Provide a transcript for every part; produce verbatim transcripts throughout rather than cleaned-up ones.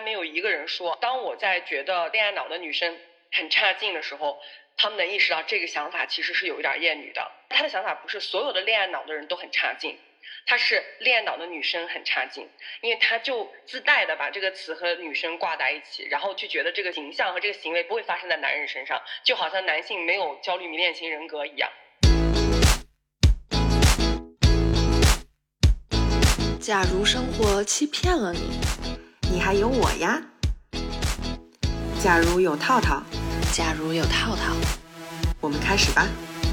没有一个人说，当我在觉得恋爱脑的女生很差劲的时候，他们能意识到这个想法其实是有一点厌女的。他的想法不是所有的恋爱脑的人都很差劲，他是恋爱脑的女生很差劲，因为他就自带的把这个词和女生挂在一起，然后就觉得这个形象和这个行为不会发生在男人身上，就好像男性没有焦虑迷恋型人格一样。 假如生活欺骗了你，你还有我呀。假如有套套， 假如有套套， 我们开始吧。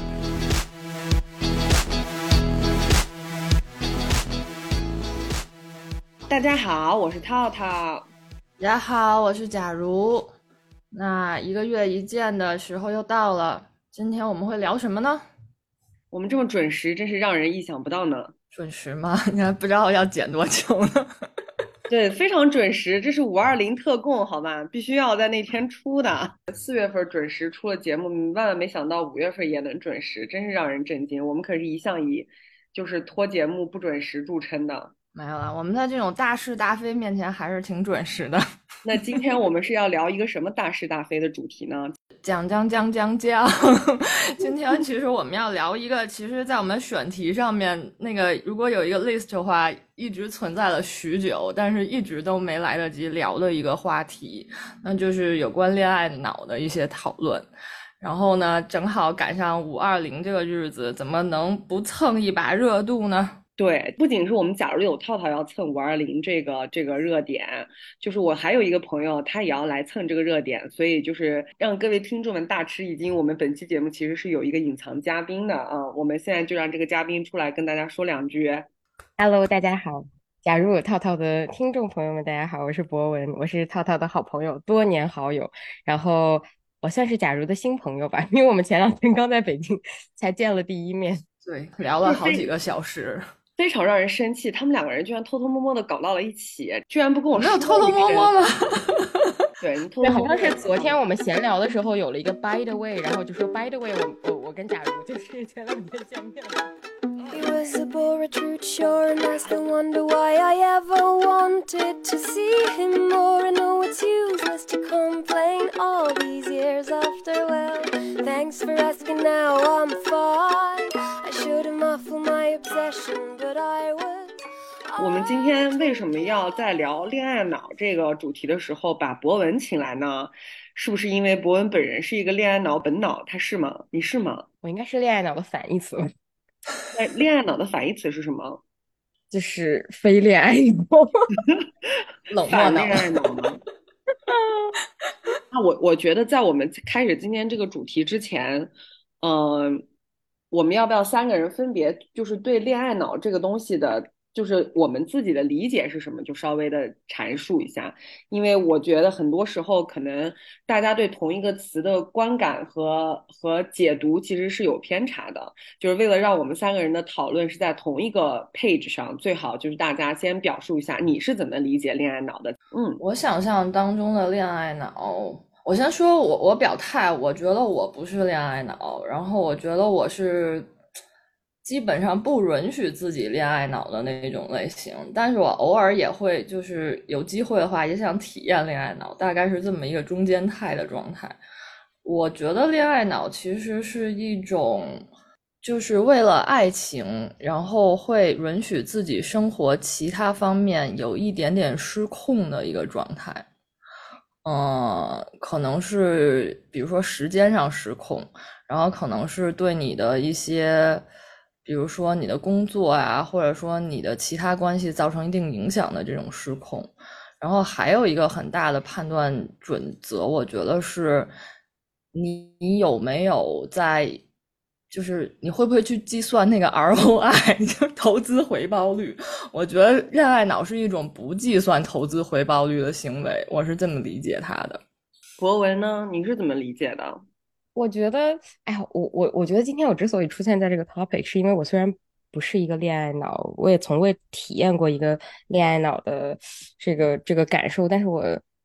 大家好，我是套套。 大家好，我是假如。那一个月一见的时候又到了，今天我们会聊什么呢？ 我们这么准时，真是让人意想不到呢。 准时吗？你还不知道要剪多久呢。 对，非常准时，这是五二零特供，好吧，必须要在那天出的。四月份准时出了节目，万万没想到五月份也能准时，真是让人震惊。我们可是一向以就是拖节目不准时著称的。 没有了，我们在这种大是大非面前还是挺准时的。 那今天我们是要聊一个什么大是大非的主题呢？ 讲讲讲讲讲。今天其实我们要聊一个，其实在我们选题上面那个如果有一个 list 的话，一直存在了许久，但是一直都没来得及聊的一个话题，那就是有关恋爱脑的一些讨论。然后呢，正好赶上五二零这个日子，怎么能不蹭一把热度呢？ 对，不仅是我们假如有套套要蹭五二零这个这个热点，就是我还有一个朋友，他也要来蹭这个热点，所以就是让各位听众们大吃一惊。我们本期节目其实是有一个隐藏嘉宾的啊，我们现在就让这个嘉宾出来跟大家说两句。 Hello， 大家好，假如有套套的听众朋友们，大家好，我是博文，我是套套的好朋友，多年好友，然后我算是假如的新朋友吧，因为我们前两天刚在北京才见了第一面， 对，聊了好几个小时。 非常让人生气，他们两个人居然偷偷摸摸的搞到了一起，居然不跟我说。 没有偷偷摸摸吗？ 对，你偷对， 偷摸摸。 好像是昨天我们闲聊的时候有了一个 by the way， 然后就说 by the way， 我我我跟假如就是前两天见面了。 He was a bore, a true shore, and I still wonder why I ever wanted to see him more. I know it's useless to complain all these years after. Well, thanks for asking, now I'm fine. I shouldn't muffle my obsession, but I would. 我们今天为什么要在聊恋爱脑这个主题的时候把博文请来呢？是不是因为博文本人是一个恋爱脑本脑？他是吗？你是吗？ 我应该是恋爱脑的反义词。 哎，恋爱脑的反义词是什么？ 就是非恋爱脑。 冷漠反恋爱脑吗？那我我觉得在我们开始今天这个主题之前，嗯、呃，我们要不要三个人分别就是对恋爱脑这个东西的，就是我们自己的理解是什么，就稍微的阐述一下。因为我觉得很多时候可能大家对同一个词的观感和和解读其实是有偏差的，就是为了让我们三个人的讨论是在同一个 page 上，最好就是大家先表述一下你是怎么理解恋爱脑的。嗯， 我想象当中的恋爱脑，我先说我我表态，我觉得我不是恋爱脑，然后我觉得我是基本上不允许自己恋爱脑的那种类型，但是我偶尔也会就是有机会的话也想体验恋爱脑，大概是这么一个中间态的状态。我觉得恋爱脑其实是一种就是为了爱情，然后会允许自己生活其他方面有一点点失控的一个状态。呃，可能是比如说时间上失控，然后可能是对你的一些比如说你的工作啊，或者说你的其他关系造成一定影响的这种失控。然后还有一个很大的判断准则，我觉得是你你有没有在就是你会不会去计算那个 R O I 就投资回报率。我觉得恋爱脑是一种不计算投资回报率的行为，我是这么理解它的。 博文呢，你是怎么理解的？ 我觉得，哎呀，我我我觉得今天我之所以出现在这个 topic， 是因为我虽然不是一个恋爱脑，我也从未体验过一个恋爱脑的这个这个感受，但是我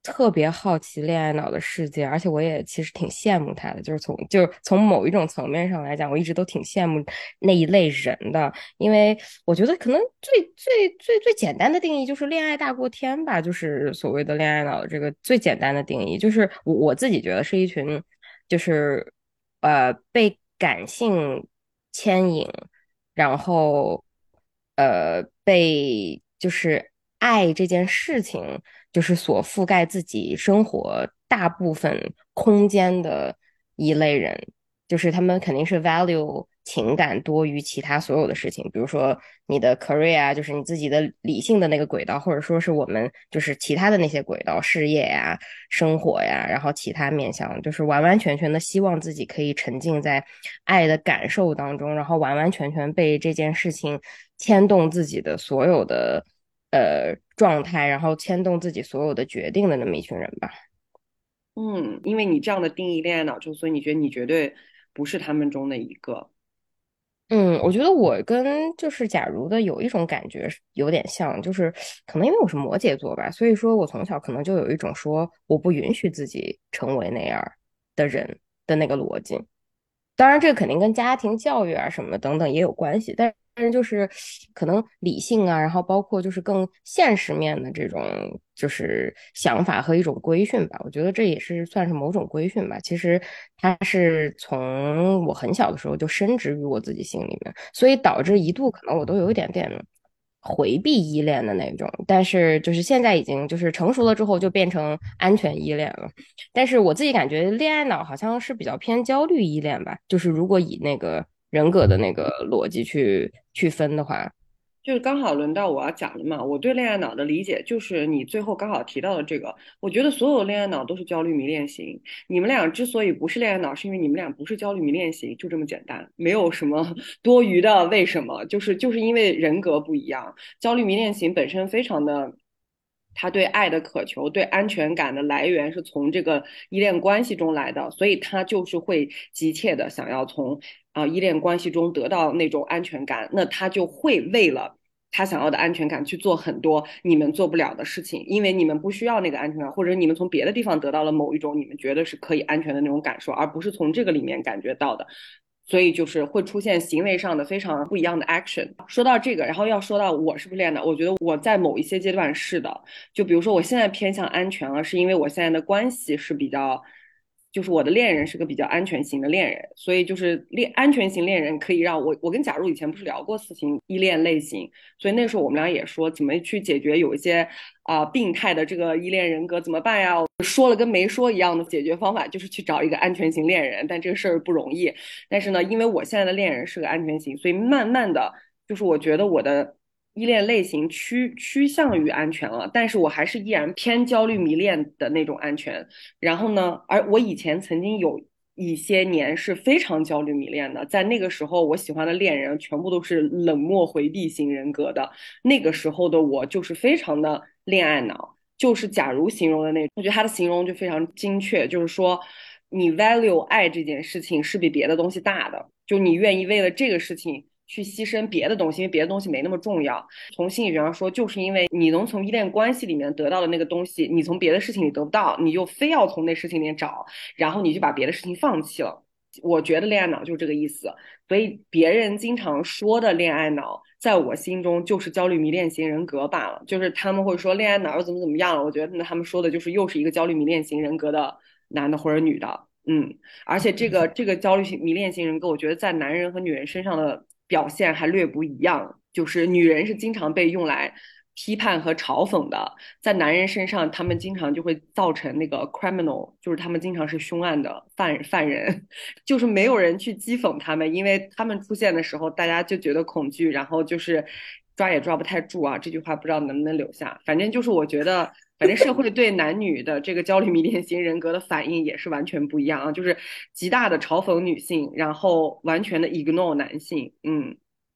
特别好奇恋爱脑的世界，而且我也其实挺羡慕他的，就是从就是从某一种层面上来讲，我一直都挺羡慕那一类人的，因为我觉得可能最最最最简单的定义就是恋爱大过天吧，就是所谓的恋爱脑的这个最简单的定义，就是我我自己觉得是一群就是呃被感性牵引，然后呃被就是爱这件事情就是所覆盖自己生活大部分空间的一类人，就是他们肯定是 value 情感多于其他所有的事情，比如说你的 career 啊，就是你自己的理性的那个轨道，或者说是我们就是其他的那些轨道，事业呀、生活呀，然后其他面向，就是完完全全的希望自己可以沉浸在爱的感受当中，然后完完全全被这件事情牵动自己的所有的呃状态，然后牵动自己所有的决定的那么一群人吧。 嗯，因为你这样的定义恋爱脑症，所以你觉得你绝对不是他们中的一个。 嗯，我觉得我跟就是假如的有一种感觉是有点像，就是可能因为我是摩羯座吧，所以说我从小可能就有一种说我不允许自己成为那样儿的人的那个逻辑。当然，这个肯定跟家庭教育啊什么等等也有关系，但是就是可能理性啊，然后包括就是更现实面的这种就是想法和一种规训吧，我觉得这也是算是某种规训吧。其实它是从我很小的时候就深植于我自己心里面，所以导致一度可能我都有一点点回避依恋的那种，但是就是现在已经就是成熟了之后就变成安全依恋了。但是我自己感觉恋爱脑好像是比较偏焦虑依恋吧，就是如果以那个人格的那个逻辑去去分的话。 就是刚好轮到我要讲的嘛，我对恋爱脑的理解就是你最后刚好提到的这个，我觉得所有恋爱脑都是焦虑迷恋型。你们俩之所以不是恋爱脑，是因为你们俩不是焦虑迷恋型，就这么简单，没有什么多余的为什么，就是就是因为人格不一样。焦虑迷恋型本身非常的，他对爱的渴求，对安全感的来源是从这个依恋关系中来的，所以他就是会急切的想要从啊、呃依恋关系中得到那种安全感，那他就会为了他想要的安全感去做很多你们做不了的事情，因为你们不需要那个安全感，或者你们从别的地方得到了某一种你们觉得是可以安全的那种感受，而不是从这个里面感觉到的。所以就是会出现行为上的非常不一样的 action。说到这个，然后要说到我是不是恋爱脑，我觉得我在某一些阶段是的。就比如说我现在偏向安全了，是因为我现在的关系是比较，就是我的恋人是个比较安全型的恋人，所以就是恋安全型恋人可以让我，我跟假如以前不是聊过四型依恋类型，所以那时候我们俩也说怎么去解决有一些啊、呃病态的这个依恋人格怎么办呀？说了跟没说一样的解决方法就是去找一个安全型恋人，但这个事儿不容易。但是呢，因为我现在的恋人是个安全型，所以慢慢的就是我觉得我的依恋类型趋趋向于安全了，但是我还是依然偏焦虑迷恋的那种安全。然后呢，而我以前曾经有一些年是非常焦虑迷恋的，在那个时候，我喜欢的恋人全部都是冷漠回避型人格的。那个时候的我就是非常的恋爱脑，就是假如形容的那种，我觉得他的形容就非常精确，就是说你 value 爱这件事情是比别的东西大的，就你愿意为了这个事情去牺牲别的东西，因为别的东西没那么重要。从心理学上说，就是因为你能从依恋关系里面得到的那个东西，你从别的事情里得不到，你就非要从那事情里面找，然后你就把别的事情放弃了。我觉得恋爱脑就是这个意思，所以别人经常说的恋爱脑，在我心中就是焦虑迷恋型人格罢了。就是他们会说恋爱脑又怎么怎么样了，我觉得那他们说的就是又是一个焦虑迷恋型人格的男的或者女的。嗯，而且这个这个焦虑型迷恋型人格，我觉得在男人和女人身上的表现还略不一样。就是女人是经常被用来批判和嘲讽的，在男人身上，他们经常就会造成那个 criminal，就是他们经常是凶案的犯犯人，就是没有人去讥讽他们，因为他们出现的时候，大家就觉得恐惧，然后就是抓也抓不太住啊。这句话不知道能不能留下，反正就是我觉得。反正社会对男女的这个焦虑迷恋型人格的反应也是完全不一样啊，就是极大的嘲讽女性，然后完全的 ignore 男性。嗯。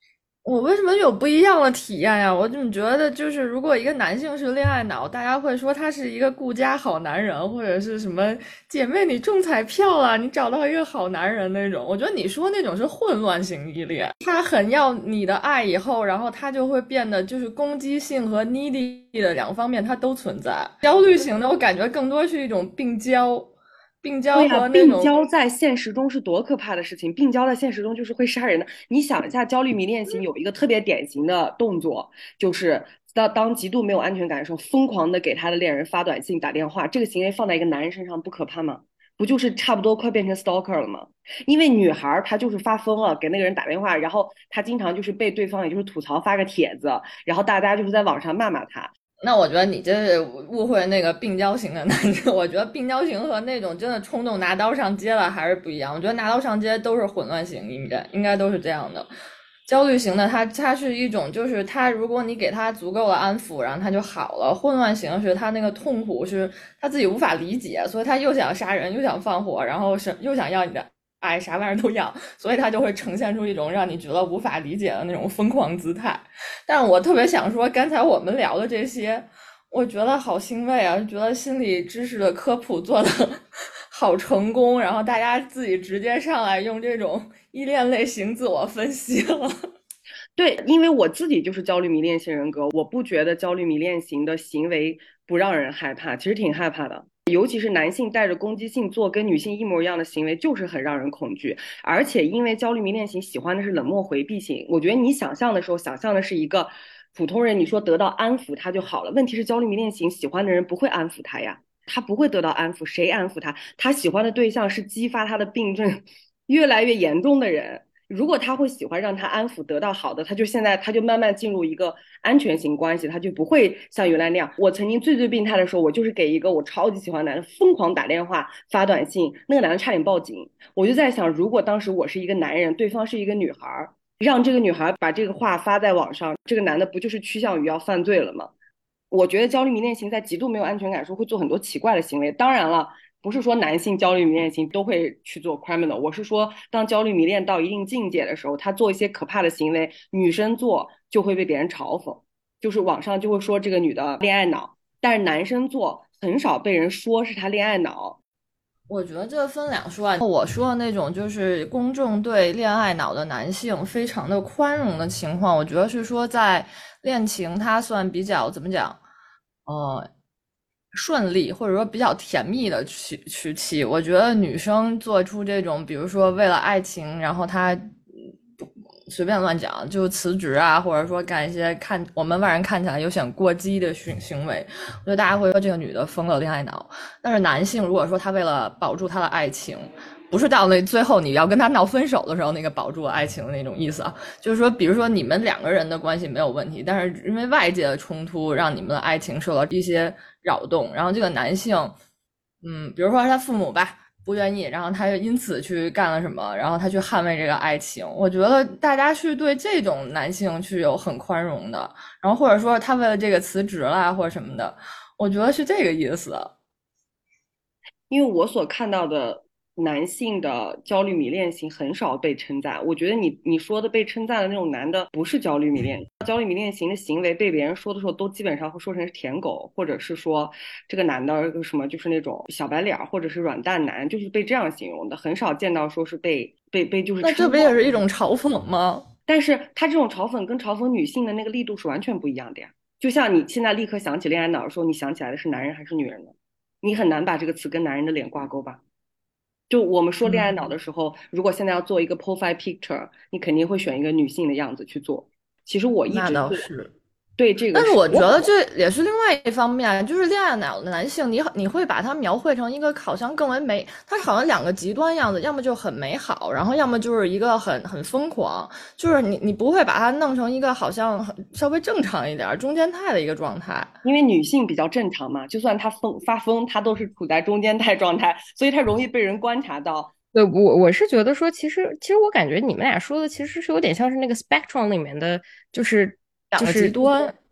我为什么有不一样的体验呀？我怎么觉得就是如果一个男性是恋爱脑，大家会说他是一个顾家好男人，或者是什么姐妹你中彩票了，你找到一个好男人那种。我觉得你说那种是混乱型依恋，他很要你的爱以后，然后他就会变得就是攻击性和 needy 的两方面他都存在。焦虑型的我感觉更多是一种病娇。病娇对呀、 和那种病娇在现实中是多可怕的事情！病娇在现实中就是会杀人的。你想一下，焦虑迷恋型有一个特别典型的动作，就是当当极度没有安全感的时候，疯狂的给他的恋人发短信、打电话。这个行为放在一个男人身上不可怕吗？不就是差不多快变成 stalker 了吗？因为女孩她就是发疯了，给那个人打电话，然后她经常就是被对方也就是吐槽发个帖子，然后大家就是在网上骂骂她。 那我觉得你这是误会那个病娇型的男生。我觉得病娇型和那种真的冲动拿刀上街了还是不一样。我觉得拿刀上街都是混乱型，应该应该都是这样的。焦虑型的他他是一种，就是他如果你给他足够的安抚，然后他就好了。混乱型是他那个痛苦是他自己无法理解，所以他又想杀人又想放火，然后是又想要你的爱，啥玩意儿都要，所以他就会呈现出一种让你觉得无法理解的那种疯狂姿态。但是我特别想说，刚才我们聊的这些，我觉得好欣慰啊，觉得心理知识的科普做的好成功，然后大家自己直接上来用这种依恋类型自我分析了。 对，因为我自己就是焦虑迷恋型人格，我不觉得焦虑迷恋型的行为不让人害怕，其实挺害怕的。尤其是男性带着攻击性做跟女性一模一样的行为，就是很让人恐惧。而且因为焦虑迷恋型喜欢的是冷漠回避型，我觉得你想象的时候，想象的是一个普通人，你说得到安抚他就好了。问题是焦虑迷恋型喜欢的人不会安抚他呀，他不会得到安抚，谁安抚他？他喜欢的对象是激发他的病症越来越严重的人。如果他会喜欢让他安抚得到好的，他就现在他就慢慢进入一个安全型关系，他就不会像原来那样。我曾经最最病态的时候，我就是给一个我超级喜欢的男的疯狂打电话发短信，那个男的差点报警。我就在想，如果当时我是一个男人，对方是一个女孩，让这个女孩把这个话发在网上，这个男的不就是趋向于要犯罪了吗？我觉得焦虑迷恋型在极度没有安全感的时候会做很多奇怪的行为。当然了，不是说男性焦虑迷恋型都会去做 criminal，我是说当焦虑迷恋到一定境界的时候，他做一些可怕的行为，女生做就会被别人嘲讽，就是网上就会说这个女的恋爱脑，但是男生做很少被人说是他恋爱脑。 我觉得这分两说啊，我说的那种就是公众对恋爱脑的男性非常的宽容的情况，我觉得是说在恋情它算比较怎么讲，呃，顺利或者说比较甜蜜的时时期。我觉得女生做出这种，比如说为了爱情，然后她随便乱讲就辞职啊，或者说干一些看我们外人看起来有点过激的行行为，我觉得大家会说这个女的疯了恋爱脑。但是男性如果说他为了保住他的爱情，不是到那最后你要跟他闹分手的时候那个保住爱情的那种意思啊，就是说比如说你们两个人的关系没有问题，但是因为外界的冲突让你们的爱情受到一些扰动，然后这个男性嗯，比如说他父母吧不愿意，然后他就因此去干了什么，然后他去捍卫这个爱情。我觉得大家是对这种男性是有很宽容的，然后或者说他为了这个辞职啦或者什么的，我觉得是这个意思。 因为我所看到的男性的焦虑迷恋型很少被称赞，我觉得你你说的被称赞的那种男的不是焦虑迷恋，焦虑迷恋型的行为被别人说的时候都基本上会说成是舔狗，或者是说这个男的什么就是那种小白脸或者是软蛋男，就是被这样形容的，很少见到说是被被被就是那这不也是一种嘲讽吗？ 但是他这种嘲讽跟嘲讽女性的那个力度是完全不一样的呀。就像你现在立刻想起恋爱脑的时候，你想起来的是男人还是女人呢？你很难把这个词跟男人的脸挂钩吧。就我们说恋爱脑的时候，嗯、如果现在要做一个 profile picture， 你肯定会选一个女性的样子去做。其实我一直那倒是对这个， 但是我觉得这也是另外一方面，就是恋爱脑的男性，你你会把他描绘成一个好像更为美，他好像两个极端样子，要么就很美好，然后要么就是一个很很疯狂，就是你你不会把它弄成一个好像稍微正常一点中间态的一个状态。 因为女性比较正常嘛，就算她疯发疯，她都是处在中间态状态，所以她容易被人观察到。 对，我我是觉得说，其实其实我感觉你们俩说的其实是有点像是那个 spectrum 里面的，就是两个极端。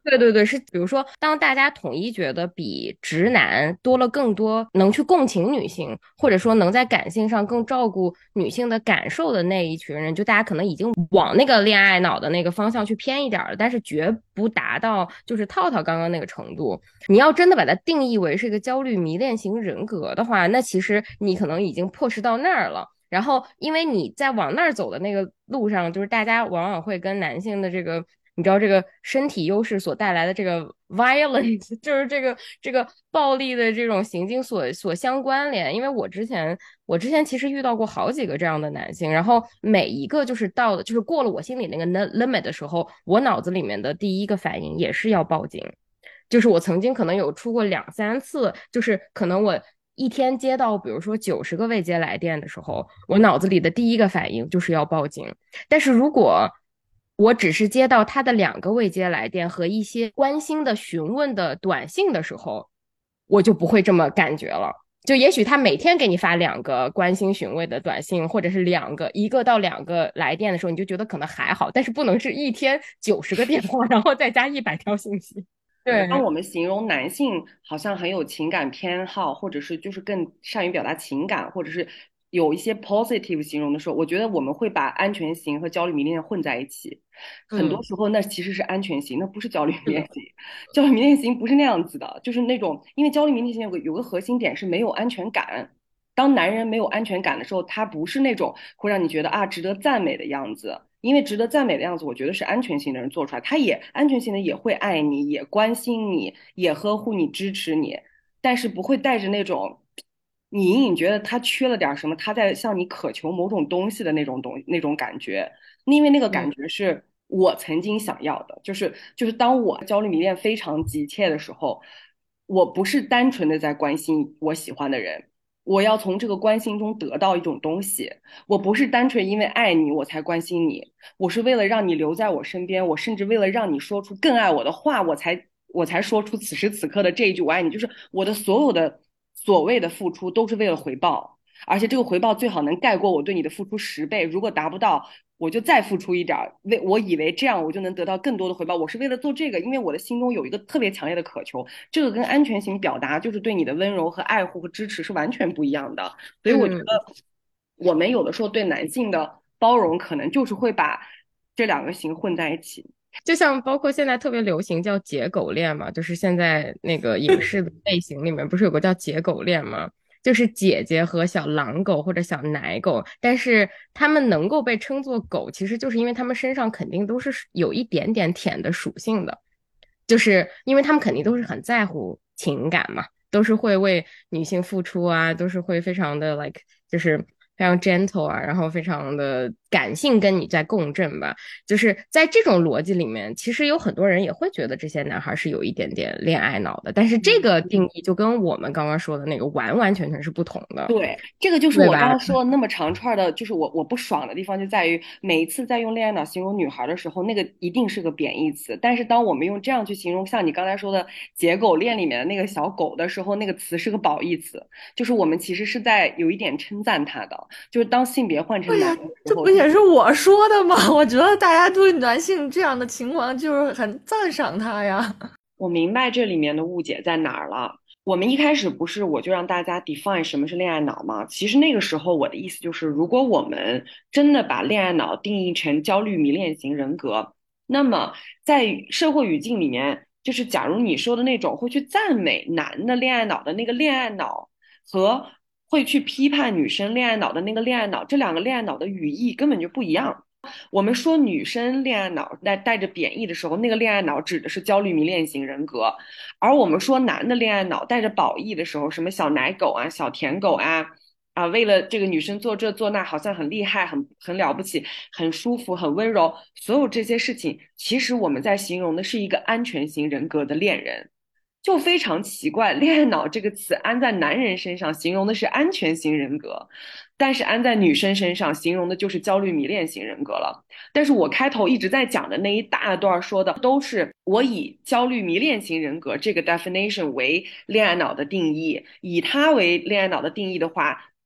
对对对，是比如说，当大家统一觉得比直男多了更多能去共情女性，或者说能在感性上更照顾女性的感受的那一群人，就大家可能已经往那个恋爱脑的那个方向去偏一点了，但是绝不达到就是套套刚刚那个程度。你要真的把它定义为是一个焦虑迷恋型人格的话，那其实你可能已经迫使到那儿了。然后，因为你在往那儿走的那个路上，就是大家往往会跟男性的这个，你知道这个身体优势所带来的这个 violence，就是这个这个暴力的这种行径所所相关联。因为我之前我之前其实遇到过好几个这样的男性，然后每一个就是到了就是过了我心里那个 limit 的时候，我脑子里面的第一个反应也是要报警。就是我曾经可能有出过两三次，就是可能我一天接到比如说九十个未接来电的时候，我脑子里的第一个反应就是要报警。但是如果我只是接到他的两个未接来电和一些关心的询问的短信的时候，我就不会这么感觉了。就也许他每天给你发两个关心询问的短信，或者是两个一个到两个来电的时候，你就觉得可能还好，但是不能是一天九十个电话，然后再加一百条信息。对， 当我们形容男性好像很有情感偏好，或者是就是更善于表达情感，或者是有一些 positive 形容的时候，我觉得我们会把安全型和焦虑迷恋混在一起。很多嗯， 时候那其实是安全型，那不是焦虑迷是的， 恋型。焦虑迷恋型不是那样子的，就是那种因为焦虑迷恋型有个有个核心点是没有安全感。当男人没有安全感的时候，他不是那种会让你觉得啊值得赞美的样子。因为值得赞美的样子，我觉得是安全型的人做出来，他也安全型的也会爱你，也关心你，也呵护你，支持你，但是不会带着那种你隐隐觉得他缺了点什么，他在向你渴求某种东西的那种东那种感觉。因为那个嗯感觉是我曾经想要的，就是就是当我焦虑迷恋非常急切的时候，我不是单纯的在关心我喜欢的人，我要从这个关心中得到一种东西。我不是单纯因为爱你我才关心你，我是为了让你留在我身边，我甚至为了让你说出更爱我的话，我才我才说出此时此刻的这一句我爱你。就是我的所有的所谓的付出都是为了回报，而且这个回报最好能盖过我对你的付出十倍。如果达不到，我就再付出一点，为我以为这样我就能得到更多的回报。我是为了做这个，因为我的心中有一个特别强烈的渴求。这个跟安全型表达就是对你的温柔和爱护和支持是完全不一样的。所以我觉嗯， 得我们有的时候对男性的包容，可能就是会把这两个型混在一起。 就像包括现在特别流行叫解狗恋嘛，就是现在那个影视的类型里面不是有个叫解狗恋吗？就是姐姐和小狼狗或者小奶狗，但是它们能够被称作狗，其实就是因为它们身上肯定都是有一点点舔的属性的，就是因为他们肯定都是很在乎情感嘛，都是会为女性付出啊，都是会非常的 like 就是非常 gentle 啊，然后非常的感性跟你在共振吧。就是在这种逻辑里面，其实有很多人也会觉得这些男孩是有一点点恋爱脑的，但是这个定义就跟我们刚刚说的那个完完全全是不同的， 对，这个就是对吧？ 我刚刚说的那么长串的，就是我我不爽的地方就在于，每一次在用恋爱脑形容女孩的时候，那个一定是个贬义词。但是当我们用这样去形容像你刚才说的解狗恋里面的那个小狗的时候，那个词是个褒义词，就是我们其实是在有一点称赞它的。就是当性别换成男对呀， 的时候， 这不也是我说的吗？我觉得大家对男性这样的情况就是很赞赏他呀。 我明白这里面的误解在哪儿了。我们一开始不是我就让大家 define 什么是恋爱脑吗？其实那个时候我的意思就是，如果我们真的把恋爱脑定义成焦虑迷恋型人格，那么在社会语境里面，就是假如你说的那种会去赞美男的恋爱脑的那个恋爱脑，和会去批判女生恋爱脑的那个恋爱脑，这两个恋爱脑的语义根本就不一样。我们说女生恋爱脑带带着贬义的时候，那个恋爱脑指的是焦虑迷恋型人格；而我们说男的恋爱脑带着褒义的时候，什么小奶狗啊、小舔狗啊，啊，为了这个女生做这做那，好像很厉害、很很了不起、很舒服、很温柔。所有这些事情，其实我们在形容的是一个安全型人格的恋人。就非常奇怪，恋爱脑这个词安在男人身上，形容的是安全型人格，但是安在女生身上，形容的就是焦虑迷恋型人格了。但是我开头一直在讲的那一大段说的，都是我以焦虑迷恋型人格这个 definition 为恋爱脑的定义，以它为恋爱脑的定义的话，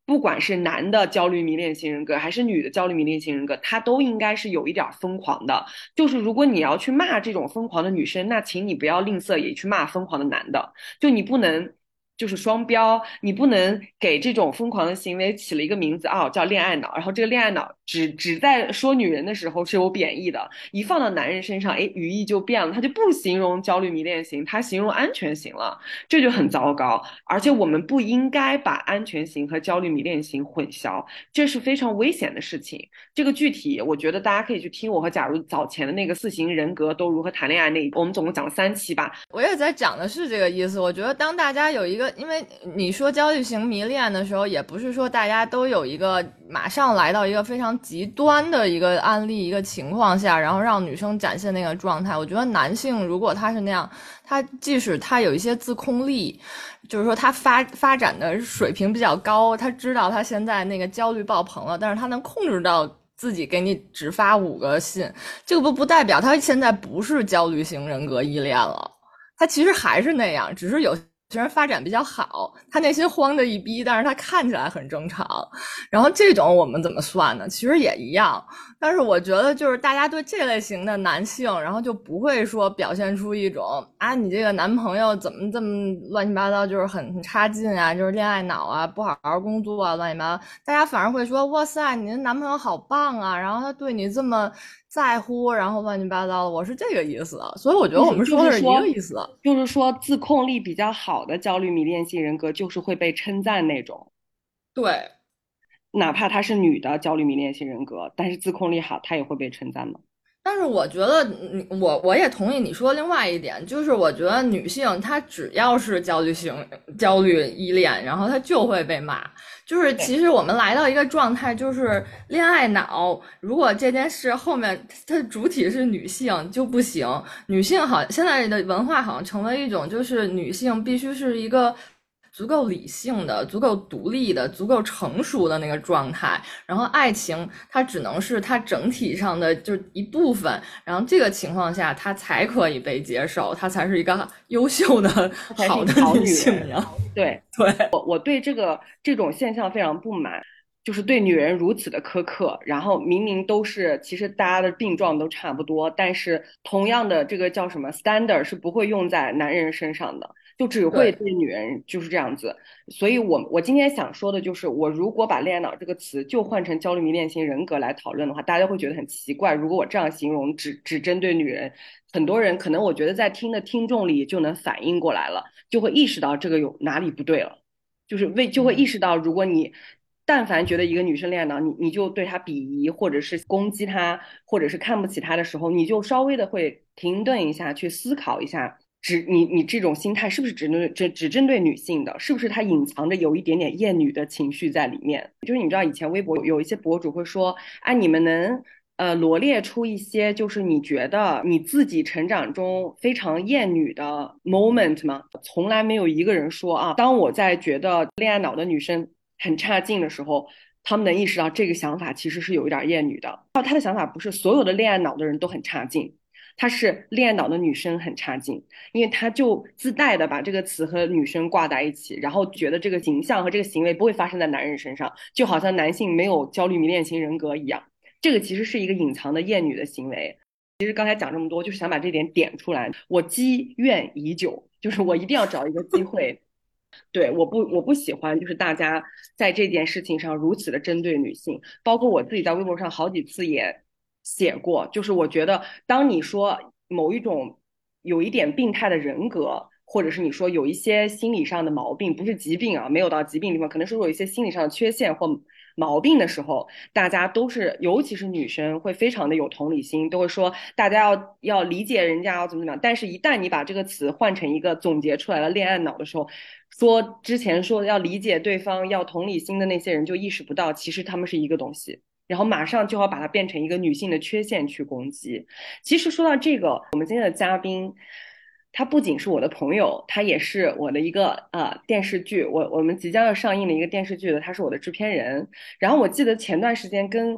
不管是男的焦虑迷恋型人格还是女的焦虑迷恋型人格，他都应该是有一点疯狂的。就是如果你要去骂这种疯狂的女生，那请你不要吝啬也去骂疯狂的男的，就你不能就是双标，你不能给这种疯狂的行为起了一个名字啊，叫恋爱脑，然后这个恋爱脑只只在说女人的时候是有贬义的，一放到男人身上，哎，语义就变了，他就不形容焦虑迷恋型，他形容安全型了，这就很糟糕。而且我们不应该把安全型和焦虑迷恋型混淆，这是非常危险的事情。这个具体我觉得大家可以去听我和假如早前的那个四型人格都如何谈恋爱那一，我们总共讲了三期吧。 我也在讲的是这个意思。我觉得当大家有一个，因为你说焦虑型迷恋的时候，也不是说大家都有一个马上来到一个非常极端的一个案例一个情况下，然后让女生展现那个状态。我觉得男性如果他是那样，他即使他有一些自控力，就是说他发发展的水平比较高，他知道他现在那个焦虑爆棚了，但是他能控制到自己给你只发五个信，这个不不代表他现在不是焦虑型人格依恋了，他其实还是那样，只是有些人发展比较好，他内心慌的一逼，但是他看起来很正常。然后这种我们怎么算呢？其实也一样。但是我觉得就是大家对这类型的男性，然后就不会说表现出一种啊，你这个男朋友怎么这么乱七八糟，就是很很差劲啊，就是恋爱脑啊，不好好工作啊，乱七八糟。大家反而会说，哇塞，你的男朋友好棒啊，然后他对你这么在乎，然后乱七八糟的。我是这个意思。所以我觉得我们说的是一个意思。 就是说，就是说自控力比较好的焦虑迷恋型人格，就是会被称赞那种。 对。 哪怕她是女的焦虑迷恋型人格，但是自控力好，她也会被称赞吗？ 但是我觉得，我我也同意你说另外一点，就是我觉得女性她只要是焦虑型、焦虑依恋，然后她就会被骂。就是其实我们来到一个状态，就是恋爱脑，如果这件事后面它的主体是女性就不行。女性好，现在的文化好像成为一种，就是女性必须是一个足够理性的、足够独立的、足够成熟的那个状态，然后爱情它只能是它整体上的就是一部分，然后这个情况下它才可以被接受，它才是一个优秀的好的女性呀。 对对， 我我对这个这种现象非常不满，就是对女人如此的苛刻，然后明明都是其实大家的病状都差不多，但是同样的这个叫什么 standard 是不会用在男人身上的，就只会对女人就是这样子。所以我我今天想说的就是，我如果把恋爱脑这个词就换成焦虑迷恋型人格来讨论的话，大家会觉得很奇怪。如果我这样形容只只针对女人，很多人可能我觉得在听的听众里就能反应过来了，就会意识到这个有哪里不对了，就是为就会意识到，如果你但凡觉得一个女生恋爱脑，你你就对她鄙夷，或者是攻击她，或者是看不起她的时候，你就稍微的会停顿一下，去思考一下，只你你这种心态是不是只针只只针对女性的，是不是它隐藏着有一点点厌女的情绪在里面？就是你知道以前微博有有一些博主会说，哎，你们能呃罗列出一些就是你觉得你自己成长中非常厌女的 moment 吗？从来没有一个人说啊，当我在觉得恋爱脑的女生很差劲的时候，他们能意识到这个想法其实是有一点厌女的。他的想法不是所有的恋爱脑的人都很差劲，他是恋爱脑的女生很差劲，因为他就自带的把这个词和女生挂在一起，然后觉得这个形象和这个行为不会发生在男人身上，就好像男性没有焦虑迷恋型人格一样。这个其实是一个隐藏的厌女的行为。其实刚才讲这么多，就是想把这点点出来。我积怨已久，就是我一定要找一个机会。对，我不我不喜欢就是大家在这件事情上如此的针对女性，包括我自己在微博上好几次也写过，就是我觉得当你说某一种有一点病态的人格，或者是你说有一些心理上的毛病，不是疾病啊，没有到疾病的地方，可能是有一些心理上的缺陷或毛病的时候，大家都是，尤其是女生会非常的有同理心，都会说大家要要理解人家要怎么怎么样。但是一旦你把这个词换成一个总结出来的恋爱脑的时候，说之前说要理解对方要同理心的那些人就意识不到其实他们是一个东西，然后马上就要把它变成一个女性的缺陷去攻击。其实说到这个，我们今天的嘉宾他不仅是我的朋友，他也是我的一个呃电视剧，我我们即将要上映的一个电视剧的，他是我的制片人。然后我记得前段时间跟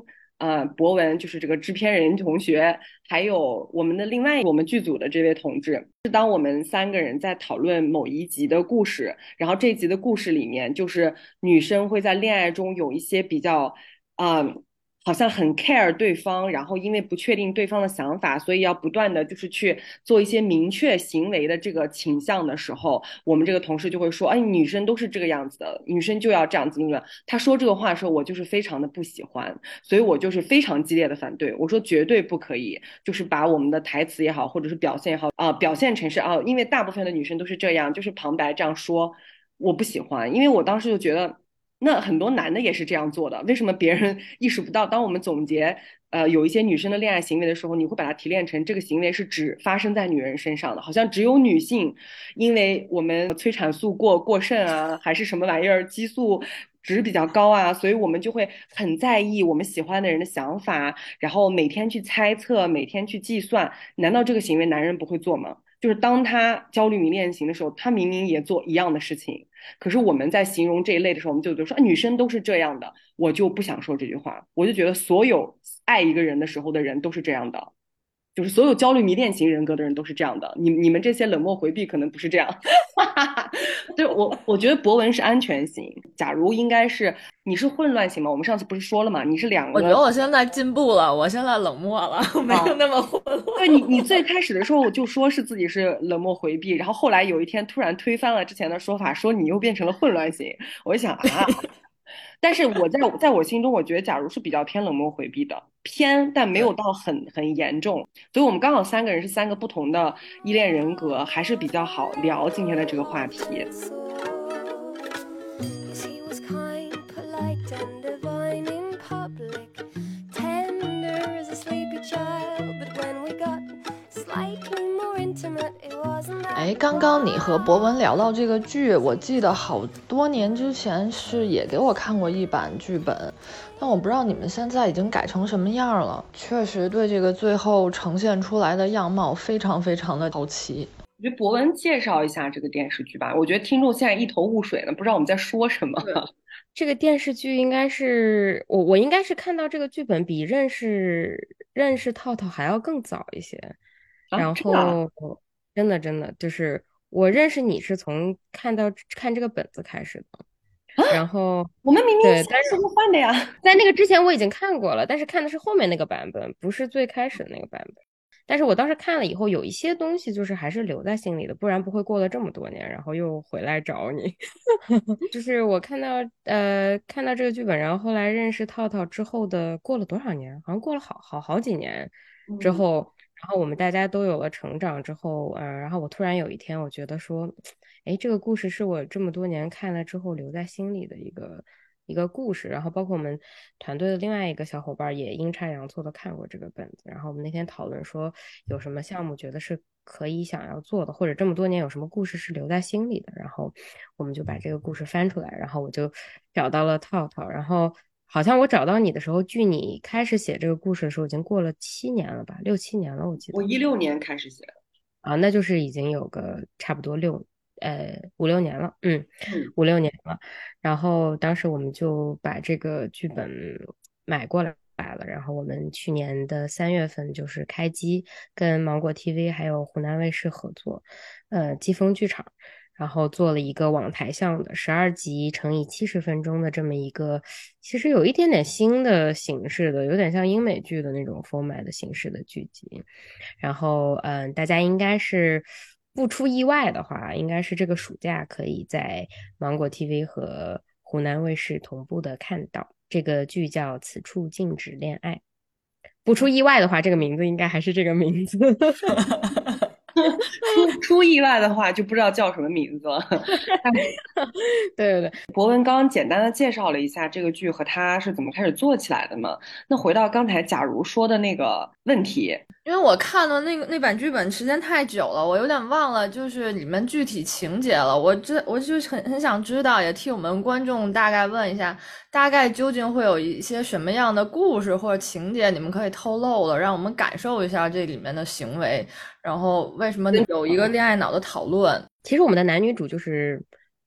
呃博文，就是这个制片人同学，还有我们的另外我们剧组的这位同志，是当我们三个人在讨论某一集的故事，然后这一集的故事里面，就是女生会在恋爱中有一些比较，嗯、好像很 care 对方，然后因为不确定对方的想法，所以要不断的就是去做一些明确行为的这个倾向的时候，我们这个同事就会说，哎，女生都是这个样子的，女生就要这样子的。他说这个话的时候，我就是非常的不喜欢，所以我就是非常激烈的反对，我说绝对不可以，就是把我们的台词也好，或者是表现也好，啊、呃，表现成是啊、呃，因为大部分的女生都是这样，就是旁白这样说，我不喜欢，因为我当时就觉得。那很多男的也是这样做的，为什么别人意识不到？当我们总结，呃，有一些女生的恋爱行为的时候，你会把它提炼成这个行为是只发生在女人身上的，好像只有女性，因为我们催产素过过剩啊，还是什么玩意儿，激素值比较高啊，所以我们就会很在意我们喜欢的人的想法，然后每天去猜测，每天去计算。难道这个行为男人不会做吗？就是当他焦虑迷恋型的时候，他明明也做一样的事情。可是我们在形容这一类的时候，我们就就说、啊、女生都是这样的，我就不想说这句话。我就觉得所有爱一个人的时候的人都是这样的，就是所有焦虑迷恋型人格的人都是这样的。你你们这些冷漠回避可能不是这样。对，我我觉得博文是安全型，假如应该是你是混乱型吗？我们上次不是说了吗？你是两个。 我觉得我现在进步了，我现在冷漠了，没有那么混乱。 哦、对你，你最开始的时候就说是自己是冷漠回避，然后后来有一天突然推翻了之前的说法，说你又变成了混乱型。我就想啊，但是我在在我心中，我觉得假如是比较偏冷漠回避的，偏但没有到很很严重，所以我们刚好三个人是三个不同的依恋人格，还是比较好聊今天的这个话题。 哎，刚刚你和博文聊到这个剧，我记得好多年之前是也给我看过一版剧本，但我不知道你们现在已经改成什么样了。确实对这个最后呈现出来的样貌非常非常的好奇。 我觉得博文介绍一下这个电视剧吧，我觉得听众现在一头雾水呢，不知道我们在说什么。 这个电视剧应该是我我应该是看到这个剧本比认识认识套套还要更早一些， 啊、 然后真的真的就是我认识你是从看到看这个本子开始的，啊、然后我们明明对， 但是不换的呀， 在那个之前我已经看过了，但是看的是后面那个版本，不是最开始的那个版本。但是我当时看了以后，有一些东西就是还是留在心里的，不然不会过了这么多年，然后又回来找你。就是我看到呃看到这个剧本，然后后来认识套套之后的过了多少年？好像过了好好好几年之后，嗯、然后我们大家都有了成长之后，呃，然后我突然有一天，我觉得说，哎，这个故事是我这么多年看了之后留在心里的一个。一个故事，然后包括我们团队的另外一个小伙伴也阴差阳错的看过这个本子，然后我们那天讨论说有什么项目觉得是可以想要做的，或者这么多年有什么故事是留在心里的，然后我们就把这个故事翻出来，然后我就找到了套套，然后好像我找到你的时候，距你开始写这个故事的时候已经过了七年了吧，六七年了，我记得。 我一六年开始写的啊，那就是已经有个差不多六。呃，五六年了，嗯，五六年了。然后当时我们就把这个剧本买过来了，然后我们去年的三月份就是开机，跟芒果 T V 还有湖南卫视合作，呃，季风剧场，然后做了一个网台向的十二集乘以七十分钟的这么一个，其实有一点点新的形式的，有点像英美剧的那种 format 的形式的剧集。然后，嗯、呃，大家应该是。不出意外的话，应该是这个暑假可以在芒果 T V 和湖南卫视同步的看到。这个剧叫《此处禁止恋爱》。不出意外的话，这个名字应该还是这个名字。 出出意外的话，就不知道叫什么名字了。 对对对， 博文刚刚简单的介绍了一下这个剧和他是怎么开始做起来的嘛。那回到刚才假如说的那个问题， 因为我看了那个那版剧本时间太久了，我有点忘了就是里面具体情节了。我这我就很很想知道，也替我们观众大概问一下，大概究竟会有一些什么样的故事或者情节，你们可以透露了，让我们感受一下这里面的行为，然后为什么有一个恋爱脑的讨论。 其实我们的男女主就是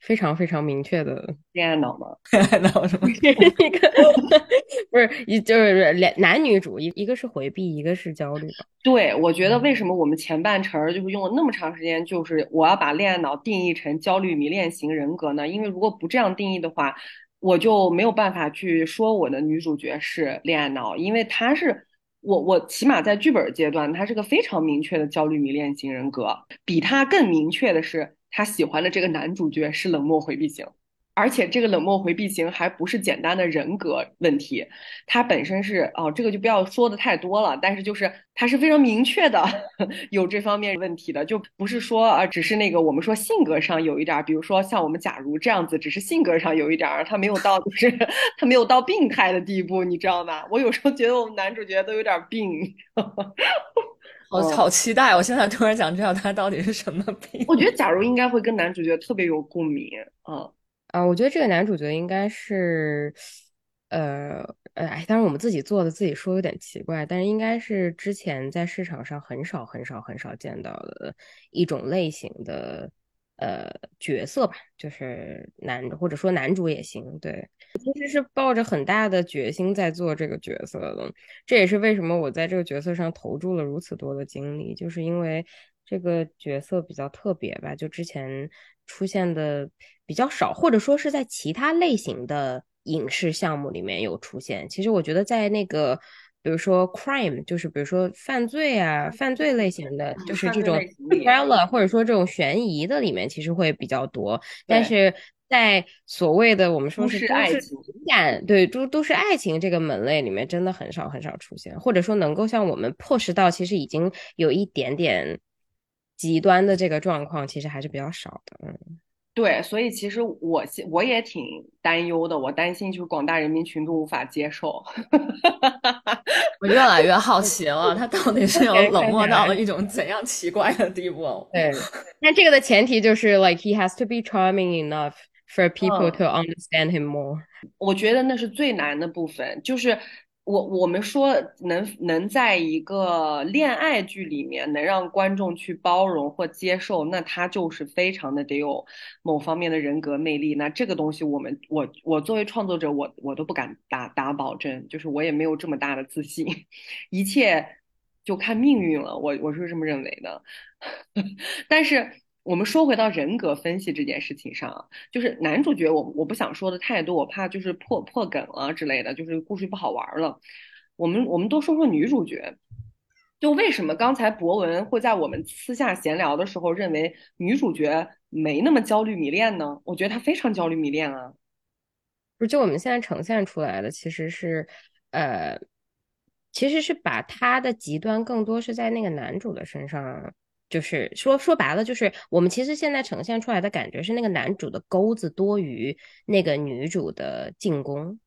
非常非常明确的恋爱脑吗？ 脑什么？ 一个不是一就是两男女主，一一个是回避，一个是焦虑吧。 对，我觉得为什么我们前半程儿就是用了那么长时间，就是我要把恋爱脑定义成焦虑迷恋型人格呢？因为如果不这样定义的话，我就没有办法去说我的女主角是恋爱脑，因为她是我我起码在剧本阶段，她是个非常明确的焦虑迷恋型人格，比她更明确的是，她喜欢的这个男主角是冷漠回避型。而且这个冷漠回避型还不是简单的人格问题，它本身是哦，这个就不要说的太多了，但是就是它是非常明确的有这方面问题的，就不是说啊，只是那个我们说性格上有一点，比如说像我们假如这样子，只是性格上有一点，他没有到就是他没有到病态的地步，你知道吗？我有时候觉得我们男主角都有点病。 好好期待！我现在突然想知道他到底是什么病。 我觉得假如应该会跟男主角特别有共鸣，嗯。 啊，我觉得这个男主角应该是，呃，呃，哎，当然我们自己做的，自己说有点奇怪，但是应该是之前在市场上很少很少很少见到的一种类型的呃角色吧，就是男或者说男主也行，对，其实是抱着很大的决心在做这个角色的，这也是为什么我在这个角色上投注了如此多的精力，就是因为这个角色比较特别吧，就之前出现的比较少，或者说是在其他类型的影视项目里面有出现。其实我觉得在那个，比如说 crime，就是比如说犯罪啊，犯罪类型的，就是这种犯罪类型里 thriller 或者说这种悬疑的里面，其实会比较多。但对， 是在所谓的我们说都是都市市爱情。 情感，对都都市爱情这个门类里面，真的很少很少出现，或者说能够像我们迫使到，其实已经有一点点极端的这个状况，其实还是比较少的。嗯， 对，所以其实我我也挺担忧的，我担心就是广大人民群众无法接受。 我越来越好奇了，他到底是有目前冷漠到看起来了一种怎样奇怪的地步？ 对，但这个的前提就是，like he has to be charming enough for people 嗯， to understand him more。 我觉得那是最难的部分，就是我我们说能能在一个恋爱剧里面能让观众去包容或接受，那他就是非常的得有某方面的人格魅力。那这个东西我们我我作为创作者，我我都不敢打打保证，就是我也没有这么大的自信，一切就看命运了。我我是这么认为的。但是我们说回到人格分析这件事情上啊。就是男主角我我不想说的太多，我怕就是破破梗了之类的，就是故事不好玩了。我们我们多说说女主角，就为什么刚才博文会在我们私下闲聊的时候认为女主角没那么焦虑迷恋呢？我觉得她非常焦虑迷恋啊。 不就我们现在呈现出来的，其实是，呃，其实是把他的极端更多是在那个男主的身上，就是说说白了，就是我们其实现在呈现出来的感觉是那个男主的钩子多于那个女主的进攻。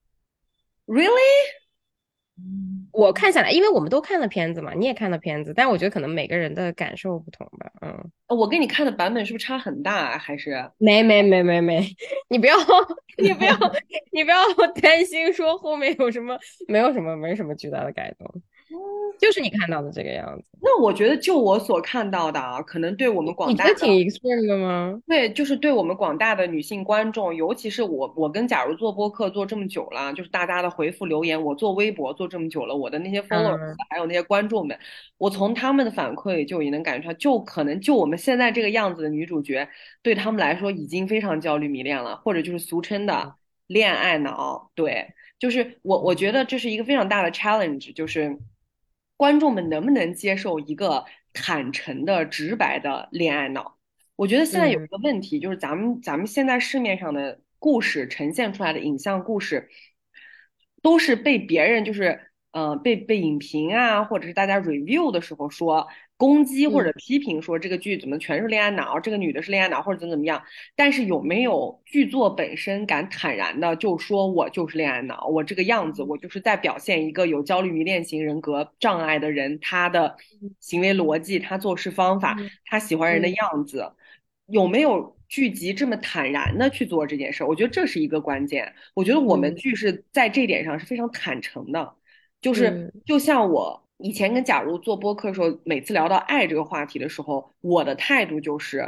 Really？ 我看下来，因为我们都看了片子嘛，你也看了片子，但我觉得可能每个人的感受不同吧。嗯， 呃我跟你看的版本是不是差很大啊？还是？ 没没没没没，你不要你不要你不要担心说后面有什么，没有什么没什么巨大的改动，就是你看到的这个样子。 那我觉得就我所看到的啊，可能对我们广大的你觉得挺 extreme 的吗？ 对，就是对我们广大的女性观众，尤其是我，我跟假如做播客做这么久了，就是大家的回复留言，我做微博做这么久了，我的那些 followers 嗯还有那些观众们，我从他们的反馈就已经能感觉出来，就可能就我们现在这个样子的女主角，对他们来说已经非常焦虑迷恋了，或者就是俗称的恋爱脑。对，就是我我觉得这是一个非常大的 challenge，就是观众们能不能接受一个坦诚的、直白的恋爱脑。我觉得现在有一嗯个问题，就是咱们咱们现在市面上的故事呈现出来的影像故事，都是被别人就是呃被被影评啊，或者是大家 review 的时候说攻击或嗯者批评说这个剧怎么全是恋爱脑，这个女的是恋爱脑或者怎么怎么样。但是有没有剧作本身敢坦然的就说我就是恋爱脑，我这个样子，我就是在表现一个有焦虑迷恋型人格障碍的人，他的行为逻辑，他做事方法， 嗯他喜欢人的嗯样子。有没有剧集这么坦然的去做这件事？我觉得这是一个关键。我觉得我们嗯剧是在这点上是非常坦诚的，就是嗯就像我以前跟假如做播客的时候，每次聊到爱这个话题的时候，我的态度就是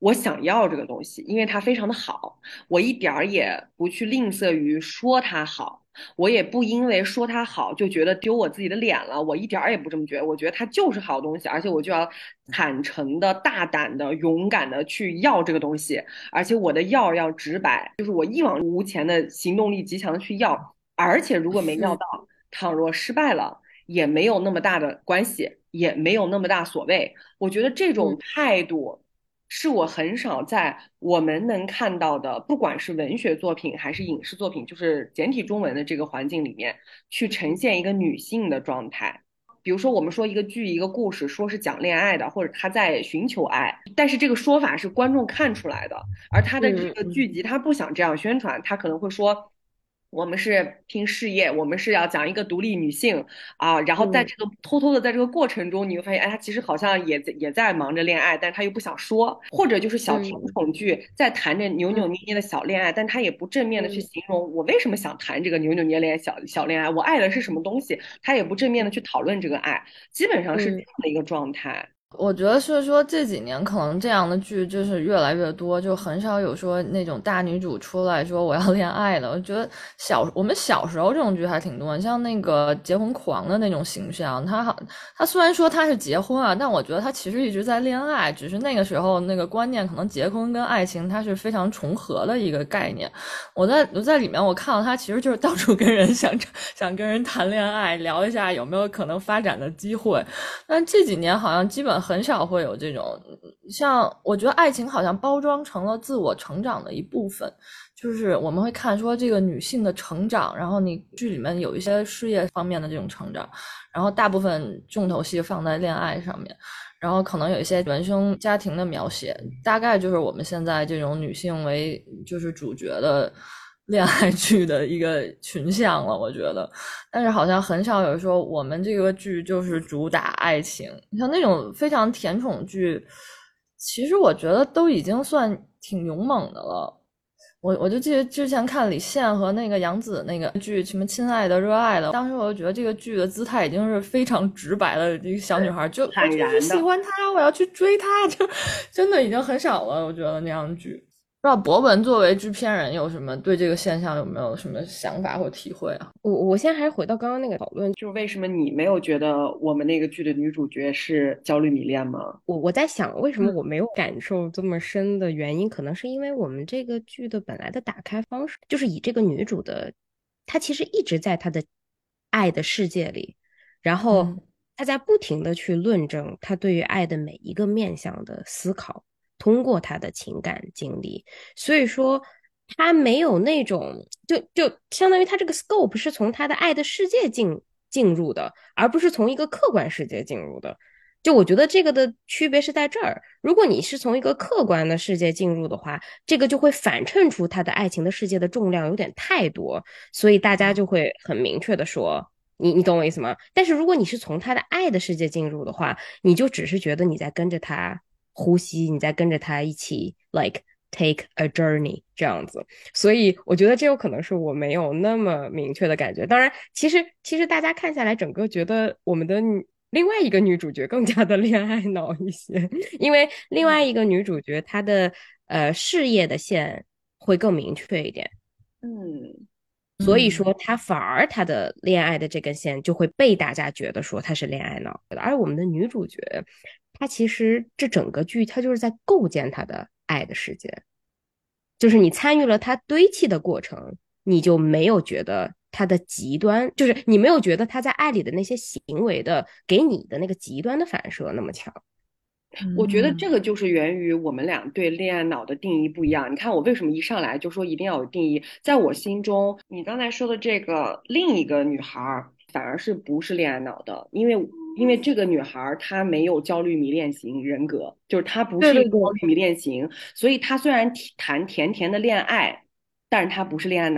我想要这个东西，因为它非常的好，我一点儿也不去吝啬于说它好，我也不因为说它好就觉得丢我自己的脸了，我一点儿也不这么觉得，我觉得它就是好东西，而且我就要坦诚的、大胆的、勇敢的去要这个东西，而且我的要要直白，就是我一往无前的行动力极强的去要，而且如果没要到，倘若失败了。也没有那么大的关系，也没有那么大所谓。我觉得这种态度是我很少在我们能看到的，不管是文学作品还是影视作品，就是简体中文的这个环境里面去呈现一个女性的状态。比如说，我们说一个剧、一个故事，说是讲恋爱的，或者他在寻求爱，但是这个说法是观众看出来的，而他的这个剧集他不想这样宣传，他可能会说。我们是拼事业，我们是要讲一个独立女性啊，然后在这个偷偷的在这个过程中，你会发现，哎，她其实好像也也在忙着恋爱，但是她又不想说，或者就是小甜宠剧在谈着扭扭捏捏的小恋爱，但她也不正面的去形容我为什么想谈这个扭扭捏捏小小恋爱，我爱的是什么东西，她也不正面的去讨论这个爱，基本上是这样的一个状态。 我觉得是说这几年可能这样的剧就是越来越多，就很少有说那种大女主出来说我要恋爱的。我觉得小我们小时候这种剧还挺多，像那个结婚狂的那种形象，他好他虽然说他是结婚啊，但我觉得他其实一直在恋爱，只是那个时候那个观念可能结婚跟爱情它是非常重合的一个概念。我在我在里面我看到他其实就是到处跟人想想跟人谈恋爱，聊一下有没有可能发展的机会。但这几年好像基本很少会有这种，像我觉得爱情好像包装成了自我成长的一部分，就是我们会看说这个女性的成长，然后你剧里面有一些事业方面的这种成长，然后大部分重头戏放在恋爱上面，然后可能有一些原生家庭的描写，大概就是我们现在这种女性为就是主角的恋爱剧的一个群像了，我觉得，但是好像很少有说我们这个剧就是主打爱情，像那种非常甜宠剧，其实我觉得都已经算挺勇猛的了。我我就记得之前看李现和那个杨紫那个剧什么《亲爱的热爱的》，当时我就觉得这个剧的姿态已经是非常直白的一个小女孩，就坦然的喜欢他，我要去追他，就真的已经很少了。我觉得那样的剧。不知道博文作为制片人有什么对这个现象有没有什么想法或体会啊？ 我我现在还是回到刚刚那个讨论， 就是为什么你没有觉得我们那个剧的女主角是焦虑迷恋吗？ 我我在想，为什么我没有感受这么深的原因，可能是因为我们这个剧的本来的打开方式，就是以这个女主的，她其实一直在她的爱的世界里，然后她在不停的去论证她对于爱的每一个面向的思考。通过他的情感经历，所以说他没有那种就就相当于他这个 scope 是从他的爱的世界进进入的，而不是从一个客观世界进入的。就我觉得这个的区别是在这儿，如果你是从一个客观的世界进入的话，这个就会反衬出他的爱情的世界的重量有点太多，所以大家就会很明确的说。你你懂我意思吗？但是如果你是从他的爱的世界进入的话，你就只是觉得你在跟着他呼吸，你在跟着他一起 like take a journey 这样子，所以我觉得这有可能是我没有那么明确的感觉。当然，其实其实大家看下来，整个觉得我们的另外一个女主角更加的恋爱脑一些，因为另外一个女主角她的呃事业的线会更明确一点。 嗯。 所以说，她反而她的恋爱的这根线就会被大家觉得说她是恋爱脑的，而我们的女主角，她其实这整个剧她就是在构建她的爱的世界，就是你参与了她堆砌的过程，你就没有觉得她的极端，就是你没有觉得她在爱里的那些行为的给你的那个极端的反射那么强。 我觉得这个就是源于我们俩对恋爱脑的定义不一样。你看我为什么一上来就说一定要有定义？在我心中，你刚才说的这个另一个女孩反而是不是恋爱脑的，因为因为这个女孩她没有焦虑迷恋型人格，就是她不是一个焦虑迷恋型，所以她虽然谈甜甜的恋爱，但是她不是恋爱脑。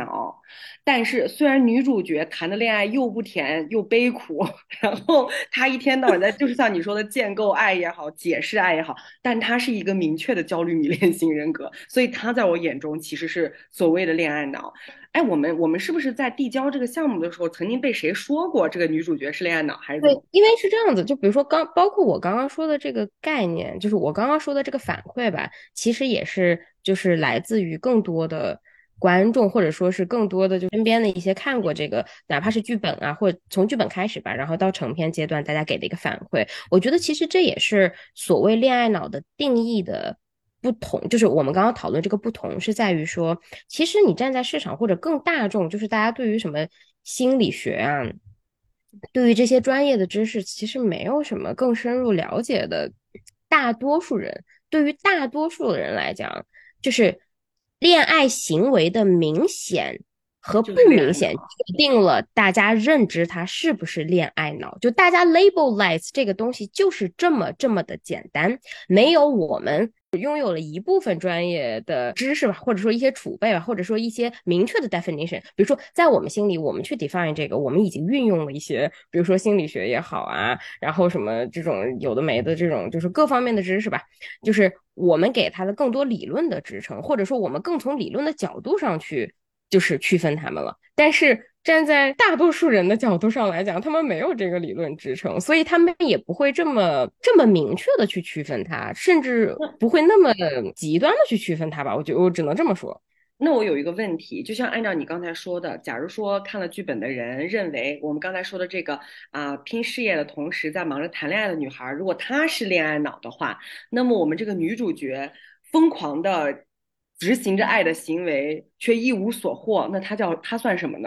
但是虽然女主角谈的恋爱又不甜又悲苦，然后她一天到晚在就是像你说的建构爱也好，解释爱也好，但她是一个明确的焦虑迷恋型人格，所以她在我眼中其实是所谓的恋爱脑。哎，我们我们是不是在递交这个项目的时候，曾经被谁说过这个女主角是恋爱脑，还是怎对， 么？ 因为是这样子，就比如说刚，包括我刚刚说的这个概念，就是我刚刚说的这个反馈吧，其实也是就是来自于更多的观众，或者说是更多的就身边的一些看过这个，哪怕是剧本啊，或者从剧本开始吧，然后到成片阶段大家给的一个反馈，我觉得其实这也是所谓恋爱脑的定义的不同，就是我们刚刚讨论这个不同是在于说，其实你站在市场或者更大众，就是大家对于什么心理学啊。对于这些专业的知识，其实没有什么更深入了解的。大多数人，对于大多数的人来讲，就是恋爱行为的明显和不就是恋爱明显， 脑。 决定了大家认知它是不是恋爱脑。就大家 labelize 这个东西就是这么这么的简单，没有我们拥有了一部分专业的知识吧，或者说一些储备吧，或者说一些明确的 definition。比如说，在我们心里，我们去 define 这个，我们已经运用了一些，比如说心理学也好啊，然后什么这种有的没的这种，就是各方面的知识吧，就是我们给它的更多理论的支撑，或者说我们更从理论的角度上去就是区分它们了。但是站在大多数人的角度上来讲，他们没有这个理论支撑，所以他们也不会这么这么明确的去区分它，甚至不会那么极端的去区分它吧。我觉得我只能这么说。 那我有一个问题，就像按照你刚才说的，假如说看了剧本的人认为我们刚才说的这个啊、拼事业的同时在忙着谈恋爱的女孩，如果她是恋爱脑的话，那么我们这个女主角疯狂的执行着爱的行为，却一无所获，那她叫她算什么呢？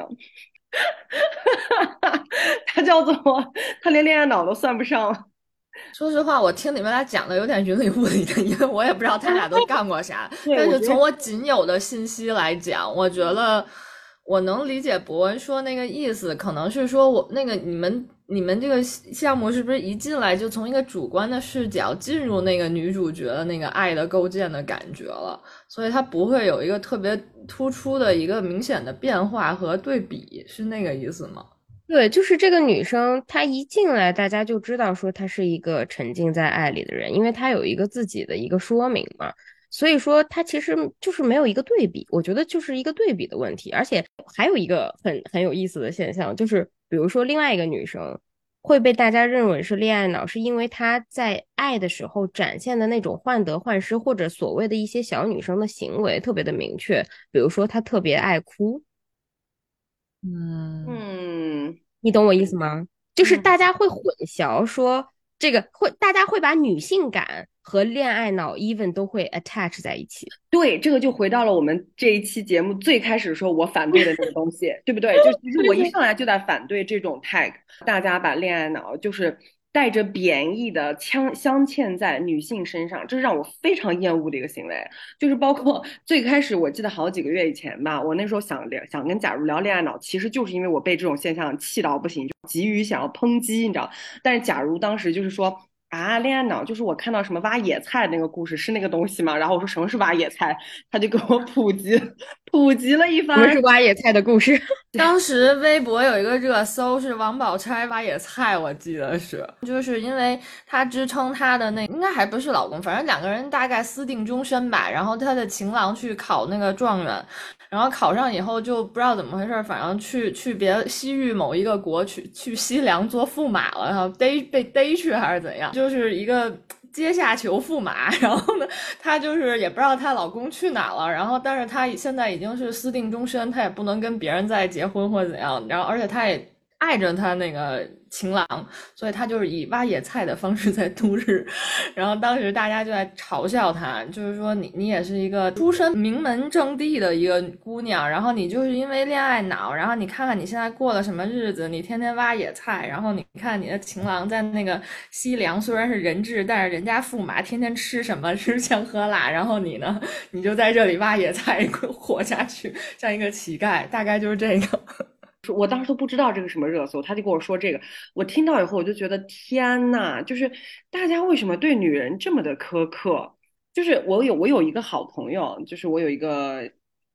她叫做她连恋爱脑都算不上。 说实话，我听你们俩讲的有点云里雾里的，因为我也不知道他俩都干过啥。 对， 但是我觉得从我仅有的信息来讲，我觉得我能理解博文说那个意思，可能是说我那个你们你们这个项目是不是一进来就从一个主观的视角进入那个女主角的那个爱的构建的感觉了，所以它不会有一个特别突出的一个明显的变化和对比，是那个意思吗？ 对，就是这个女生，她一进来，大家就知道说她是一个沉浸在爱里的人，因为她有一个自己的一个说明嘛。所以说，她其实就是没有一个对比，我觉得就是一个对比的问题。而且还有一个很很有意思的现象，就是比如说另外一个女生会被大家认为是恋爱脑，是因为她在爱的时候展现的那种患得患失，或者所谓的一些小女生的行为特别的明确，比如说她特别爱哭。 嗯。 嗯你懂我意思吗？就是大嗯。 家会混淆说这个会，大家会把女性感和恋爱脑 even 都会 attach 在一起。 对，这个就回到了我们这一期节目最开始说我反对的那个东西，对不对？就其实我一上来就在反对这种 tag，大家把恋爱脑就是带着贬义的镶镶嵌在女性身上，这是让我非常厌恶的一个行为。就是包括最开始，我记得好几个月以前吧，我那时候想聊想跟假如聊恋爱脑，其实就是因为我被这种现象气到不行，就急于想要抨击，你知道。但是假如当时就是说。啊，恋爱脑就是我看到什么挖野菜那个故事是那个东西吗？然后我说什么是挖野菜，他就给我普及普及了一番。 我们是挖野菜的故事。 当时微博有一个热搜是王宝钗挖野菜，我记得是，就是因为她支撑她的那应该还不是老公，反正两个人大概私定终身吧。然后她的情郎去考那个状元，然后考上以后就不知道怎么回事，反正去去别西域某一个国去去西凉做驸马了，然后逮被逮去还是怎样，就是一个。阶下囚驸马，然后呢，她就是也不知道她老公去哪了，然后但是她现在已经是私定终身，她也不能跟别人再结婚或者怎样，然后而且她也爱着她那个情郎，所以她就是以挖野菜的方式在度日。然后当时大家就在嘲笑她，就是说你你也是一个出身名门正地的一个姑娘，然后你就是因为恋爱脑，然后你看看你现在过了什么日子，你天天挖野菜，然后你看你的情郎在那个西凉虽然是人质，但是人家驸马天天吃什么吃香喝辣，然后你呢，你就在这里挖野菜活下去，像一个乞丐，大概就是这个。 我当时都不知道这个什么热搜，他就跟我说这个，我听到以后我就觉得天呐，就是大家为什么对女人这么的苛刻？就是我有我有一个好朋友，就是我有一个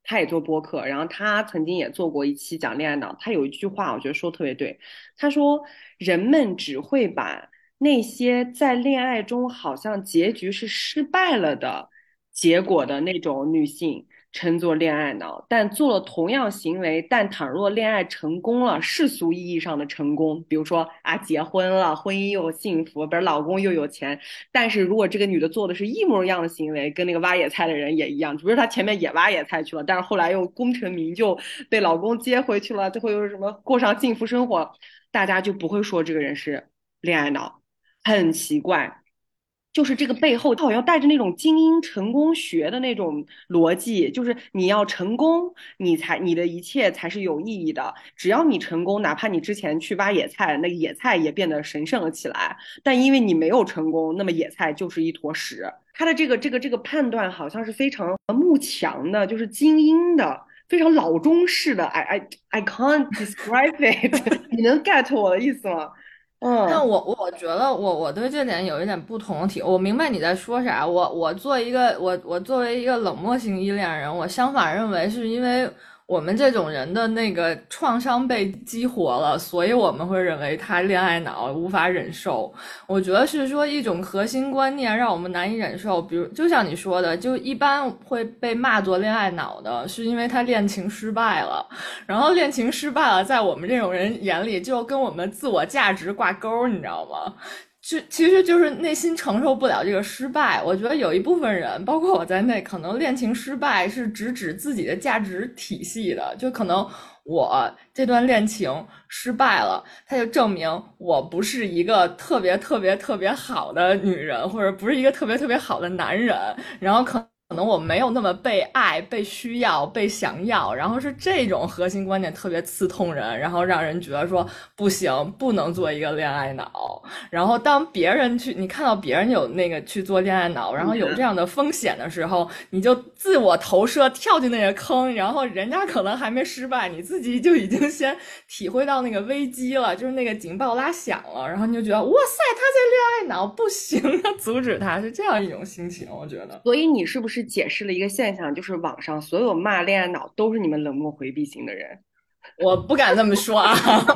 他也做播客，然后他曾经也做过一期讲恋爱脑，他有一句话我觉得说特别对，他说人们只会把那些在恋爱中好像结局是失败了的结果的那种女性称作恋爱脑，但做了同样行为，但倘若恋爱成功了，世俗意义上的成功，比如说啊结婚了，婚姻又幸福，比如老公又有钱，但是如果这个女的做的是一模一样的行为，跟那个挖野菜的人也一样，比如说她前面也挖野菜去了，但是后来又功成名就，被老公接回去了，最后又是什么过上幸福生活，大家就不会说这个人是恋爱脑，很奇怪。就是这个背后，他好像带着那种精英成功学的那种逻辑，就是你要成功，你才你的一切才是有意义的。只要你成功，哪怕你之前去挖野菜，那个野菜也变得神圣了起来。但因为你没有成功，那么野菜就是一坨屎。他的这个这个这个判断好像是非常慕强的，就是精英的。非常老中式的，I I I can't describe it 你能 get 我的意思吗？嗯， 但我我觉得我我对这点有一点不同的体，我明白你在说啥。我我做一个我我作为一个冷漠型依恋人，我相反认为是因为我们这种人的那个创伤被激活了，所以我们会认为他恋爱脑无法忍受。我觉得是说一种核心观念让我们难以忍受，比如就像你说的，就一般会被骂作恋爱脑的是因为他恋情失败了，然后恋情失败了在我们这种人眼里就跟我们自我价值挂钩，你知道吗？就其实就是内心承受不了这个失败。我觉得有一部分人，包括我在内，可能恋情失败是直指自己的价值体系的，就可能我这段恋情失败了，它就证明我不是一个特别特别特别好的女人，或者不是一个特别特别好的男人，然后可能可能我没有那么被爱、被需要、被想要，然后是这种核心观念特别刺痛人，然后让人觉得说不行，不能做一个恋爱脑。然后当别人去，你看到别人有那个去做恋爱脑，然后有这样的风险的时候，你就自我投射跳进那个坑，然后人家可能还没失败，你自己就已经先体会到那个危机了，就是那个警报拉响了，然后你就觉得哇塞，他这恋爱脑不行，要阻止他，是这样一种心情，我觉得。 所以你是不是解释了一个现象，就是网上所有骂恋爱脑都是你们冷漠回避型的人？ 我不敢这么说啊。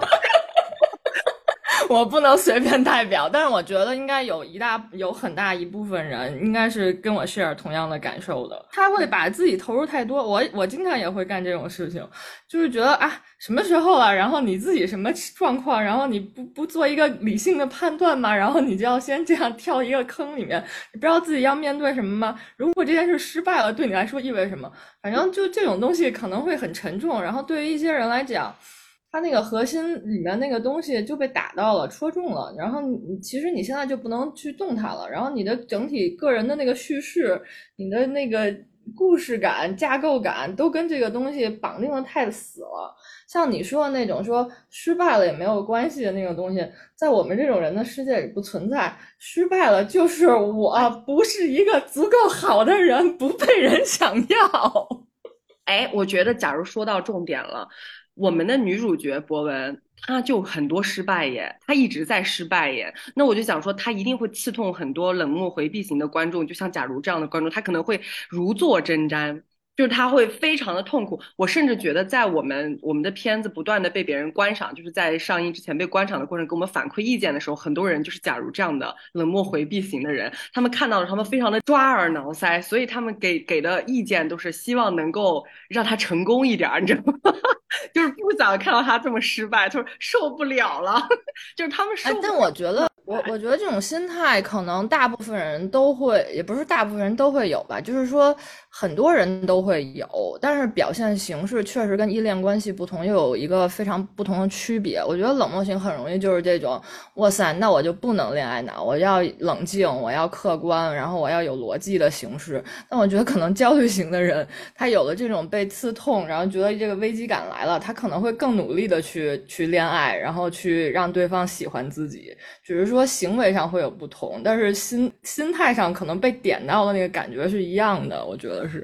我不能随便代表，但是我觉得应该有一大有很大一部分人应该是跟我 share 同样的感受的。他会把自己投入太多，我我经常也会干这种事情，就是觉得啊什么时候了，然后你自己什么状况，然后你不不做一个理性的判断吗？然后你就要先这样跳一个坑里面，你不知道自己要面对什么吗？如果这件事失败了，对你来说意味着什么？反正就这种东西可能会很沉重，然后对于一些人来讲，他那个核心里面那个东西就被打到了，戳中了，然后你其实你现在就不能去动它了，然后你的整体个人的那个叙事，你的那个故事感、架构感都跟这个东西绑定的太死了。像你说的那种说失败了也没有关系的那种东西，在我们这种人的世界里不存在。失败了就是我不是一个足够好的人，不被人想要。 哎，我觉得假如说到重点了，我们的女主角博文，她就很多失败耶，她一直在失败耶。那我就想说，她一定会刺痛很多冷漠回避型的观众，就像假如这样的观众，他可能会如坐针毡。就是他会非常的痛苦，我甚至觉得在我们我们的片子不断的被别人观赏，就是在上映之前被观赏的过程，给我们反馈意见的时候，很多人就是假如这样的冷漠回避型的人，他们看到了，他们非常的抓耳挠腮，所以他们给给的意见都是希望能够让他成功一点，你知道吗？就是不想看到他这么失败，就是受不了了，就是他们受不了。 哎，但我觉得。我我觉得这种心态可能大部分人都会，也不是大部分人都会有吧，就是说很多人都会有，但是表现形式确实跟依恋关系不同，又有一个非常不同的区别。我觉得冷漠型很容易就是这种，哇塞，那我就不能恋爱脑，我要冷静，我要客观，然后我要有逻辑的形式。但我觉得可能焦虑型的人，他有了这种被刺痛，然后觉得这个危机感来了，他可能会更努力的去去恋爱，然后去让对方喜欢自己，只是说说行为上会有不同，但是心心态上可能被点到的那个感觉是一样的，我觉得是。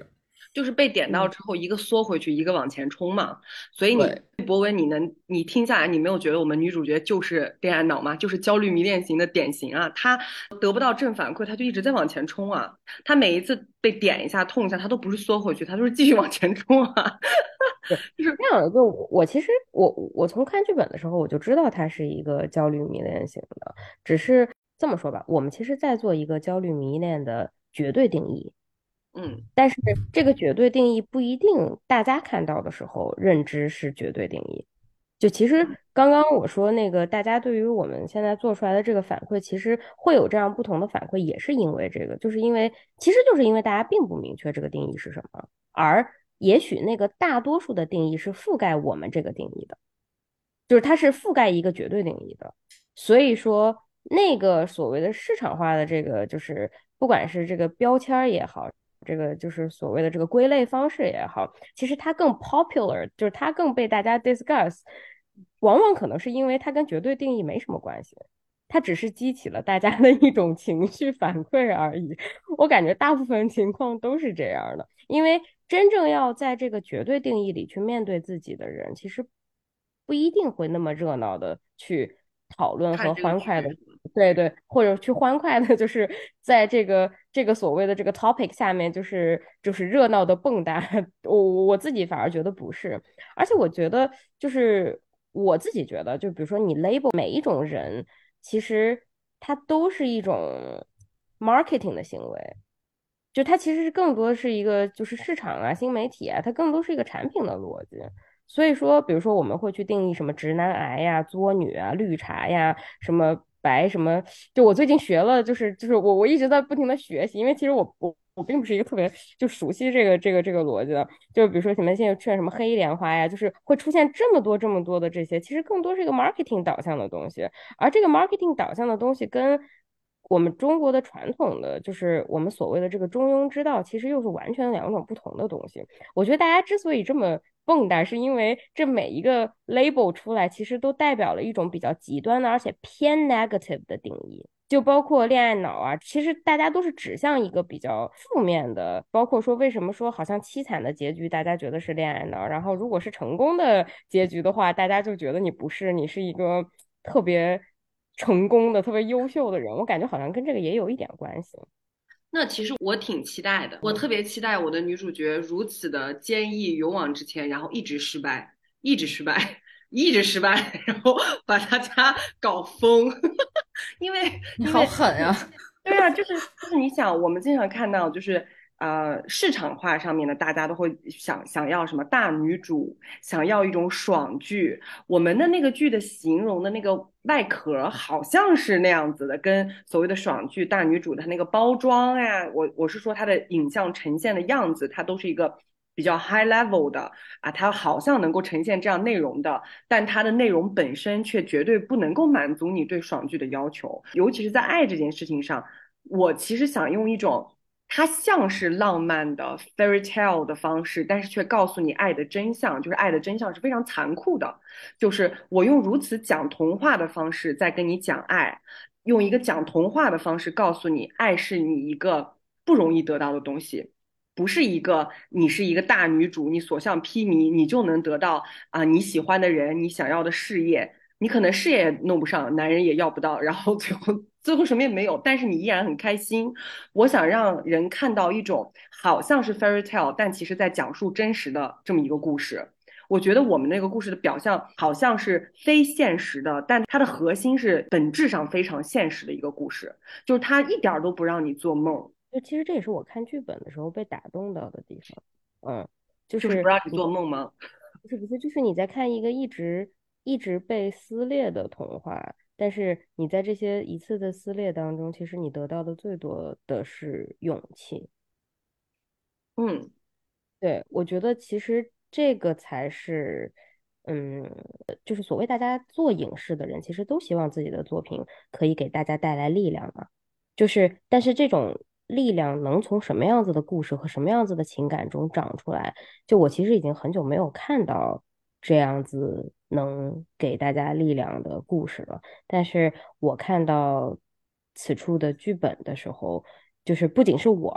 就是被点到嗯， 之后，一个缩回去，一个往前冲嘛。所以你对， 博文，你能你听下来，你没有觉得我们女主角就是恋爱脑吗？就是焦虑迷恋型的典型啊！她得不到正反馈，她就一直在往前冲啊。她每一次被点一下、痛一下，她都不是缩回去，她都是继续往前冲啊。 对，是这样的。就我我其实我我从看剧本的时候我就知道它是一个焦虑迷恋型的，只是这么说吧，我们其实在做一个焦虑迷恋的绝对定义。 嗯， 但是这个绝对定义不一定大家看到的时候认知是绝对定义。就其实刚刚我说那个，大家对于我们现在做出来的这个反馈，其实会有这样不同的反馈，也是因为这个，就是因为其实就是因为大家并不明确这个定义是什么，而也许那个大多数的定义是覆盖我们这个定义的。就是它是覆盖一个绝对定义的，所以说那个所谓的市场化的这个，就是不管是这个标签儿也好，这个就是所谓的这个归类方式也好，其实它更 popular，就是它更被大家 discuss，往往可能是因为它跟绝对定义没什么关系。它只是激起了大家的一种情绪反馈而已。我感觉大部分情况都是这样的，因为真正要在这个绝对定义里去面对自己的人，其实不一定会那么热闹的去讨论和看这个剧， 欢快的，对对，或者去欢快的，就是在这个这个所谓的这个 topic 下面，就是就是热闹的蹦跶。我我自己反而觉得不是，而且我觉得就是我自己觉得，就比如说你 label 每一种人，其实它都是一种 marketing 的行为。就它其实是更多的是一个就是市场啊、新媒体啊，它更多是一个产品的逻辑。所以说，比如说我们会去定义什么直男癌呀、作女啊、绿茶呀、什么白什么。就我最近学了，就是就是我我一直在不停的学习，因为其实我我我并不是一个特别就熟悉这个这个这个逻辑的。就比如说什么现在出现什么黑莲花呀，就是会出现这么多这么多的这些，其实更多是一个 marketing 导向的东西。而这个 marketing 导向的东西跟我们中国的传统的，就是我们所谓的这个中庸之道，其实又是完全两种不同的东西。我觉得大家之所以这么蹦跶，是因为这每一个 label 出来，其实都代表了一种比较极端的，而且偏 negative 的定义。就包括恋爱脑啊，其实大家都是指向一个比较负面的，包括说为什么说好像凄惨的结局大家觉得是恋爱脑，然后如果是成功的结局的话，大家就觉得你不是，你是一个特别成功的、特别优秀的人。我感觉好像跟这个也有一点关系。 那其实我挺期待的，我特别期待我的女主角如此的坚毅勇往直前，然后一直失败，一直失败，一直失败，然后把大家搞疯。因为你好因为狠呀！ 对啊，就是就是你想，我们经常看到就是呃市场化上面的，大家都会想想要什么大女主，想要一种爽剧。我们的那个剧的形容的那个外壳好像是那样子的，跟所谓的爽剧大女主的那个包装呀，我我是说它的影像呈现的样子，它都是一个比较 high level 的啊，它好像能够呈现这样内容的，但它的内容本身却绝对不能够满足你对爽剧的要求，尤其是在爱这件事情上。我其实想用一种它像是浪漫的 fairy tale 的方式，但是却告诉你爱的真相，就是爱的真相是非常残酷的。就是我用如此讲童话的方式在跟你讲爱，用一个讲童话的方式告诉你，爱是你一个不容易得到的东西。不是一个你是一个大女主，你所向披靡，你就能得到啊、你喜欢的人，你想要的事业，你可能事业也弄不上，男人也要不到，然后最后最后什么也没有，但是你依然很开心。我想让人看到一种好像是 fairy tale，但其实在讲述真实的这么一个故事。我觉得我们那个故事的表象好像是非现实的，但它的核心是本质上非常现实的一个故事，就是它一点都不让你做梦， 就其实这也是我看剧本的时候被打动到的地方。嗯，就就是不让你是你做梦吗？ 不是不是，就是你在看一个一直一直被撕裂的童话，但是你在这些一次的撕裂当中，其实你得到的最多的是勇气。 嗯。 对，我觉得其实这个才是，嗯，就是所谓大家做影视的人，其实都希望自己的作品可以给大家带来力量嘛。就是，但是这种力量能从什么样子的故事和什么样子的情感中长出来，就我其实已经很久没有看到这样子能给大家力量的故事了。但是我看到此处的剧本的时候，就是不仅是我啊。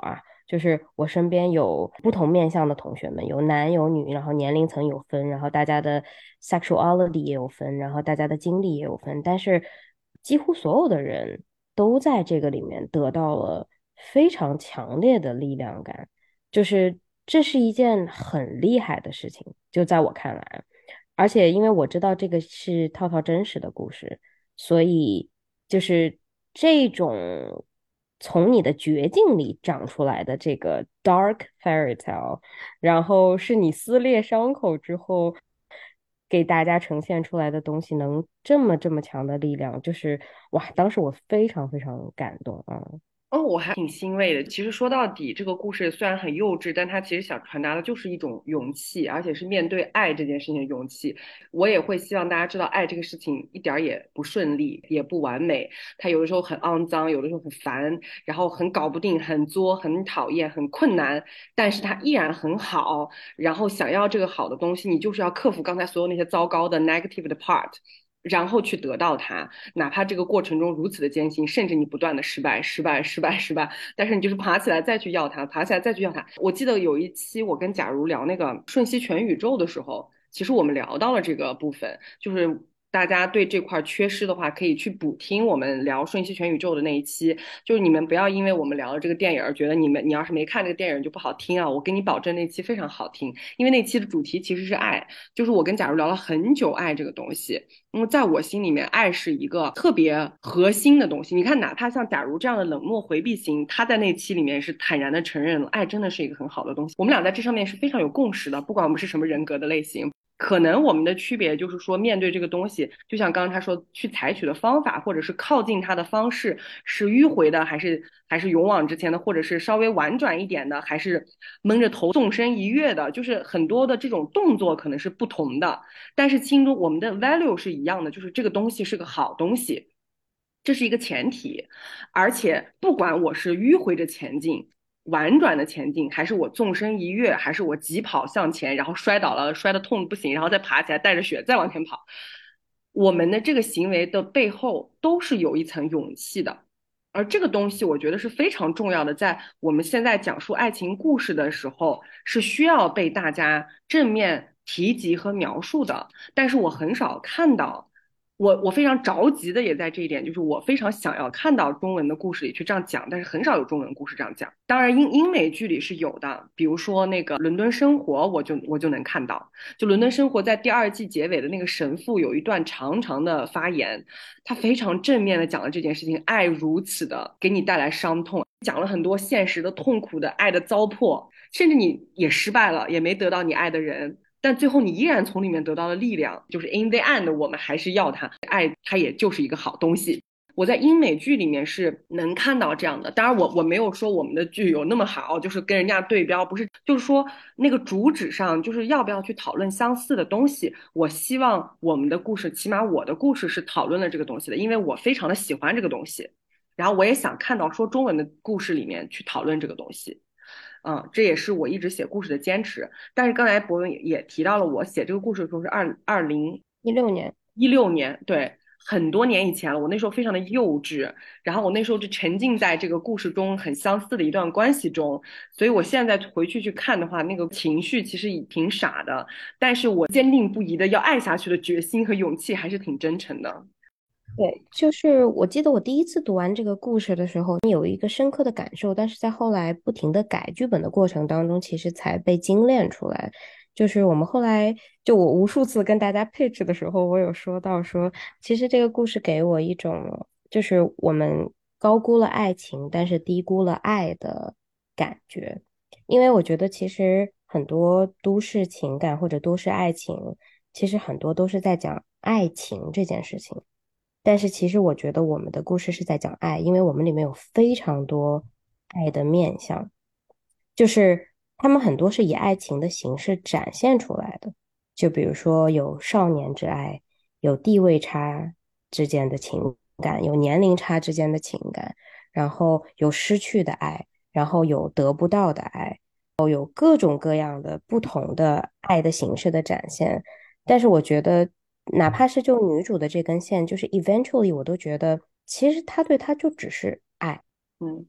就是我身边有不同面向的同学们，有男有女，然后年龄层有分，然后大家的 sexuality 也有分，然后大家的经历也有分，但是几乎所有的人都在这个里面得到了非常强烈的力量感，就是这是一件很厉害的事情，就在我看来。而且因为我知道这个是套套真实的故事，所以就是这种从你的绝境里长出来的这个 dark fairy tale，然后是你撕裂伤口之后给大家呈现出来的东西，能这么这么强的力量，就是哇，当时我非常非常感动啊。 哦，我还挺欣慰的。其实说到底，这个故事虽然很幼稚，但它其实想传达的就是一种勇气，而且是面对爱这件事情的勇气。我也会希望大家知道，爱这个事情一点儿也不顺利，也不完美。它有的时候很肮脏，有的时候很烦，然后很搞不定，很作，很讨厌，很困难，但是它依然很好。然后想要这个好的东西，你就是要克服刚才所有那些糟糕的 negative 的 part。然后去得到它，哪怕这个过程中如此的艰辛，甚至你不断的失败、失败、失败、失败，但是你就是爬起来再去要它，爬起来再去要它。我记得有一期我跟假如聊那个瞬息全宇宙的时候，其实我们聊到了这个部分，就是大家对这块缺失的话，可以去补听我们聊瞬息全宇宙的那一期。就是你们不要因为我们聊了这个电影而觉得你们你要是没看这个电影就不好听啊，我跟你保证那期非常好听，因为那期的主题其实是爱，就是我跟假如聊了很久爱这个东西。因为在我心里面，爱是一个特别核心的东西。你看，哪怕像假如这样的冷漠回避型，他在那期里面是坦然的承认了，爱真的是一个很好的东西。我们俩在这上面是非常有共识的，不管我们是什么人格的类型。可能我们的区别就是说，面对这个东西，就像刚刚他说，去采取的方法，或者是靠近他的方式，是迂回的，还是还是勇往直前的，或者是稍微婉转一点的，还是蒙着头纵身一跃的，就是很多的这种动作可能是不同的。但是心中我们的 value 是一样的，就是这个东西是个好东西，这是一个前提。而且不管我是迂回着前进、婉转的前进，还是我纵身一跃，还是我疾跑向前，然后摔倒了，摔得痛不行，然后再爬起来，带着血再往前跑，我们的这个行为的背后都是有一层勇气的。而这个东西，我觉得是非常重要的，在我们现在讲述爱情故事的时候，是需要被大家正面提及和描述的。但是我很少看到，我我非常着急的也在这一点，就是我非常想要看到中文的故事里去这样讲，但是很少有中文故事这样讲。当然英英美剧里是有的，比如说那个《伦敦生活》，我就我就能看到，就《伦敦生活》在第二季结尾的那个神父有一段长长的发言，他非常正面的讲了这件事情，爱如此的给你带来伤痛，讲了很多现实的痛苦的爱的糟粕，甚至你也失败了，也没得到你爱的人。但最后你依然从里面得到了力量，就是 in the end 我们还是要它，爱它也就是一个好东西。我在英美剧里面是能看到这样的，当然我我没有说我们的剧有那么好，就是跟人家对标，不是，就是说那个主旨上，就是要不要去讨论相似的东西。我希望我们的故事，起码我的故事是讨论了这个东西的，因为我非常的喜欢这个东西，然后我也想看到说中文的故事里面去讨论这个东西。嗯，这也是我一直写故事的坚持。但是刚才博文也也提到了，我写这个故事的时候是二二零一六年， 一六年，对，很多年以前了。我那时候非常的幼稚，然后我那时候就沉浸在这个故事中很相似的一段关系中，所以我现在回去去看的话，那个情绪其实挺傻的，但是我坚定不移的要爱下去的决心和勇气还是挺真诚的。 对，就是我记得我第一次读完这个故事的时候，有一个深刻的感受，但是在后来不停的改剧本的过程当中，其实才被精炼出来。就是我们后来，就我无数次跟大家配置的时候，我有说到说，其实这个故事给我一种，就是我们高估了爱情，但是低估了爱的感觉。因为我觉得其实很多都市情感或者都市爱情，其实很多都是在讲爱情这件事情。但是其实我觉得我们的故事是在讲爱，因为我们里面有非常多爱的面相，就是他们很多是以爱情的形式展现出来的。就比如说有少年之爱，有地位差之间的情感，有年龄差之间的情感，然后有失去的爱，然后有得不到的爱，有各种各样的不同的爱的形式的展现。但是我觉得，哪怕是就女主的这根线，就是 eventually 我都觉得，其实她对她就只是爱。 嗯。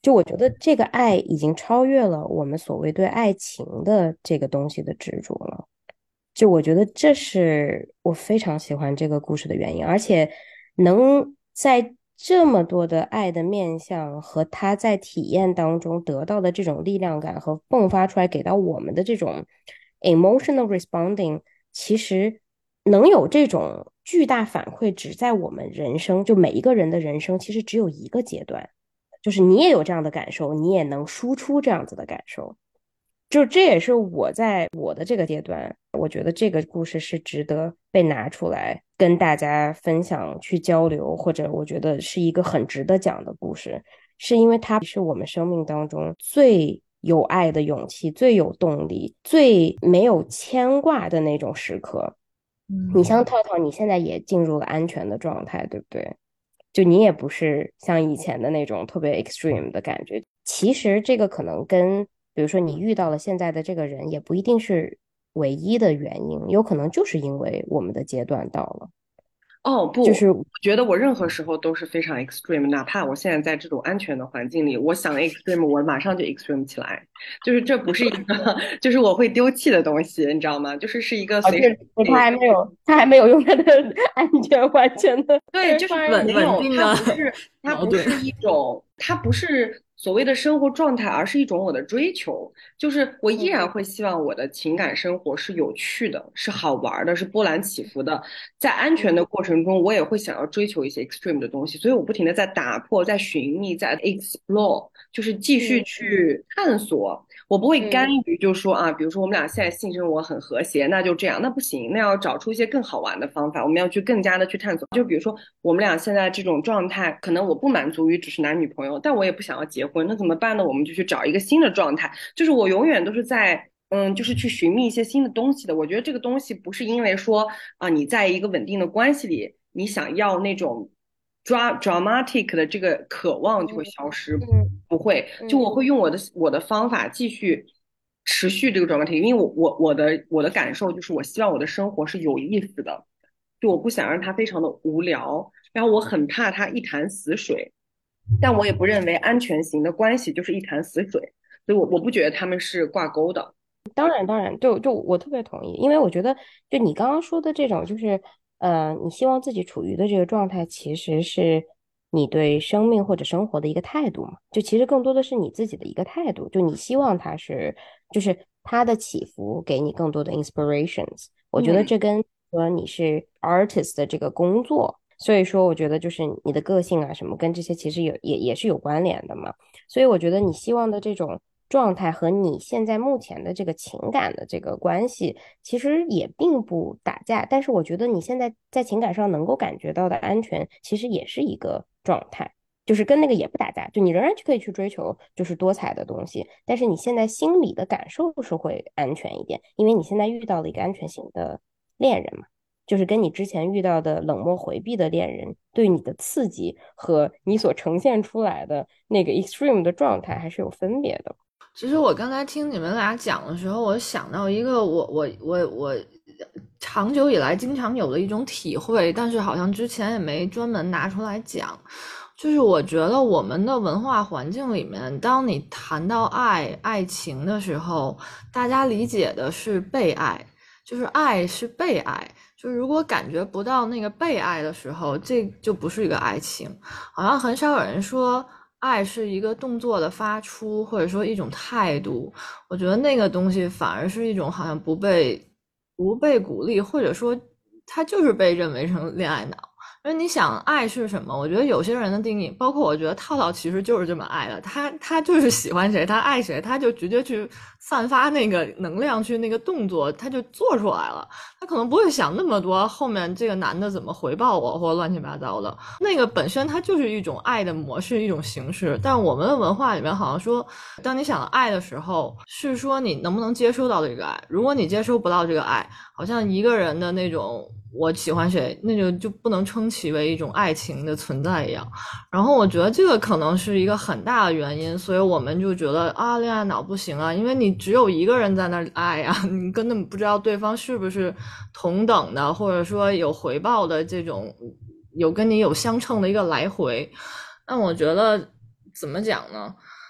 就我觉得这个爱已经超越了我们所谓对爱情的这个东西的执着了。就我觉得这是我非常喜欢这个故事的原因，而且能在这么多的爱的面向和他在体验当中得到的这种力量感和迸发出来给到我们的这种 emotional responding，其实能有这种巨大反馈，只在我们人生，就每一个人的人生其实只有一个阶段，就是你也有这样的感受，你也能输出这样子的感受。就这也是我在我的这个阶段，我觉得这个故事是值得被拿出来跟大家分享、去交流，或者我觉得是一个很值得讲的故事，是因为它是我们生命当中最有爱的勇气、最有动力、最没有牵挂的那种时刻。 嗯， 你像套套，你现在也进入了安全的状态，对不对？就你也不是像以前的那种特别 extreme 的感觉。其实这个可能跟比如说你遇到了现在的这个人，也不一定是唯一的原因，有可能就是因为我们的阶段到了。 哦不， 就是我觉得我任何时候都是非常 extreme，哪怕我现在在这种安全的环境里，我想 extreme，我马上就 extreme 起来，就是这不是一个，就是我会丢弃的东西，你知道吗？就是是一个啊， 随时这他还没有，他还没有用他的安全完全的对，就是稳没有， 稳定的它不是，它矛盾。 不是一种，它不是所谓的生活状态，而是一种我的追求。就是我依然会希望我的情感生活是有趣的，是好玩的，是波澜起伏的。在安全的过程中，我也会想要追求一些 extreme 的东西，所以我不停的在打破，在寻觅，在 explore，就是继续去探索。我不会干预，就说啊，比如说我们俩现在性生活很和谐，那就这样，那不行，那要找出一些更好玩的方法，我们要去更加的去探索。就比如说我们俩现在这种状态，可能我不满足于只是男女朋友，但我也不想要结婚，那怎么办呢？我们就去找一个新的状态，就是我永远都是在。嗯，就是去寻觅一些新的东西的。我觉得这个东西不是因为说啊，你在一个稳定的关系里，你想要那种 dra dramatic 的这个渴望就会消失，不会。就我会用我的我的方法继续持续这个 dramatic，因为我我我的我的感受就是我希望我的生活是有意思的，就我不想让它非常的无聊，然后我很怕它一潭死水，但我也不认为安全型的关系就是一潭死水，所以我我不觉得他们是挂钩的。 当然，当然，就就我特别同意，因为我觉得，就你刚刚说的这种，就是呃，你希望自己处于的这个状态，其实是你对生命或者生活的一个态度嘛。就其实更多的是你自己的一个态度，就你希望它是，就是它的起伏给你更多的 inspirations。我觉得嗯这跟说你是 artist 的这个工作，所以说我觉得就是你的个性啊什么跟这些其实有也也是有关联的嘛。所以我觉得你希望的这种状态和你现在目前的这个情感的这个关系，其实也并不打架。但是我觉得你现在在情感上能够感觉到的安全，其实也是一个状态，就是跟那个也不打架。就你仍然可以去追求就是多彩的东西，但是你现在心里的感受是会安全一点，因为你现在遇到了一个安全型的恋人嘛。就是跟你之前遇到的冷漠回避的恋人对你的刺激和你所呈现出来的那个 extreme 的状态还是有分别的。 其实我刚才听你们俩讲的时候，我想到一个我我我我长久以来经常有的一种体会，但是好像之前也没专门拿出来讲。就是我觉得我们的文化环境里面，当你谈到爱、爱情的时候，大家理解的是被爱，就是爱是被爱。就如果感觉不到那个被爱的时候，这就不是一个爱情。好像很少有人说爱是一个动作的发出，或者说一种态度。我觉得那个东西反而是一种好像不被不被鼓励，或者说它就是被认为成恋爱脑。因为你想爱是什么？我觉得有些人的定义，包括我觉得套套其实就是这么爱的，他他就是喜欢谁，他爱谁，他就直接去散发那个能量，去那个动作，他就做出来了。他可能不会想那么多后面这个男的怎么回报我，或乱七八糟的。那个本身它就是一种爱的模式，一种形式。但我们的文化里面好像说，当你想到爱的时候，是说你能不能接收到这个爱。如果你接收不到这个爱，好像一个人的那种我喜欢谁，那就就不能称其为一种爱情的存在一样。然后我觉得这个可能是一个很大的原因，所以我们就觉得啊，恋爱脑不行啊，因为你只有一个人在那儿爱啊，你根本不知道对方是不是同等的，或者说有回报的这种，有跟你有相称的一个来回。那我觉得怎么讲呢？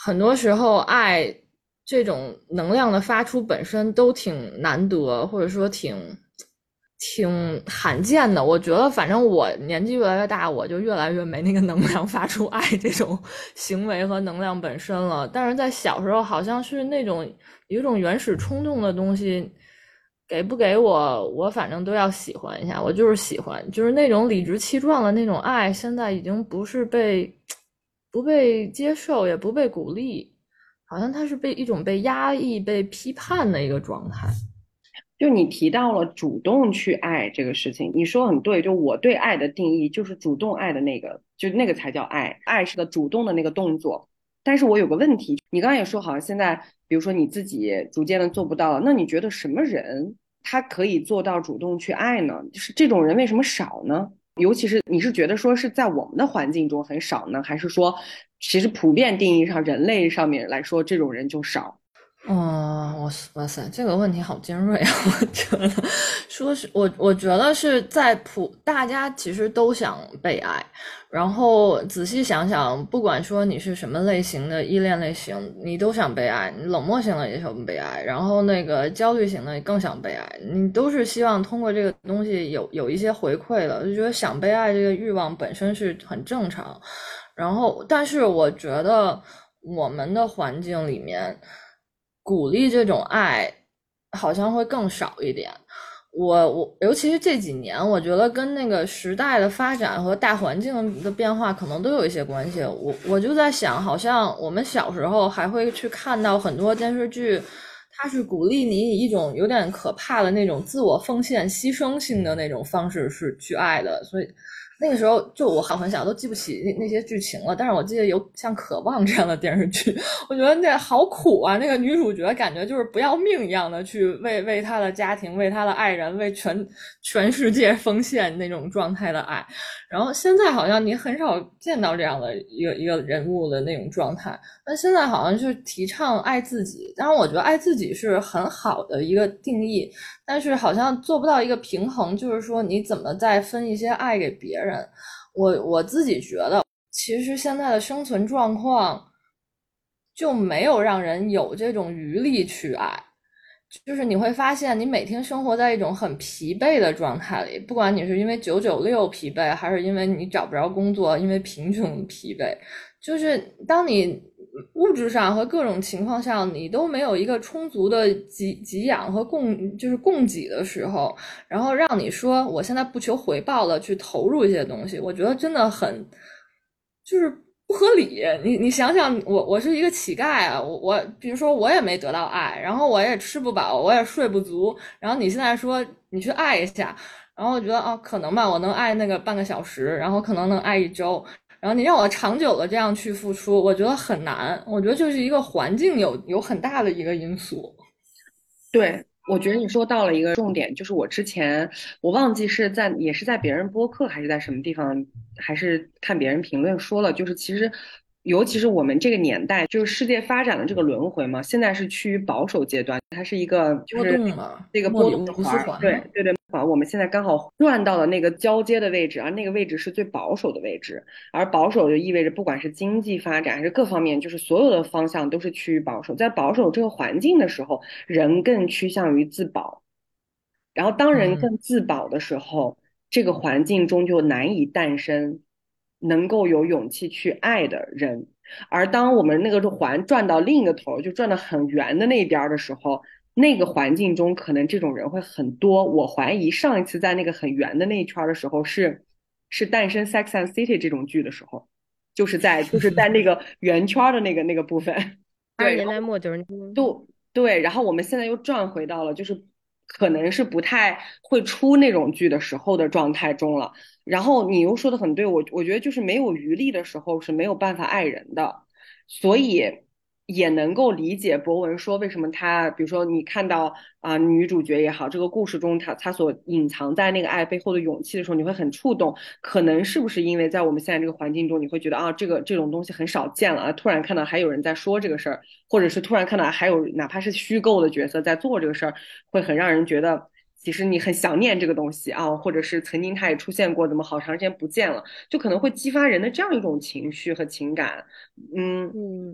很多时候爱这种能量的发出本身都挺难得，或者说挺挺罕见的。我觉得反正我年纪越来越大，我就越来越没那个能量发出爱这种行为和能量本身了。但是在小时候好像是那种有一种原始冲动的东西，给不给我我反正都要喜欢一下，我就是喜欢，就是那种理直气壮的那种爱，现在已经不是被不被接受也不被鼓励，好像它是被一种被压抑被批判的一个状态。 就你提到了主动去爱这个事情，你说很对。就我对爱的定义就是主动爱的那个，就那个才叫爱。爱是个主动的那个动作。但是我有个问题，你刚刚也说，好像现在，比如说你自己逐渐的做不到了，那你觉得什么人他可以做到主动去爱呢？就是这种人为什么少呢？尤其是你是觉得说是在我们的环境中很少呢，还是说其实普遍定义上人类上面来说这种人就少？ 嗯，哇哇塞，这个问题好尖锐啊！我觉得，说是我，我觉得是在普，大家其实都想被爱，然后仔细想想，不管说你是什么类型的依恋类型，你都想被爱，你冷漠型的也想被爱，然后那个焦虑型的也更想被爱，你都是希望通过这个东西有有一些回馈的，就觉得想被爱这个欲望本身是很正常。然后，但是我觉得我们的环境里面，鼓励这种爱好像会更少一点。我我尤其是这几年，我觉得跟那个时代的发展和大环境的变化可能都有一些关系。我我就在想，好像我们小时候还会去看到很多电视剧，它是鼓励你以一种有点可怕的那种自我奉献、牺牲性的那种方式是去爱的，所以那个时候就我好很小都记不起那那些剧情了，但是我记得有像《渴望》这样的电视剧，我觉得那好苦啊！那个女主角感觉就是不要命一样的去为为她的家庭、为她的爱人、为全全世界奉献那种状态的爱。然后现在好像你很少见到这样的一个一个人物的那种状态，但现在好像就是提倡爱自己。当然，我觉得爱自己是很好的一个定义，但是好像做不到一个平衡，就是说你怎么再分一些爱给别人。我我自己觉得，其实现在的生存状况就没有让人有这种余力去爱。就是你会发现你每天生活在一种很疲惫的状态里，不管你是因为九九六疲惫，还是因为你找不着工作，因为贫穷疲惫，就是当你物质上和各种情况下你都没有一个充足的给给养和供就是供给的时候，然后让你说我现在不求回报的去投入一些东西，我觉得真的很就是不合理。你你想想，我我是一个乞丐啊，我我比如说我也没得到爱，然后我也吃不饱，我也睡不足，然后你现在说你去爱一下，然后我觉得哦可能吧，我能爱那个半个小时，然后可能能爱一周，然后你让我长久的这样去付出，我觉得很难。我觉得就是一个环境有有很大的一个因素。 对，我觉得你说到了一个重点，就是我之前我忘记是在也是在别人播客还是在什么地方，还是看别人评论说了，就是其实尤其是我们这个年代，就是世界发展的这个轮回嘛，现在是趋于保守阶段，它是一个就是波动嘛， 这个莫里波动的环儿， 乌斯环对对对，啊，我们现在刚好转到了那个交接的位置，而那个位置是最保守的位置，而保守就意味着不管是经济发展还是各方面，就是所有的方向都是趋于保守。在保守这个环境的时候，人更趋向于自保，然后当人嗯更自保的时候，这个环境中就难以诞生能够有勇气去爱的人。而当我们那个环转到另一个头，就转到很圆的那边的时候，那个环境中可能这种人会很多。我怀疑上一次在那个很圆的那一圈的时候是是诞生《Sex and City》这种剧的时候，就是在就是在那个圆圈的那个那个部分。 八十对， 年代末九十年代都对，然后我们现在又转回到了就是可能是不太会出那种剧的时候的状态中了。然后你又说的很对，我我觉得就是没有余力的时候是没有办法爱人的，所以也能够理解博文说为什么他，比如说你看到啊、呃女主角也好，这个故事中他他所隐藏在那个爱背后的勇气的时候，你会很触动。可能是不是因为在我们现在这个环境中，你会觉得啊，这个这种东西很少见了啊，突然看到还有人在说这个事儿，或者是突然看到还有哪怕是虚构的角色在做这个事儿，会很让人觉得。其实你很想念这个东西啊，或者是曾经它也出现过，怎么好长时间不见了，就可能会激发人的这样一种情绪和情感。嗯， 嗯，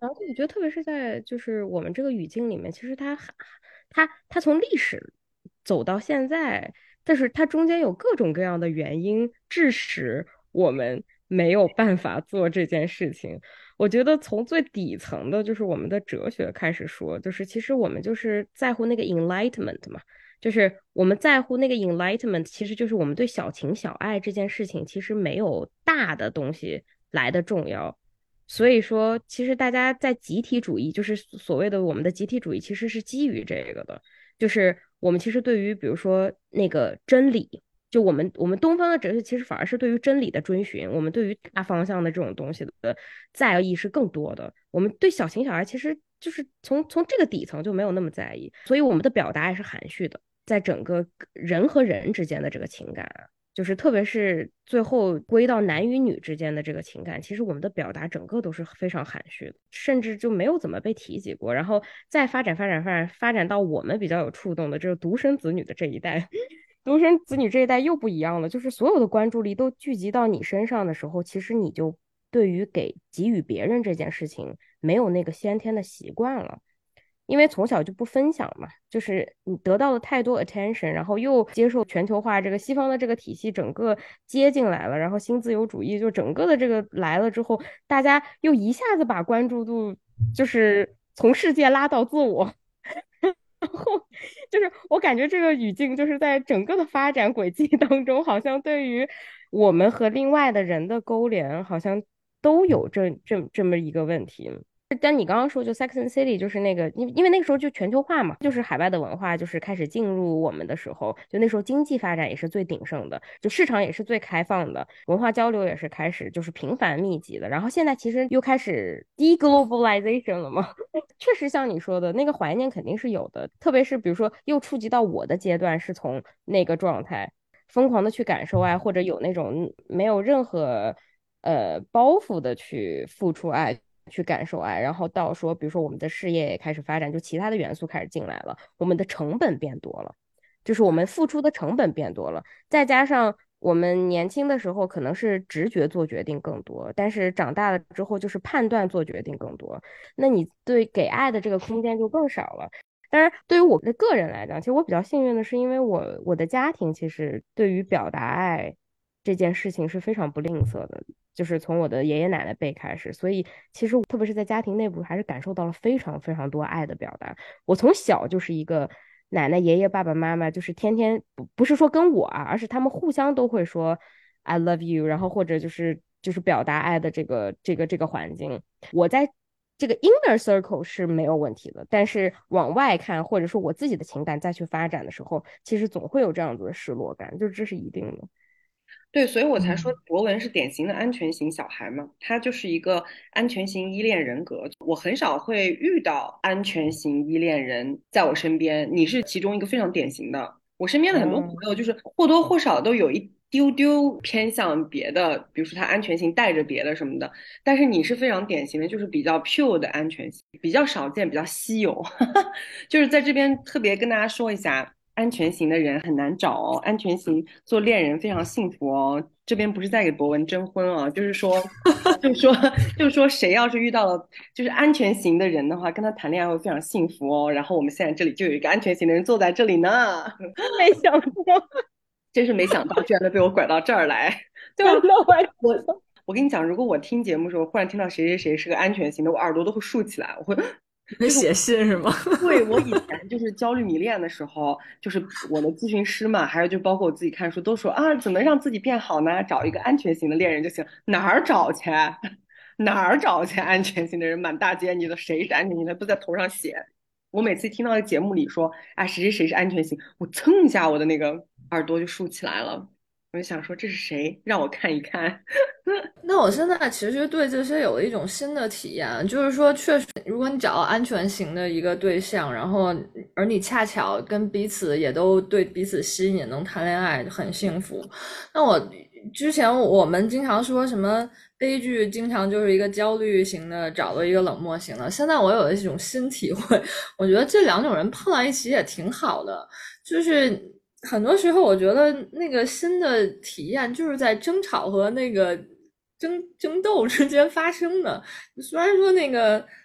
然后我觉得，特别是在就是我们这个语境里面，其实它它它从历史走到现在，但是它中间有各种各样的原因，致使我们没有办法做这件事情。我觉得从最底层的，就是我们的哲学开始说，就是其实我们就是在乎那个 enlightenment 嘛，就是我们在乎那个 enlightenment，其实就是我们对小情小爱这件事情，其实没有大的东西来的重要。所以说，其实大家在集体主义，就是所谓的我们的集体主义，其实是基于这个的，就是我们其实对于比如说那个真理，就我们我们东方的哲学其实反而是对于真理的追寻，我们对于大方向的这种东西的在意是更多的。我们对小情小爱其实就是从从这个底层就没有那么在意，所以我们的表达也是含蓄的，在整个人和人之间的这个情感啊。就是特别是最后归到男与女之间的这个情感，其实我们的表达整个都是非常含蓄的，甚至就没有怎么被提及过。然后再发展发展发展发展到我们比较有触动的这个独生子女的这一代，独生子女这一代又不一样了，就是所有的关注力都聚集到你身上的时候，其实你就对于给给予别人这件事情没有那个先天的习惯了。因为从小就不分享嘛，就是你得到了太多 attention，然后又接受全球化这个西方的这个体系整个接进来了，然后新自由主义就整个的这个来了之后，大家又一下子把关注度就是从世界拉到自我，然后就是我感觉这个语境就是在整个的发展轨迹当中，好像对于我们和另外的人的勾连，好像都有这这这么一个问题。但你刚刚说就 Sex and City 就是那个，因因为那个时候就全球化嘛，就是海外的文化就是开始进入我们的时候，就那时候经济发展也是最鼎盛的，就市场也是最开放的，文化交流也是开始就是频繁密集的。然后现在其实又开始 deglobalization 了嘛，确实像你说的那个怀念肯定是有的，特别是比如说又触及到我的阶段是从那个状态疯狂的去感受爱，或者有那种没有任何呃包袱的去付出爱。去感受爱，然后到说，比如说我们的事业也开始发展，就其他的元素开始进来了，我们的成本变多了，就是我们付出的成本变多了，再加上我们年轻的时候可能是直觉做决定更多，但是长大了之后就是判断做决定更多，那你对给爱的这个空间就更少了。当然，对于我的个人来讲，其实我比较幸运的是，因为我我的家庭其实对于表达爱这件事情是非常不吝啬的，就是从我的爷爷奶奶辈开始，所以其实特别是在家庭内部，还是感受到了非常非常多爱的表达。我从小就是一个奶奶、爷爷、爸爸妈妈，就是天天不不是说跟我啊，而是他们互相都会说 I love you，然后或者就是就是表达爱的这个这个这个环境，我在这个 inner circle 是没有问题的，但是往外看，或者说我自己的情感再去发展的时候，其实总会有这样子的失落感，就这是一定的。 对，所以我才说嗯博文是典型的安全型小孩嘛，他就是一个安全型依恋人格。我很少会遇到安全型依恋人在我身边，你是其中一个非常典型的。我身边的很多朋嗯友就是或多或少都有一丢丢偏向别的，比如说他安全性带着别的什么的，但是你是非常典型的，就是比较 pure 的安全性，比较少见，比较稀有。就是在这边特别跟大家说一下。安全型的人很难找哦，安全型做恋人非常幸福哦。这边不是在给博文征婚啊，就是说，就是说，就是说，谁要是遇到了就是安全型的人的话，跟他谈恋爱会非常幸福哦。然后我们现在这里就有一个安全型的人坐在这里呢， 没想到， 真是没想到，居然能被我拐到这儿来。对啊， 真的我我我跟你讲，如果我听节目的时候忽然听到谁谁谁是个安全型的，我耳朵都会竖起来，我会。 你写信是吗？ 对，我以前就是焦虑迷恋的时候，就是我的咨询师嘛，还有就包括我自己看书都说啊，怎么让自己变好呢？找一个安全型的恋人就行。哪儿找去？哪儿找去？安全型的人满大街，你的谁是安全型的？都在头上写。我每次听到节目里说啊谁谁谁是安全型，我蹭一下我的那个耳朵就竖起来了。我就想说这是谁？让我看一看。 那我现在其实对这些有了一种新的体验，就是说，确实，如果你找到安全型的一个对象，然后而你恰巧跟彼此也都对彼此吸引，能谈恋爱，很幸福。那我之前我们经常说什么悲剧，经常就是一个焦虑型的找到一个冷漠型的。现在我有了一种新体会，我觉得这两种人碰到一起也挺好的，就是。很多时候我觉得那个新的体验就是在争吵和那个争争斗之间发生的。虽然说那个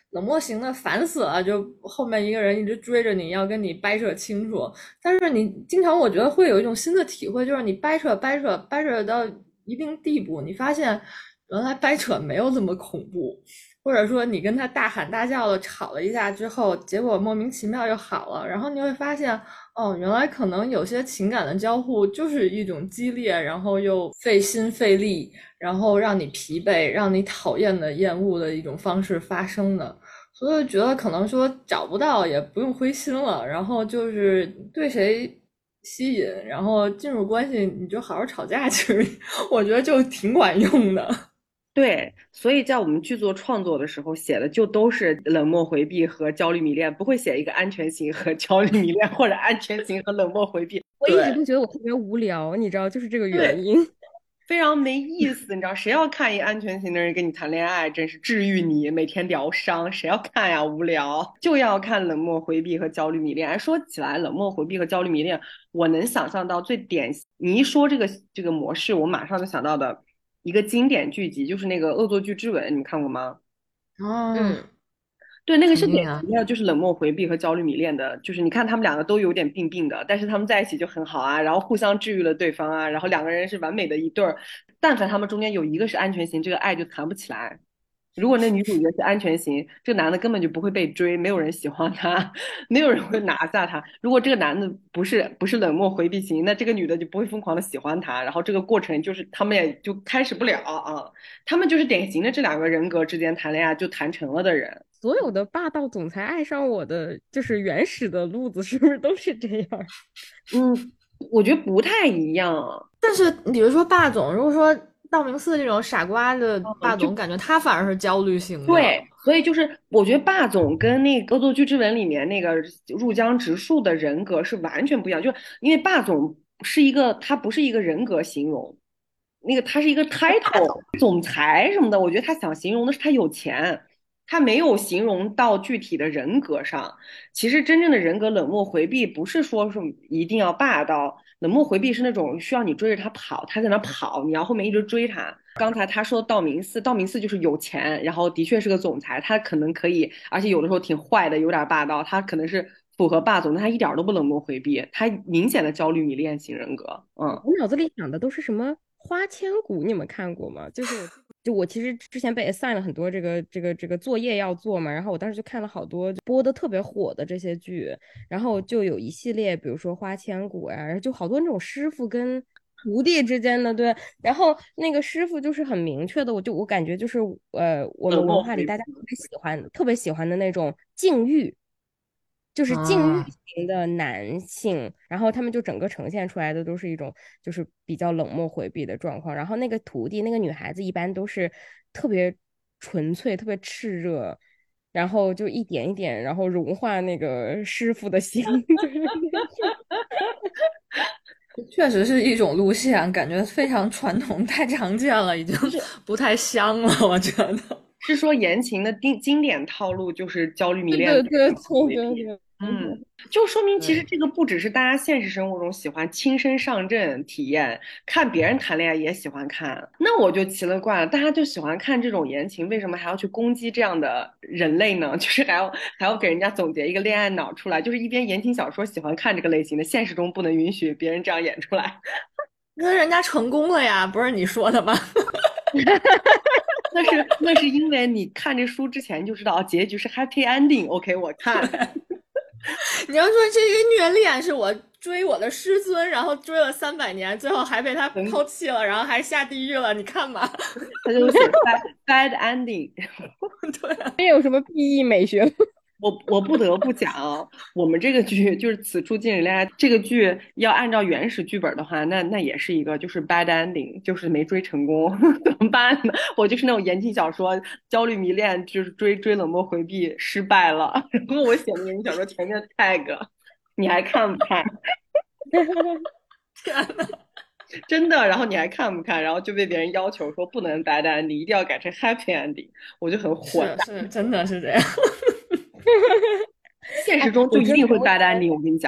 冷漠型的烦死了，就后面一个人一直追着你要跟你掰扯清楚，但是你经常我觉得会有一种新的体会，就是你掰扯掰扯掰扯到一定地步，你发现原来掰扯没有这么恐怖，或者说你跟他大喊大叫的吵了一架之后，结果莫名其妙就好了，然后你会发现哦，原来可能有些情感的交互就是一种激烈，然后又费心费力，然后让你疲惫，让你讨厌的厌恶的一种方式发生的。所以觉得可能说找不到也不用灰心了，然后就是对谁吸引，然后进入关系你就好好吵架，其实我觉得就挺管用的。 对，所以在我们剧作创作的时候写的就都是冷漠回避和焦虑迷恋，不会写一个安全型和焦虑迷恋，或者安全型和冷漠回避。 我一直都觉得我特别无聊，你知道，就是这个原因。 非常没意思，你知道，谁要看一个安全型的人跟你谈恋爱，真是治愈你，每天疗伤，谁要看呀？无聊，就要看冷漠回避和焦虑迷恋。说起来，冷漠回避和焦虑迷恋，我能想象到最典型，你一说这个这个模式，我马上就想到的一个经典剧集，就是那个《恶作剧之吻》，你们看过吗？ 哦， 嗯， 对，那个是肯定啊典型的，就是冷漠回避和焦虑迷恋的，就是你看他们两个都有点病病的，但是他们在一起就很好啊，然后互相治愈了对方啊，然后两个人是完美的一对儿。但凡他们中间有一个是安全型，这个爱就谈不起来。如果那女主角是安全型，这个男的根本就不会被追，没有人喜欢他，没有人会拿下他。如果这个男的不是不是冷漠回避型，那这个女的就不会疯狂的喜欢他，然后这个过程就是他们也就开始不了啊。他们就是典型的这两个人格之间谈恋爱就谈成了的人。 所有的霸道总裁爱上我的就是原始的路子，是不是都是这样？ 嗯，我觉得不太一样。 但是比如说霸总，如果说道明寺这种傻瓜的霸总，感觉他反而是焦虑型的。 对，所以就是我觉得霸总跟那个《恶作剧之吻》里面那个入江直树的人格是完全不一样，就是因为霸总是一个，他不是一个人格形容，那个他是一个 title 总裁什么的，我觉得他想形容的是他有钱，他没有形容到具体的人格上。其实真正的人格冷漠回避，不是说是一定要霸道，冷漠回避是那种需要你追着他跑，他在那跑，你要后面一直追他。刚才他说道明寺，道明寺就是有钱，然后的确是个总裁，他可能可以，而且有的时候挺坏的，有点霸道，他可能是符合霸总，但他一点都不冷漠回避，他明显的焦虑迷恋型人格。嗯， 我脑子里想的都是什么花千骨，你们看过吗？就是我就我其实之前被 assign 了很多这个这个这个作业要做嘛，然后我当时就看了好多播的特别火的这些剧，然后就有一系列，比如说花千骨呀，然后就好多那种师傅跟徒弟之间的，对，然后那个师傅就是很明确的，我就我感觉就是呃，我们文化里大家特别喜欢特别喜欢的那种禁欲。就是禁欲型的男性，然后他们就整个呈现出来的都是一种就是比较冷漠回避的状况。然后那个徒弟那个女孩子一般都是特别纯粹、特别炽热，然后就一点一点，然后融化那个师傅的心，就是确实是一种路线，感觉非常传统，太常见了，已经不太香了，我觉得。 是说言情的经经典套路就是焦虑迷恋， 对对对对对。 嗯，就说明其实这个不只是大家现实生活中喜欢亲身上阵体验，看别人谈恋爱也喜欢看。那我就奇了怪了，大家就喜欢看这种言情，为什么还要去攻击这样的人类呢？就是还要还要给人家总结一个恋爱脑出来，就是一边言情小说喜欢看这个类型的，现实中不能允许别人这样演出来。 那人家成功了呀，不是你说的吗？ 那是那是因为你看这书之前就知道结局是 happy ending。OK， 我看。 你要说这个虐恋是我追我的师尊，然后追了三百年，最后还被他抛弃了，然后还下地狱了，你看吧。 他就写 bad, bad ending。 对啊， 这有什么 P E 美学？ 我我不得不讲，我们这个剧就是此处禁止恋爱这个剧，要按照原始剧本的话，那那也是一个就是 bad ending，就是没追成功，怎么办呢？我就是那种言情小说焦虑迷恋，就是追追冷漠回避失败了，然后我写的言情小说前面 tag， 你还看不看？ 天呐， 真的，然后你还看不看？然后就被别人要求说不能 bad ending，一定要改成 happy ending，我就很火大。 是是，真的是这样。 现实中就一定会 bad ending，我跟你讲。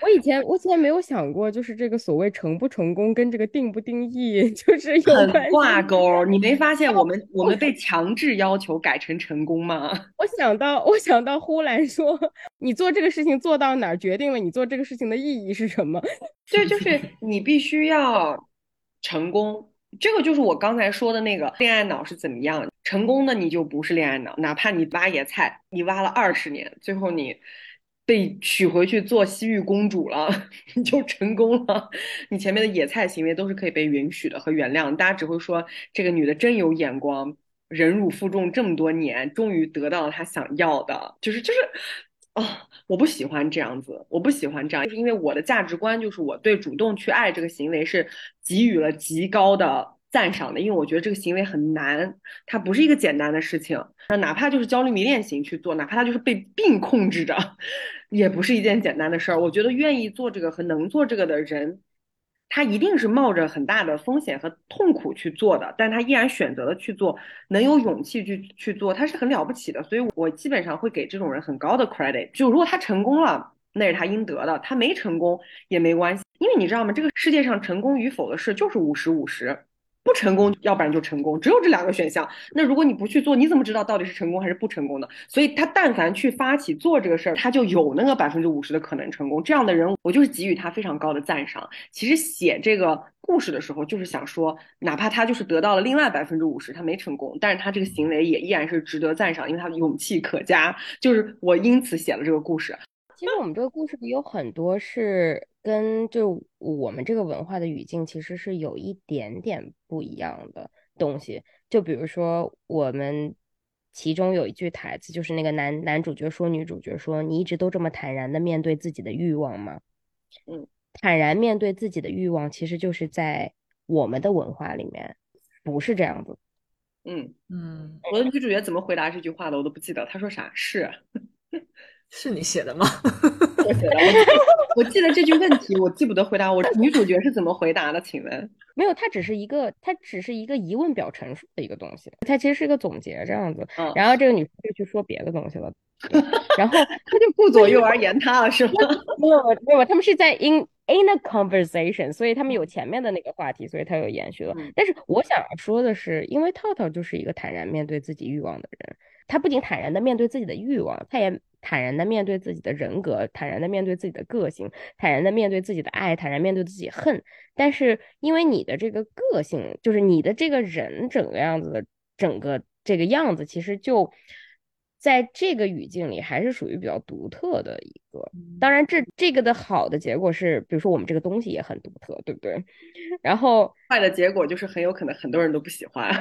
我以前我以前没有想过，就是这个所谓成不成功跟这个定不定义就是有很关系。 挂钩。你没发现我们我我们被强制要求改成成功吗？ 我想到我想到呼兰说，你做这个事情做到哪儿，决定了你做这个事情的意义是什么。 对，就是你必须要成功。这个就是我刚才说的那个恋爱脑是怎么样，成功的你就不是恋爱脑，哪怕你挖野菜，你挖了二十年，最后你被娶回去做西域公主了，你就成功了。你前面的野菜行为都是可以被允许的和原谅，大家只会说这个女的真有眼光，忍辱负重这么多年，终于得到了她想要的，就是就是。哦，我不喜欢这样子，我不喜欢这样，就是因为我的价值观就是我对主动去爱这个行为是给予了极高的赞赏的，因为我觉得这个行为很难，它不是一个简单的事情，那哪怕就是焦虑迷恋型去做，哪怕他就是被病控制着，也不是一件简单的事儿。我觉得愿意做这个和能做这个的人，他一定是冒着很大的风险和痛苦去做的，但他依然选择了去做，能有勇气去去做，他是很了不起的。所以我基本上会给这种人很高的 credit。就如果他成功了，那是他应得的；他没成功也没关系，因为你知道吗？这个世界上成功与否的事就是五十五十。不成功，要不然就成功，只有这两个选项。那如果你不去做，你怎么知道到底是成功还是不成功的？所以他但凡去发起做这个事儿，他就有那个百分之五十的可能成功。这样的人，我就是给予他非常高的赞赏。其实写这个故事的时候，就是想说，哪怕他就是得到了另外百分之五十，他没成功，但是他这个行为也依然是值得赞赏，因为他的勇气可嘉。就是我因此写了这个故事。 其实我们这个故事里有很多是跟就我们这个文化的语境其实是有一点点不一样的东西。就比如说我们其中有一句台词，就是那个男男主角说女主角说：“你一直都这么坦然的面对自己的欲望吗？” 嗯， 坦然面对自己的欲望，其实就是在我们的文化里面不是这样子。 嗯嗯， 我的女主角怎么回答这句话的我都不记得，她说啥？是。 是你写的吗？ 我写的，我记得我记得这句问题，我记不得回答。我女主角是怎么回答的？请问？ 没有，它只是一个，它只是一个疑问表陈述的一个东西，它其实是一个总结这样子。 嗯， 然后这个女生就去说别的东西了，对。然后她就顾左右而言他了，是吗？ 没有没有，他们是在 in in a conversation，所以他们有前面的那个话题，所以他有延续了。 嗯但是我想说的是，因为套套就是一个坦然面对自己欲望的人，他不仅坦然的面对自己的欲望，他也坦然的面对自己的人格，坦然的面对自己的个性，坦然的面对自己的爱，坦然面对自己恨。但是因为你的这个个性，就是你的这个人整个样子的整个这个样子，其实就在这个语境里还是属于比较独特的一个。当然这这个的好的结果是，比如说我们这个东西也很独特，对不对？然后坏的结果就是很有可能很多人都不喜欢。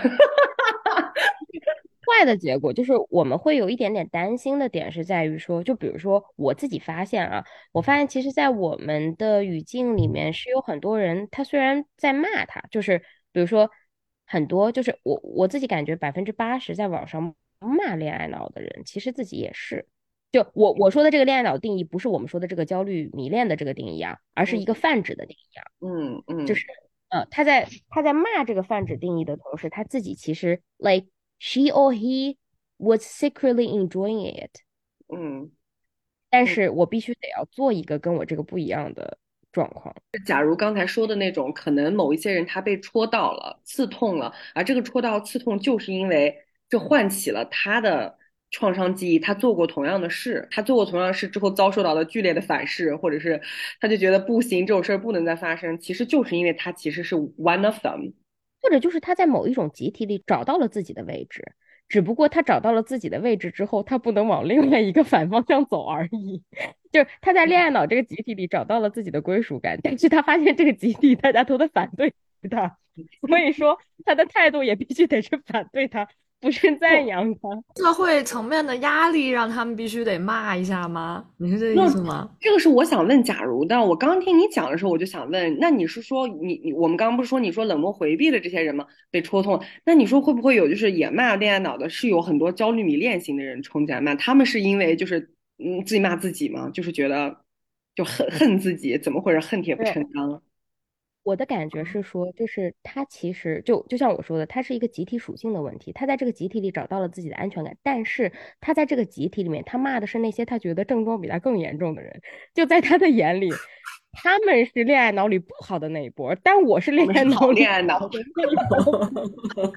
坏的结果就是我们会有一点点担心的点是在于说，就比如说我自己发现啊，我发现其实在我们的语境里面是有很多人，他虽然在骂他，就是比如说很多就是我我自己感觉百分之八十在网上骂恋爱脑的人，其实自己也是。就我我说的这个恋爱脑定义，不是我们说的这个焦虑迷恋的这个定义啊，而是一个泛指的定义啊。 嗯嗯， 就是呃，他在他在骂这个泛指定义的同时，他自己其实 like she or he was secretly enjoying it， 嗯， 但是我必须得要做一个跟我这个不一样的状况。 假如刚才说的那种，可能某一些人他被戳到了，刺痛了，而这个戳到刺痛，就是因为这唤起了他的创伤记忆，他做过同样的事，他做过同样的事之后遭受到了剧烈的反噬，或者是他就觉得不行，这种事儿不能再发生，其实就是因为他其实是 one of them。 或者就是他在某一种集体里找到了自己的位置，只不过他找到了自己的位置之后，他不能往另外一个反方向走而已。就是他在恋爱脑这个集体里找到了自己的归属感，但是他发现这个集体大家都在反对他，所以说他的态度也必须得是反对他，不是赞扬他。 社会层面的压力让他们必须得骂一下吗？你是这个意思吗？ 这个是我想问假如的。我刚刚听你讲的时候，我就想问，那你是说你你我们刚刚不是说你说冷漠回避的这些人吗？被戳痛，那你说会不会有就是也骂恋爱脑的，是有很多焦虑迷恋型的人冲进来骂？他们是因为就是嗯自己骂自己吗？就是觉得就恨恨自己，怎么回事？恨铁不成钢。 我的感觉是说，就是他其实就就像我说的，他是一个集体属性的问题。他在这个集体里找到了自己的安全感，但是他在这个集体里面，他骂的是那些他觉得症状比他更严重的人。就在他的眼里，他们是恋爱脑里不好的那一波，但我是恋我们是好爱脑里恋爱脑。 好的那一波。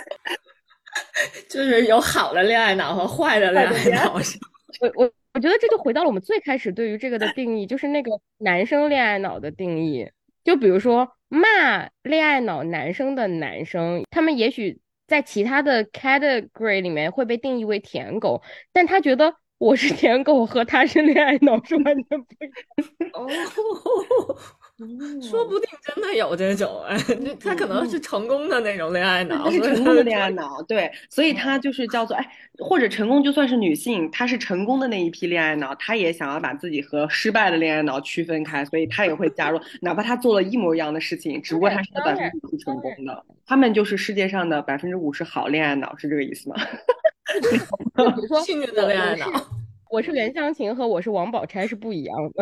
就是有好的恋爱脑和坏的恋爱脑。 我我我觉得这就回到了我们最开始对于这个的定义，就是那个男生恋爱脑的定义。就比如说骂恋爱脑男生的男生，他们也许在其他的 category 里面会被定义为舔狗，但他觉得我是舔狗和他是恋爱脑是完全不一样。 哦，说不定真的有这种哎，他可能是成功的那种恋爱脑， 他是成功的恋爱脑，对，所以他就是叫做哎，或者成功就算是女性，她是成功的那一批恋爱脑，她也想要把自己和失败的恋爱脑区分开，所以她也会加入，哪怕她做了一模一样的事情，只不过她是百分之五十成功的，他们就是世界上的百分之五十好恋爱脑，是这个意思吗？ 比如说幸运的恋爱脑， 我是袁湘琴和我是王宝钗是不一样的。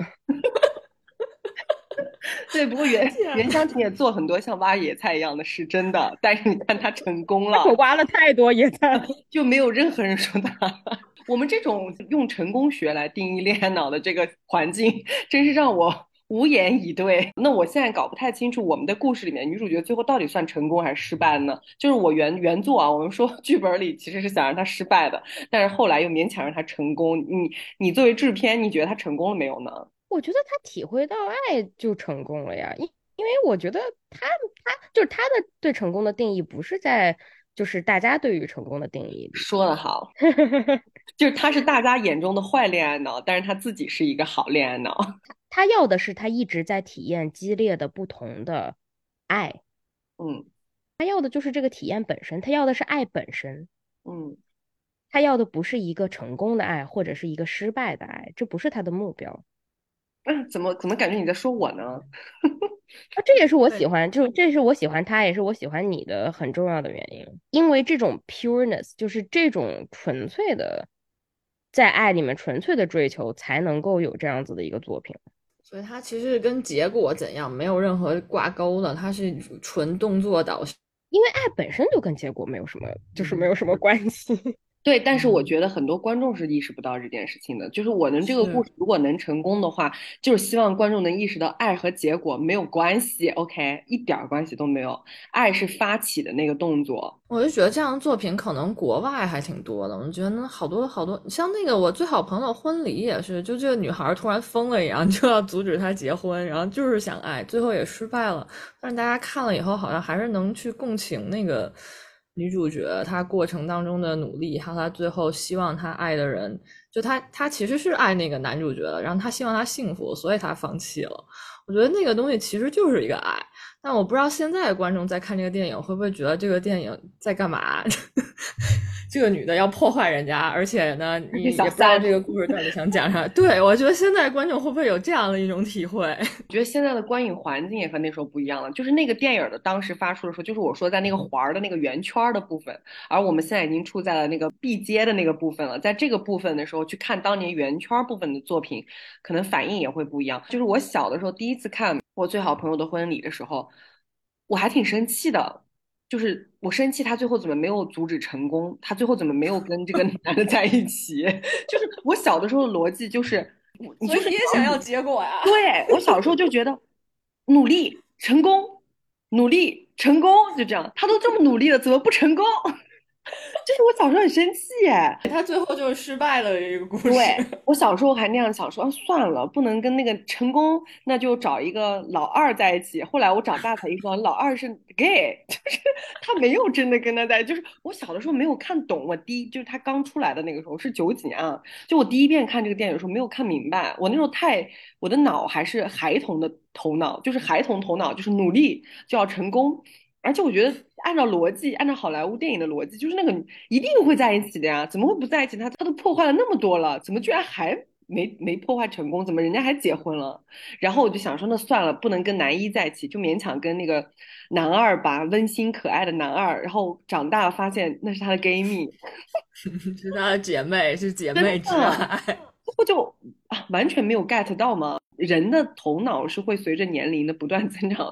对，不过袁袁湘琴也做很多像挖野菜一样的事，真的。但是你看她成功了， 我挖了太多野菜了， 就没有任何人说她。我们这种用成功学来定义恋爱脑的这个环境，真是让我无言以对。那我现在搞不太清楚，我们的故事里面女主角最后到底算成功还是失败呢？就是我原原作啊，我们说剧本里其实是想让她失败的，但是后来又勉强让她成功。你你作为制片，你觉得她成功了没有呢？ 我觉得他体会到爱就成功了呀，因因为我觉得他他就是他的对成功的定义不是在就是大家对于成功的定义里。 说得好，就是他是大家眼中的坏恋爱脑，但是他自己是一个好恋爱脑。 他要的是他一直在体验激烈的不同的爱， 嗯他要的就是这个体验本身，他要的是爱本身， 嗯， 他要的不是一个成功的爱或者是一个失败的爱，这不是他的目标。 嗯，怎么怎么感觉你在说我呢？ 啊，这也是我喜欢，就这是我喜欢他，也是我喜欢你的很重要的原因。因为这种 pureness，就是这种纯粹的，在爱里面纯粹的追求，才能够有这样子的一个作品。 所以它其实跟结果怎样没有任何挂钩的，它是纯动作导向。 因为爱本身就跟结果没有什么，就是没有什么关系。 对，但是我觉得很多观众是意识不到这件事情的。就是我能这个故事如果能成功的话，就是希望观众能意识到爱和结果没有关系，OK，一点关系都没有。爱是发起的那个动作。 我就觉得这样的作品可能国外还挺多的。我觉得那好多好多，像那个我最好朋友婚礼也是，就这个女孩突然疯了一样，就要阻止她结婚，然后就是想爱，最后也失败了。但是大家看了以后，好像还是能去共情那个女主角她过程当中的努力，还有她最后希望她爱的人，就她她其实是爱那个男主角的，然后她希望他幸福，所以她放弃了。我觉得那个东西其实就是一个爱，但我不知道现在观众在看这个电影会不会觉得这个电影在干嘛？这个女的要破坏人家，而且呢，你也不知道这个故事到底想讲啥。对，我觉得现在观众会不会有这样的一种体会？ 我觉得现在的观影环境也和那时候不一样了。就是那个电影的当时发出的时候，就是我说在那个环的那个圆圈的部分，而我们现在已经处在了那个闭街的那个部分了。在这个部分的时候去看当年圆圈部分的作品，可能反应也会不一样。就是我小的时候第一次看我最好朋友的婚礼的时候，我还挺生气的。就是我生气，他最后怎么没有阻止成功？他最后怎么没有跟这个男的在一起？就是我小的时候的逻辑就是，你就是也想要结果呀。 对，我小时候就觉得，努力成功，努力成功，就这样。他都这么努力了，怎么不成功？就是我小时候很生气耶， 他最后就是失败了一个故事。 对，我小时候还那样想说，啊，算了，不能跟那个成功，那就找一个老二在一起。后来我长大才一说，老二是 gay，就是他没有真的跟他在，就是我小的时候没有看懂。我第一就是他刚出来的那个时候是九几年啊，就我第一遍看这个电影的时候没有看明白，我那时候太我的脑还是孩童的头脑，就是孩童头脑，就是努力就要成功。而且我觉得，按照逻辑，按照好莱坞电影的逻辑，就是那个一定会在一起的呀，怎么会不在一起？他他都破坏了那么多了，怎么居然还没没破坏成功？怎么人家还结婚了？然后我就想说，那算了，不能跟男一在一起，就勉强跟那个男二吧，温馨可爱的男二。然后长大发现那是他的 gay 蜜， 是他的姐妹，是姐妹之爱。 我就啊完全没有 get 到吗？人的头脑是会随着年龄的不断增长。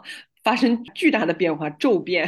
发生巨大的变化，骤变。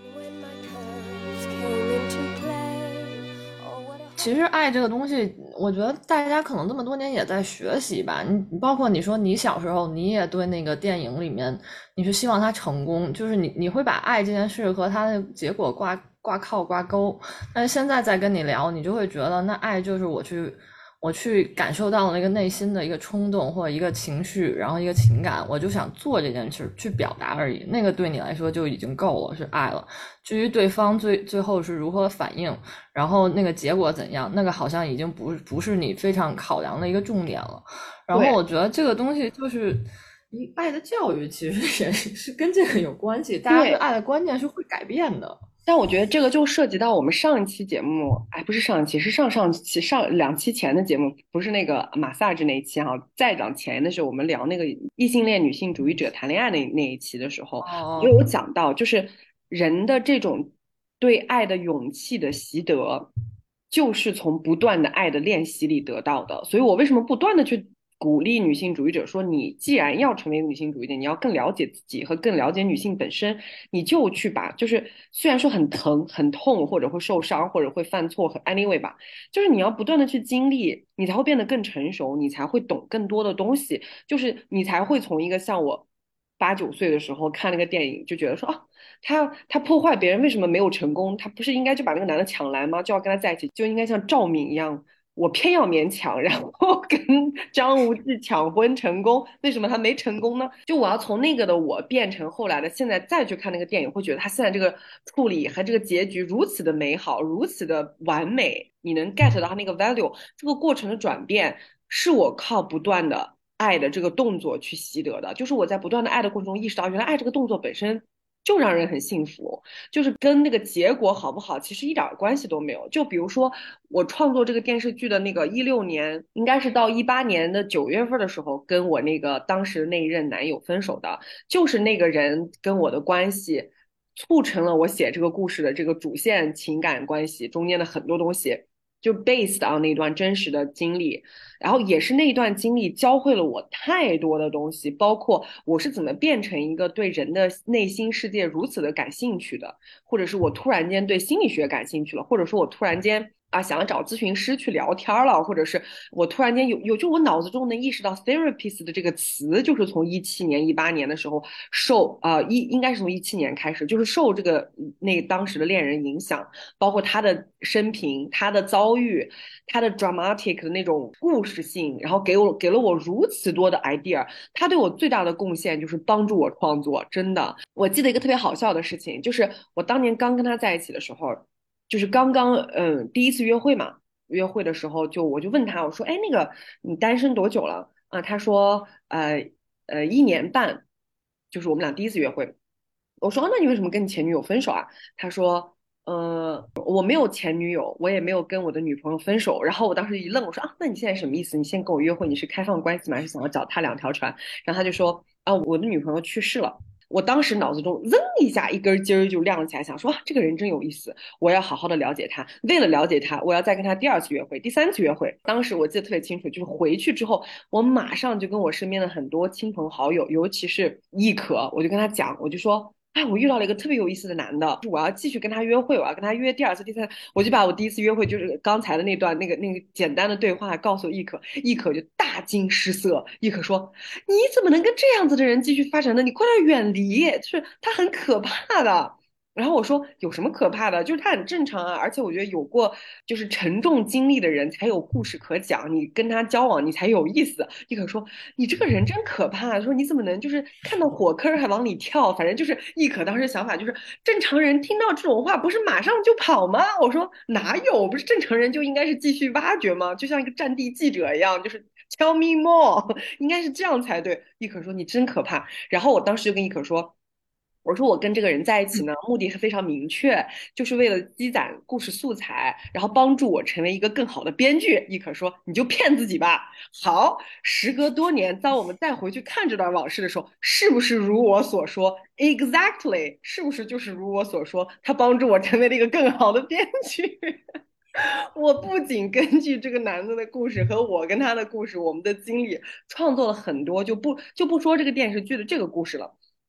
其实爱这个东西，我觉得大家可能这么多年也在学习吧。你包括你说你小时候，你也对那个电影里面，你是希望它成功，就是你你会把爱这件事和它的结果挂挂靠挂钩。但是现在再跟你聊，你就会觉得那爱就是我去我去感受到了那个内心的一个冲动或者一个情绪，然后一个情感，我就想做这件事去表达而已。那个对你来说就已经够了，是爱了。至于对方最最后是如何反应，然后那个结果怎样，那个好像已经不不是你非常考量的一个重点了。然后我觉得这个东西就是你爱的教育其实也是跟这个有关系，大家对爱的观念是会改变的。 但我觉得这个就涉及到我们上一期节目，哎，不是上一期，是上上期上两期前的节目，不是那个马萨治那一期哈，再讲前的时候，我们聊那个异性恋女性主义者谈恋爱的那一期的时候，就有讲到，就是人的这种对爱的勇气的习得，就是从不断的爱的练习里得到的。所以我为什么不断的去鼓励女性主义者说，你既然要成为女性主义者，你要更了解自己和更了解女性本身，你就去把，就是虽然说很疼、很痛，或者会受伤，或者会犯错和 anyway 吧，就是你要不断的去经历，你才会变得更成熟，你才会懂更多的东西，就是你才会从一个像我八九岁的时候看那个电影，就觉得说啊，他他破坏别人为什么没有成功？他不是应该就把那个男的抢来吗？就要跟他在一起，就应该像赵敏一样。我偏要勉强，然后跟张无忌抢婚成功，为什么他没成功呢？就我要从那个的我变成后来的现在再去看那个电影，会觉得他现在这个处理和这个结局如此的美好，如此的完美，你能 get 到他那个 value， 这个过程的转变是我靠不断的爱的这个动作去习得的，就是我在不断的爱的过程中意识到，原来爱这个动作本身就让人很幸福，就是跟那个结果好不好其实一点关系都没有。就比如说我创作这个电视剧的那个一六年，应该是到一八年的九月份的时候，跟我那个当时那一任男友分手的，就是那个人跟我的关系促成了我写这个故事的这个主线情感关系中间的很多东西。就 based on 那段真实的经历，然后也是那段经历教会了我太多的东西，包括我是怎么变成一个对人的内心世界如此的感兴趣的，或者是我突然间对心理学感兴趣了，或者说我突然间啊想要找咨询师去聊天了，或者是我突然间有有就我脑子中能意识到 therapist 的这个词，就是从一七年一八年的时候受啊一、呃、应该是从一七年开始，就是受这个那当时的恋人影响，包括他的生平、他的遭遇、他的 dramatic 的那种故事性，然后给我给了我如此多的 idea。他对我最大的贡献就是帮助我创作，真的。我记得一个特别好笑的事情，就是我当年刚跟他在一起的时候。就是刚刚嗯第一次约会嘛，约会的时候就我就问他，我说哎那个你单身多久了啊？他说呃呃一年半，就是我们俩第一次约会。我说那你为什么跟你前女友分手啊？他说呃我没有前女友，我也没有跟我的女朋友分手。然后我当时一愣，我说啊那你现在什么意思？你现在跟我约会你是开放关系吗？还是想要脚踏两条船？然后他就说啊我的女朋友去世了。我当时脑子中噌一下一根筋儿就亮了起来，想说啊，这个人真有意思，我要好好的了解他。为了了解他，我要再跟他第二次约会、第三次约会。当时我记得特别清楚，就是回去之后，我马上就跟我身边的很多亲朋好友，尤其是易可，我就跟他讲，我就说。哎，我遇到了一个特别有意思的男的，我要继续跟他约会，我要跟他约第二次、第三次，我就把我第一次约会就是刚才的那段那个那个简单的对话告诉易可，易可就大惊失色。易可说：“你怎么能跟这样子的人继续发展呢？你快点远离，就是他很可怕的。”然后我说有什么可怕的？就是他很正常啊，而且我觉得有过就是沉重经历的人才有故事可讲，你跟他交往你才有意思。易可说你这个人真可怕，说你怎么能就是看到火坑还往里跳？反正就是易可当时想法就是正常人听到这种话不是马上就跑吗？我说哪有，不是正常人就应该是继续挖掘吗？就像一个战地记者一样，就是 tell me more， 应该是这样才对。易可说你真可怕，然后我当时就跟易可说。我说我跟这个人在一起呢，目的是非常明确，就是为了积攒故事素材，然后帮助我成为一个更好的编剧。易可说你就骗自己吧。好，时隔多年，当我们再回去看这段往事的时候，是不是如我所说 ？Exactly， 是不是就是如我所说？他帮助我成为了一个更好的编剧。我不仅根据这个男的的故事和我跟他的故事，我们的经历创作了很多，就不就不说这个电视剧的这个故事了。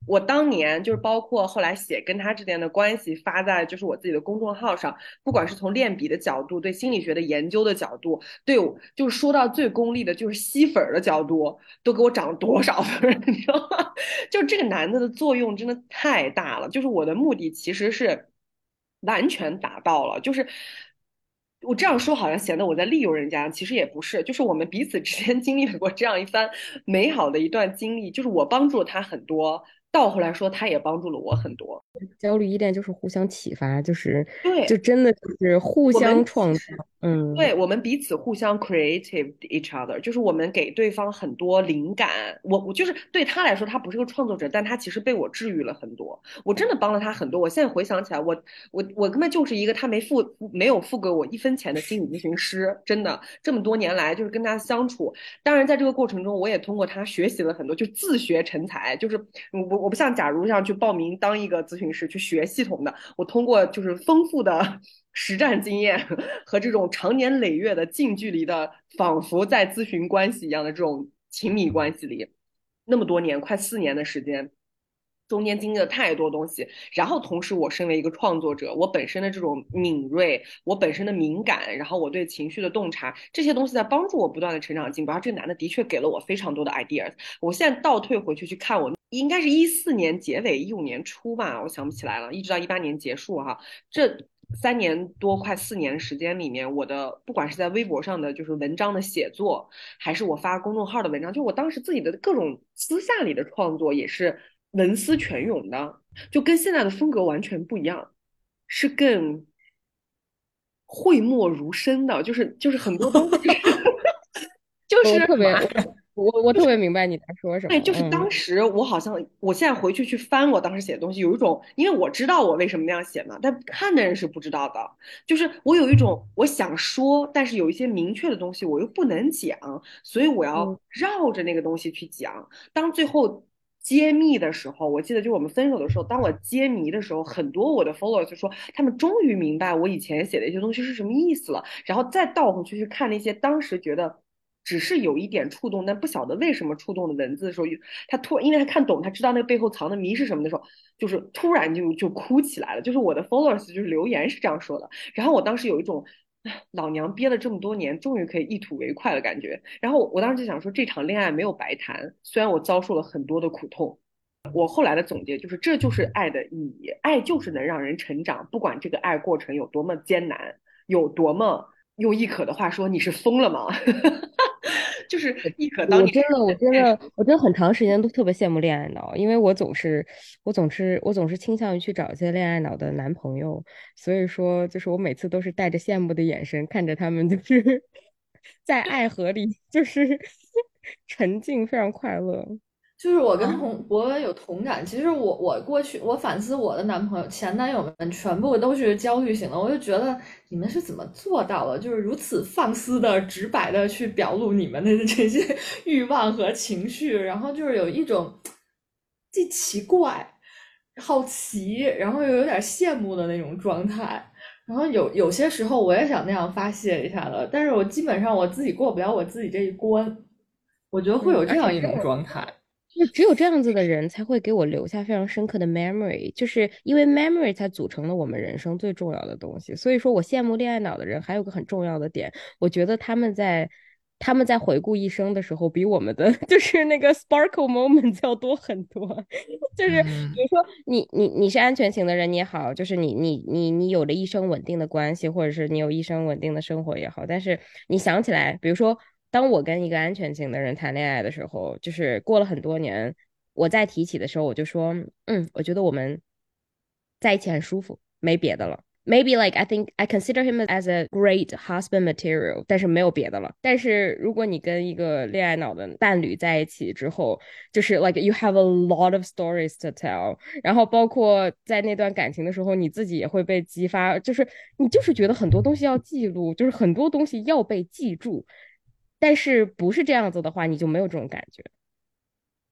我当年就是包括后来写跟他之间的关系发在就是我自己的公众号上，不管是从练笔的角度，对心理学的研究的角度，对我就是说到最功利的，就是吸粉的角度，都给我涨了多少分，你知道吗？就这个男的的作用真的太大了，就是我的目的其实是完全达到了，就是我这样说好像显得我在利用人家，其实也不是，就是我们彼此之间经历了过这样一番美好的一段经历，就是我帮助了他很多，倒回来说他也帮助了我很多。 焦虑依恋就是互相启发，就是就对， 真的就是互我们相创造。嗯， 对，我们彼此互相 creative each other，就是我们给对方很多灵感。我我就是对他来说，他不是个创作者，但他其实被我治愈了很多。我真的帮了他很多。我现在回想起来，我我我根本就是一个他没付没有付给我一分钱的心理咨询师。真的，这么多年来就是跟他相处，当然在这个过程中，我也通过他学习了很多，就自学成才。就是我我不像假如这样去报名当一个咨询师去学系统的，我通过就是丰富的实战经验和这种长年累月的近距离的，仿佛在咨询关系一样的这种亲密关系里，那么多年，快四年的时间。中间经历了太多东西，然后同时我身为一个创作者，我本身的这种敏锐，我本身的敏感，然后我对情绪的洞察，这些东西在帮助我不断的成长进步。然后这个男的的确给了我非常多的 ideas。我现在倒退回去去看我，应该是一四年结尾，一五年初吧，我想不起来了，一直到一八年结束哈。这三年多快四年的时间里面，我的不管是在微博上的就是文章的写作，还是我发公众号的文章，就我当时自己的各种私下里的创作也是文思泉涌的，就跟现在的风格完全不一样，是更讳莫如深的，就是就是很多东西就是我特别我我我特别明白你在说什对， 么。 就是当嗯时我好像，我现在回去去翻我当时写的东西，有一种，因为我知道我为什么那样写嘛，但看的人是不知道的。就是我有一种我想说，但是有一些明确的东西我又不能讲，所以我嗯要绕着那个东西去讲。当最后揭秘的时候，我记得就我们分手的时候，当我揭谜的时候，很多我的 followers 说他们终于明白我以前写的一些东西是什么意思了，然后再倒回去去看那些当时觉得。只是有一点触动，但不晓得为什么触动的文字的时候，他突因为他看懂，他知道那个背后藏的谜是什么的时候，就是突然就就哭起来了。就是我的 followers 就是留言是这样说的，然后我当时有一种老娘憋了这么多年，终于可以一吐为快的感觉。然后我当时就想说，这场恋爱没有白谈，虽然我遭受了很多的苦痛。我后来的总结就是，这就是爱的意义，爱就是能让人成长，不管这个爱过程有多么艰难，有多么用亦可的话说，你是疯了吗？就是亦可当年我真的，我真的，我真的很长时间都特别羡慕恋爱脑，因为我总是，我总是，我总是倾向于去找一些恋爱脑的男朋友，所以说，就是我每次都是带着羡慕的眼神看着他们，就是在爱河里，就是沉浸，非常快乐。 就是我跟啊， 同博文有同感。其实我我过去我反思我的男朋友前男友们全部都是焦虑型的，我就觉得你们是怎么做到的，就是如此放肆的、直白的去表露你们的这些欲望和情绪，然后就是有一种既奇怪、好奇，然后又有点羡慕的那种状态。然后有有些时候我也想那样发泄一下的，但是我基本上我自己过不了我自己这一关，我觉得会嗯， 有这而且样一种状态。 就只有这样子的人才会给我留下非常深刻的 memory，就是因为 memory 才组成了我们人生最重要的东西。所以说我羡慕恋爱脑的人，还有个很重要的点，我觉得他们在他们在回顾一生的时候，比我们的就是那个 sparkle moments 要多很多。就是嗯， 比如说你你你是安全型的人也好，就是你你你你有了一生稳定的关系，或者是你有一生稳定的生活也好，但是你想起来，比如说当我跟一个安全型的人谈恋爱的时候，就是过了很多年，我再提起的时候，我就说，嗯，我觉得我们在一起很舒服，没别的了。Maybe like I think I consider him as a great husband material，但是没有别的了。但是如果你跟一个恋爱脑的伴侣在一起之后，就是 like you have a lot of stories to tell，然后包括在那段感情的时候，你自己也会被激发，就是你就是觉得很多东西要记录，就是很多东西要被记住，但是不是这样子的话，你就没有这种感觉。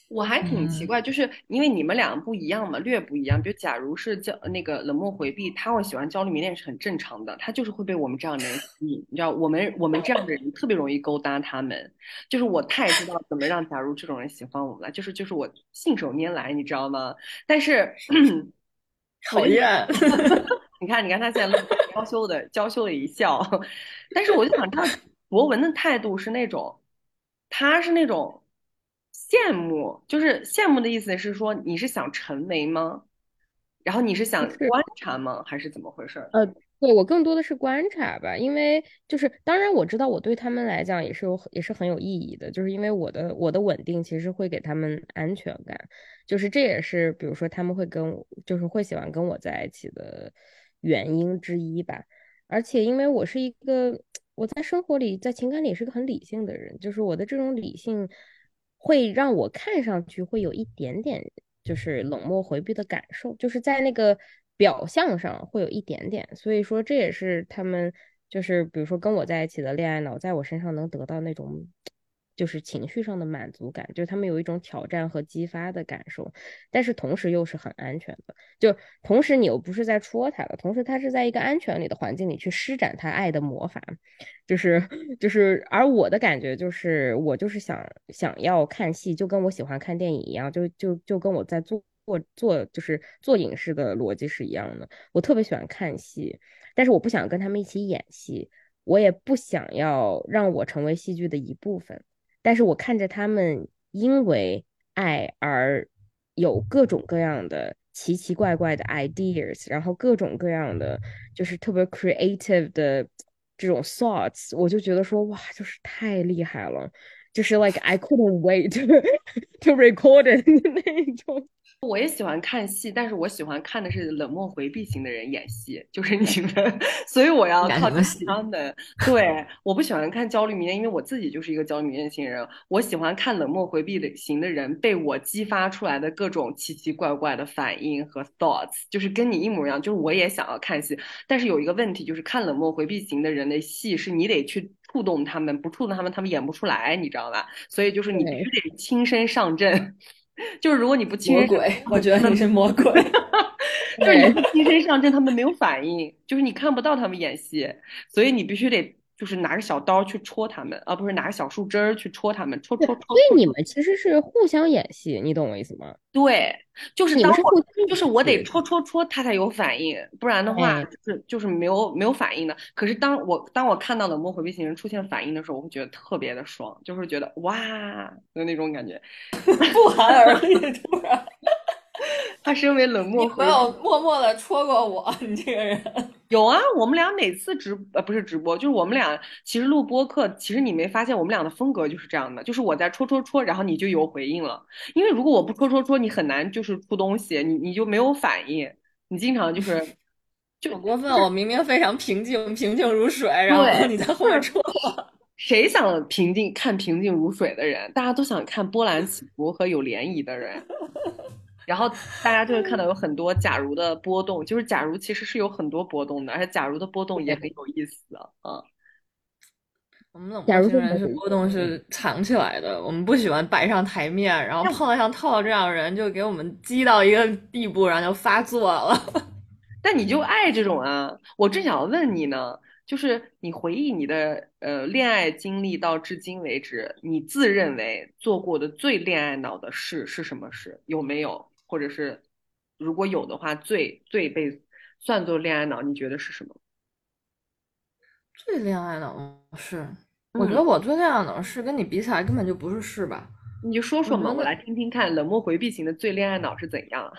我还挺奇怪，就是因为你们俩不一样嘛，略不一样。比如，假如是焦那个冷漠回避，他会喜欢焦虑迷恋是很正常的，他就是会被我们这样的人吸引。你知道，我们我们这样的人特别容易勾搭他们。就是我太知道怎么让假如这种人喜欢我们了，就是就是我信手拈来，你知道吗？但是我就讨厌。 你看，你看他现在露出娇羞的娇羞的一笑，但是我就想知道博文的态度是那种，他是那种羡慕，就是羡慕的意思是说你是想成为吗？然后你是想不是。 观察吗？还是怎么回事儿？ 呃，对，我更多的是观察吧，因为就是当然我知道我对他们来讲也是有也是很有意义的，就是因为我的我的稳定其实会给他们安全感，就是这也是比如说他们会跟我就是会喜欢跟我在一起的原因之一吧。而且因为我是一个我在生活里在情感里是个很理性的人，就是我的这种理性会让我看上去会有一点点就是冷漠回避的感受，就是在那个表象上会有一点点，所以说这也是他们就是比如说跟我在一起的恋爱脑，在我身上能得到那种就是情绪上的满足感，就是他们有一种挑战和激发的感受，但是同时又是很安全的，就同时你又不是在戳他的，同时他是在一个安全里的环境里去施展他爱的魔法，就是就是，而我的感觉就是，我就是想想要看戏，就跟我喜欢看电影一样，就就就跟我在做做做就是做影视的逻辑是一样的。我特别喜欢看戏，但是我不想跟他们一起演戏，我也不想要让我成为戏剧的一部分。但是我看着他们因为爱而有各种各样的奇奇怪怪的 ideas，然后各种各样的就是特别 creative 的这种 thoughts，我就觉得说哇，就是太厉害了，就是 like I couldn't wait to record it 那种。 我也喜欢看戏，但是我喜欢看的是冷漠回避型的人演戏，就是你们，所以我要演靠近什么戏？ 他们。对，我不喜欢看焦虑迷恋，因为我自己就是一个焦虑迷恋型人。我喜欢看冷漠回避的型的人被我激发出来的各种奇奇怪怪的反应和 thoughts，就是跟你一模一样。就是我也想要看戏，但是有一个问题，就是看冷漠回避型的人的戏，是你得去触动他们，不触动他们，他们演不出来，你知道吧？所以就是你必须对， 得亲身上阵。就是如果你不亲身上阵， 魔鬼，我觉得你是魔鬼。 就是你不对， 亲身上阵，他们没有反应，就是你看不到他们演戏，所以你必须得就是拿个小刀去戳他们，而不是拿个小树枝儿去戳他们，戳对， 戳戳所以戳。 你们其实是互相演戏，你懂我意思吗？ 对，就是当我你们是互相就是演戏。 我得戳戳戳他才有反应，不然的话哎， 就是就是没有没有反应的。可是当我当我看到冷漠回避型人出现反应的时候，我会觉得特别的爽，就是觉得哇的那种感觉。 不寒而栗，突然。 他身为冷你有没漠回有默默的戳过我？你这个人。 有啊，我们俩每次直呃不是直播，就是我们俩其实录播课，其实你没发现我们俩的风格就是这样的，就是我在戳戳戳，然后你就有回应了。因为如果我不戳戳戳，你很难就是出东西，你你就没有反应，你经常就是就好过分！我明明非常平静，平静如水，然后对， 你在后就是面戳我。 谁想平静看平静如水的人，大家都想看波澜起伏和有涟漪的人。然后大家就会看到有很多假如的波动，就是假如其实是有很多波动的，而且假如的波动也很有意思啊。嗯我们冷假如说漠型人是波动是藏起来的，我们不喜欢摆上台面，然后碰到像套套这样的人，就给我们激到一个地步，然后就发作了。 但你就爱这种啊！我正想要问你呢，就是你回忆你的呃恋爱经历到至今为止，你自认为做过的最恋爱脑的事是什么事？有没有？或者是如果有的话，最最被算作恋爱脑，你觉得是什么？ 最恋爱脑的事，我觉嗯， 得我最恋爱脑的事跟你比起来根本就不是事吧。 你就说说嘛，我来我觉得听听看，冷漠回避型的最恋爱脑是怎样啊？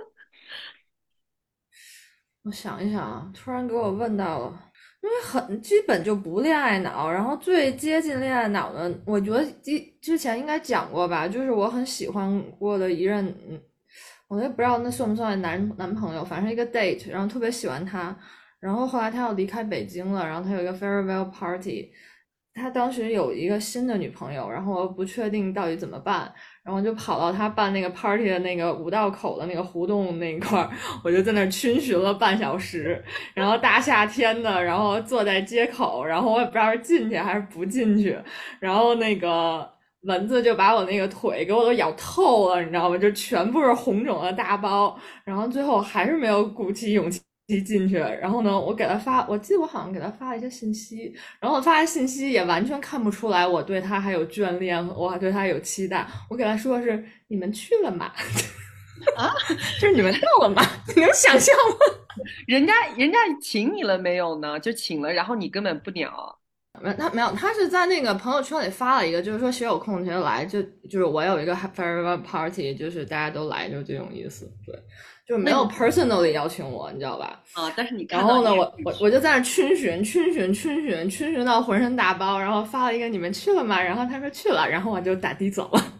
我想一想啊，突然给我问到了，因为很基本就不恋爱脑，然后最接近恋爱脑的，我觉得之之前应该讲过吧，就是我很喜欢过的一任，嗯，我也不知道那算不算男男朋友，反正是一个 date，然后特别喜欢他，然后后来他要离开北京了，然后他有一个 farewell party，他当时有一个新的女朋友，然后我不确定到底怎么办，然后就跑到他办那个 party 的那个五道口的那个胡同那块儿，我就在那儿逡巡了半小时，然后大夏天的，然后坐在街口，然后我也不知道是进去还是不进去，然后那个蚊子就把我那个腿给我都咬透了，你知道吗？就全部是红肿的大包，然后最后还是没有鼓起勇气进去。然后呢，我给他发，我记得我好像给他发了一些信息，然后我发的信息也完全看不出来我对他还有眷恋，我还对他有期待。我给他说的是你们去了吗？啊，就是你们到了吗？你能想象吗？ 人家人家请你了没有呢？就请了，然后你根本不鸟。 没，他没有，他是在那个朋友圈里发了一个，就是说谁有空谁来，就就是我有一个 farewell party，就是大家都来，就这种意思。对，就是没有 personally 邀请我，你知道吧？ 啊，但是你看然后呢，我我我就在那逡巡逡巡逡巡逡巡到浑身大包，然后发了一个你们去了吗？然后他说去了，然后我就打的走了。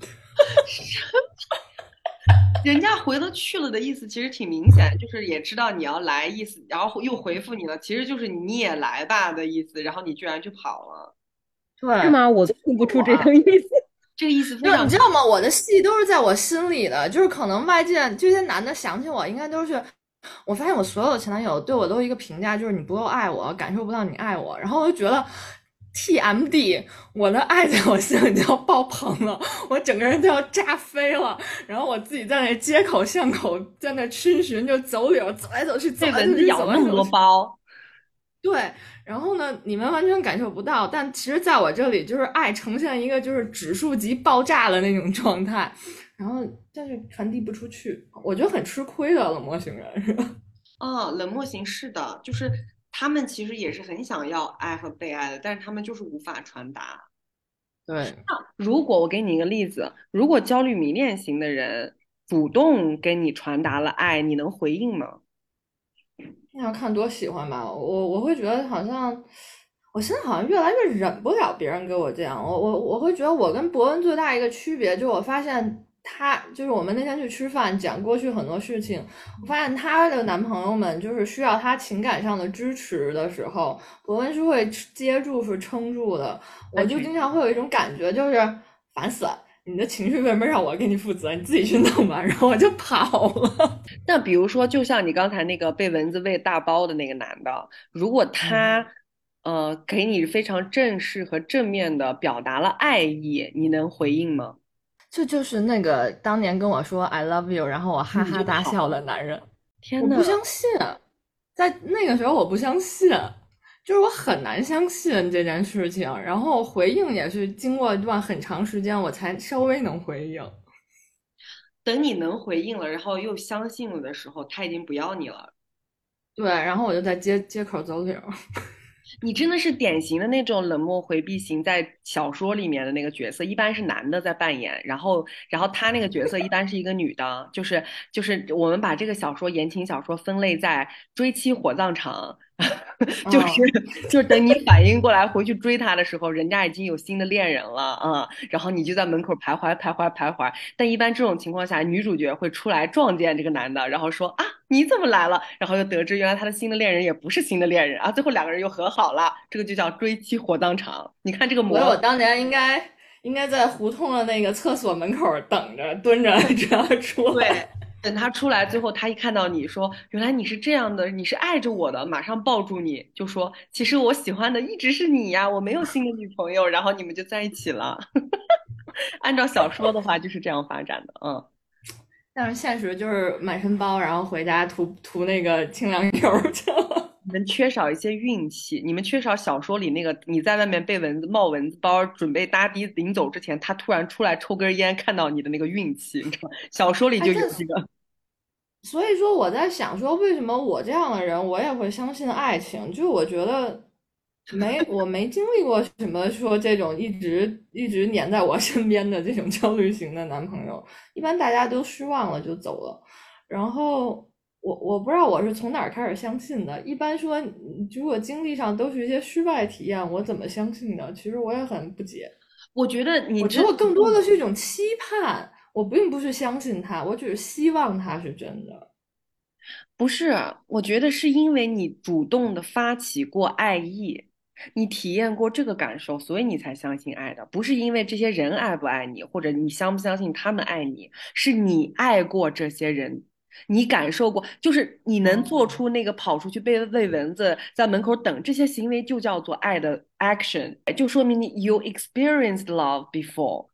人家回了去了的意思其实挺明显，就是也知道你要来意思，然后又回复你了，其实就是你也来吧的意思，然后你居然去跑了。 对， 是吗？我都听不出这个意思。 这个意思非常， 你知道吗？我的戏都是在我心里的，就是可能外界这些男的想起我，应该都是。我发现我所有的前男友对我都一个评价，就是你不够爱我，感受不到你爱我。然后我就觉得 T M D， 我的爱在我心里就要爆棚了，我整个人都要炸飞了。然后我自己在那街口巷口在那逡巡，就走柳走来走去，走被来走去， 蚊子咬那么多包。 对，然后呢，你们完全感受不到，但其实在我这里，就是爱呈现一个就是指数级爆炸的那种状态，然后但是传递不出去，我觉得很吃亏的冷漠型人是吧？ 哦，冷漠型是的，就是他们其实也是很想要爱和被爱的，但是他们就是无法传达。 对， 如果我给你一个例子，如果焦虑迷恋型的人主动跟你传达了爱，你能回应吗？ 那要看多喜欢吧，我我会觉得好像，我现在好像越来越忍不了别人给我这样，我我我会觉得我跟伯恩最大一个区别就是我发现他就是我们那天去吃饭讲过去很多事情，我发现他的男朋友们就是需要他情感上的支持的时候，伯恩是会接住是撑住的，我就经常会有一种感觉就是烦死了。你的情绪为什么让我给你负责？你自己去弄吧，然后我就跑了。 那比如说，就像你刚才那个被蚊子喂大包的那个男的，如果他、嗯、呃给你非常正式和正面的表达了爱意，你能回应吗？ 这就是那个当年跟我说 I love you， 然后我哈哈大笑的男人。 天哪， 我不相信，在那个时候我不相信，就是我很难相信这件事情。然后回应也是经过一段很长时间，我才稍微能回应。 等你能回应了，然后又相信了的时候，他已经不要你了。 对，然后我就在街街口走柳。 你真的是典型的那种冷漠回避型，在小说里面的那个角色，一般是男的在扮演，然后，然后他那个角色一般是一个女的，就是就是我们把这个小说言情小说分类在追妻火葬场，就是、哦、就是等你反应过来回去追他的时候，人家已经有新的恋人了啊、嗯，然后你就在门口徘徊徘徊徘徊，但一般这种情况下，女主角会出来撞见这个男的，然后说啊你怎么来了，然后又得知原来他的新的恋人也不是新的恋人啊，最后两个人又和好了，这个就叫追妻火葬场。你看这个模， 我我当年应该应该在胡同的那个厕所门口等着蹲着，只要出来。 对，等他出来，最后他一看到你说原来你是这样的，你是爱着我的，马上抱住你，就说其实我喜欢的一直是你呀，我没有新的女朋友，然后你们就在一起了。按照小说的话就是这样发展的，嗯。 但是现实就是满身包，然后回家涂涂那个清凉油去了。 你们缺少一些运气，你们缺少小说里那个你在外面被蚊子冒蚊子包，准备搭的临走之前，他突然出来抽根烟，看到你的那个运气，你知道吗？小说里就有这个。 所以说我在想说，为什么我这样的人，我也会相信爱情？就是我觉得没，我没经历过什么说这种一直一直黏在我身边的这种焦虑型的男朋友，一般大家都失望了就走了。然后我我不知道我是从哪儿开始相信的。一般说，如果经历上都是一些失败体验，我怎么相信的？其实我也很不解。 我觉得你， 我觉得更多的是一种期盼。我并不是相信他，我只是希望他是真的。 不是，我觉得是因为你主动的发起过爱意，你体验过这个感受，所以你才相信爱的，不是因为这些人爱不爱你，或者你相不相信他们爱你，是你爱过这些人，你感受过，就是你能做出那个跑出去被喂蚊子，在门口等这些行为，就叫做爱的 action， 就说明你 you experienced love before。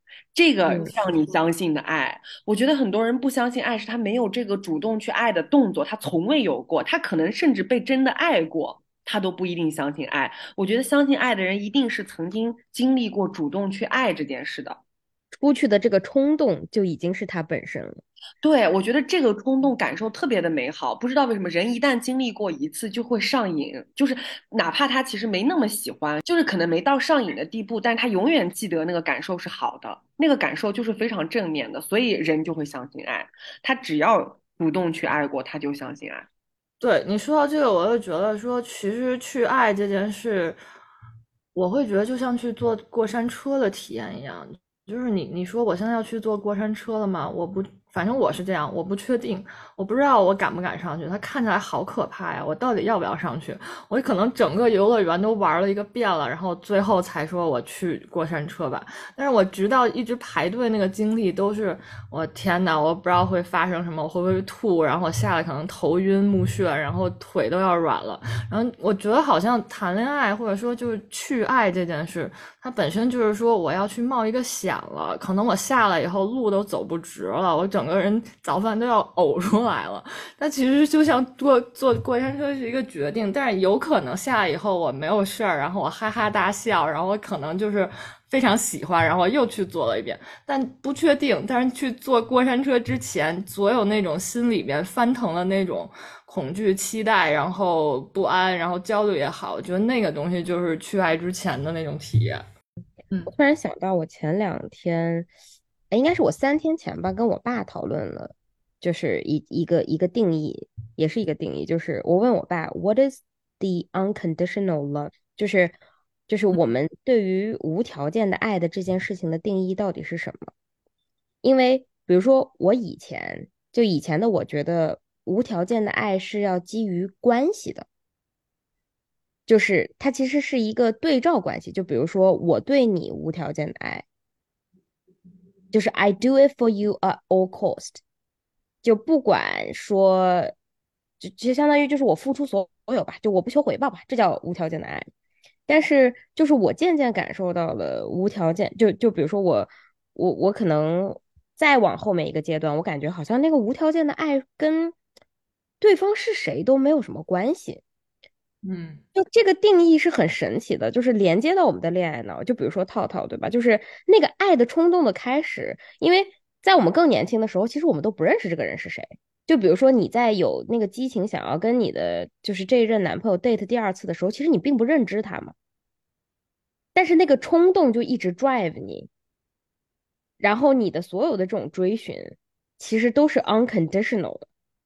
这个嗯， 让你相信的爱。我觉得很多人不相信爱，是他没有这个主动去爱的动作，他从未有过，他可能甚至被真的爱过，他都不一定相信爱。我觉得相信爱的人一定是曾经经历过主动去爱这件事的。 出去的这个冲动就已经是它本身了。 对，我觉得这个冲动感受特别的美好，不知道为什么人一旦经历过一次就会上瘾，就是哪怕他其实没那么喜欢，就是可能没到上瘾的地步，但是他永远记得那个感受是好的，那个感受就是非常正面的，所以人就会相信爱，他只要主动去爱过，他就相信爱。 对你说到这个，我就觉得说，其实去爱这件事，我会觉得就像去坐过山车的体验一样。就是你你说我现在要去坐过山车了吗？我不，反正我是这样，我不确定，我不知道我敢不敢上去。它看起来好可怕呀，我到底要不要上去？我可能整个游乐园都玩了一个遍了，然后最后才说我去过山车吧。但是我直到一直排队那个经历都是，我天呐，我不知道会发生什么，我会不会吐，然后我下来可能头晕目眩，然后腿都要软了。然后我觉得好像谈恋爱或者说就是去爱这件事，它本身就是说我要去冒一个险了，可能我下来以后路都走不直了，我整个人早饭都要呕出来了。但其实就像坐坐过山车是一个决定，但是有可能下来以后我没有事儿，然后我哈哈大笑，然后我可能就是非常喜欢，然后又去做了一遍，但不确定。但是去坐过山车之前，所有那种心里边翻腾的那种恐惧、期待，然后不安，然后焦虑也好，我觉得那个东西就是去爱之前的那种体验。嗯我突然想到，我前两天，哎应该是我三天前吧，跟我爸讨论了，就是一一个一个定义，也是一个定义，就是我问我爸，What is the unconditional love？就是就是我们对于无条件的爱的这件事情的定义到底是什么？因为比如说我以前就以前的我觉得无条件的爱是要基于关系的。就是它其实是一个对照关系。就比如说，我对你无条件的爱，就是 I do it for you at all cost，就不管说，就就相当于就是我付出所有吧，就我不求回报吧，这叫无条件的爱。但是就是我渐渐感受到了无条件，就就比如说我我我可能再往后面一个阶段，我感觉好像那个无条件的爱跟对方是谁都没有什么关系。 嗯就这个定义是很神奇的，就是连接到我们的恋爱脑。就比如说套套，对吧？就是那个爱的冲动的开始，因为在我们更年轻的时候，其实我们都不认识这个人是谁。就比如说你在有那个激情想要跟你的就是这一任男朋友 date 第二次的时候，其实你并不认知他嘛，但是那个冲动就一直 drive 你，然后你的所有的这种追寻，其实都是 unconditional 的。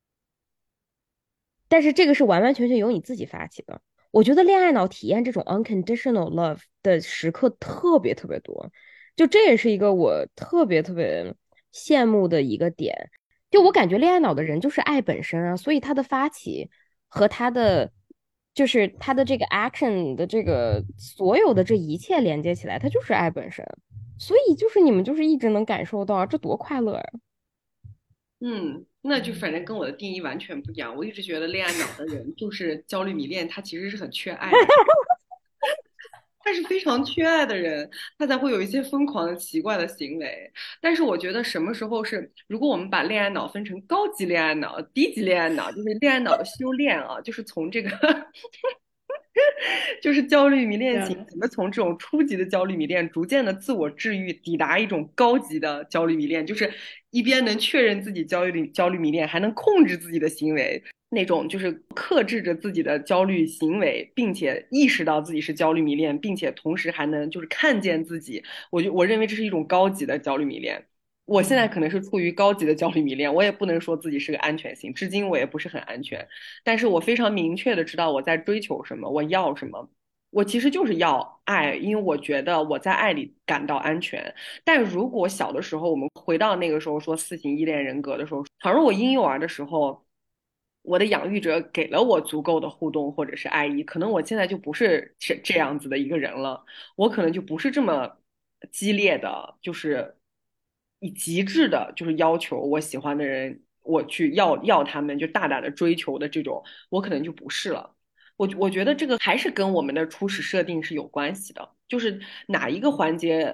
但是这个是完完全全由你自己发起的。我觉得恋爱脑体验这种 unconditional love 的时刻特别特别多，就这也是一个我特别特别羡慕的一个点。就我感觉恋爱脑的人就是爱本身啊，所以他的发起和他的就是他的这个 action 的这个所有的这一切连接起来，他就是爱本身。所以就是你们就是一直能感受到这多快乐啊！ 嗯，那就反正跟我的定义完全不一样。我一直觉得恋爱脑的人就是焦虑迷恋，他其实是很缺爱的，他是非常缺爱的人，他才会有一些疯狂的、奇怪的行为。但是我觉得什么时候是，如果我们把恋爱脑分成高级恋爱脑、低级恋爱脑，就是恋爱脑的修炼啊，就是从这个就是焦虑迷恋型，怎么从这种初级的焦虑迷恋，逐渐的自我治愈，抵达一种高级的焦虑迷恋，就是一边能确认自己焦虑焦虑迷恋，还能控制自己的行为，那种就是克制着自己的焦虑行为，并且意识到自己是焦虑迷恋，并且同时还能就是看见自己，我就我认为这是一种高级的焦虑迷恋。我现在可能是处于高级的焦虑迷恋，我也不能说自己是个安全型，至今我也不是很安全，但是我非常明确的知道我在追求什么，我要什么。我其实就是要爱，因为我觉得我在爱里感到安全。但如果小的时候，我们回到那个时候说四型依恋人格的时候，倘若我婴幼儿的时候，我的养育者给了我足够的互动或者是爱意，可能我现在就不是这这样子的一个人了，我可能就不是这么激烈的，就是以极致的，就是要求我喜欢的人，我去要要他们，就大胆的追求的这种，我可能就不是了。我我觉得这个还是跟我们的初始设定是有关系的，就是哪一个环节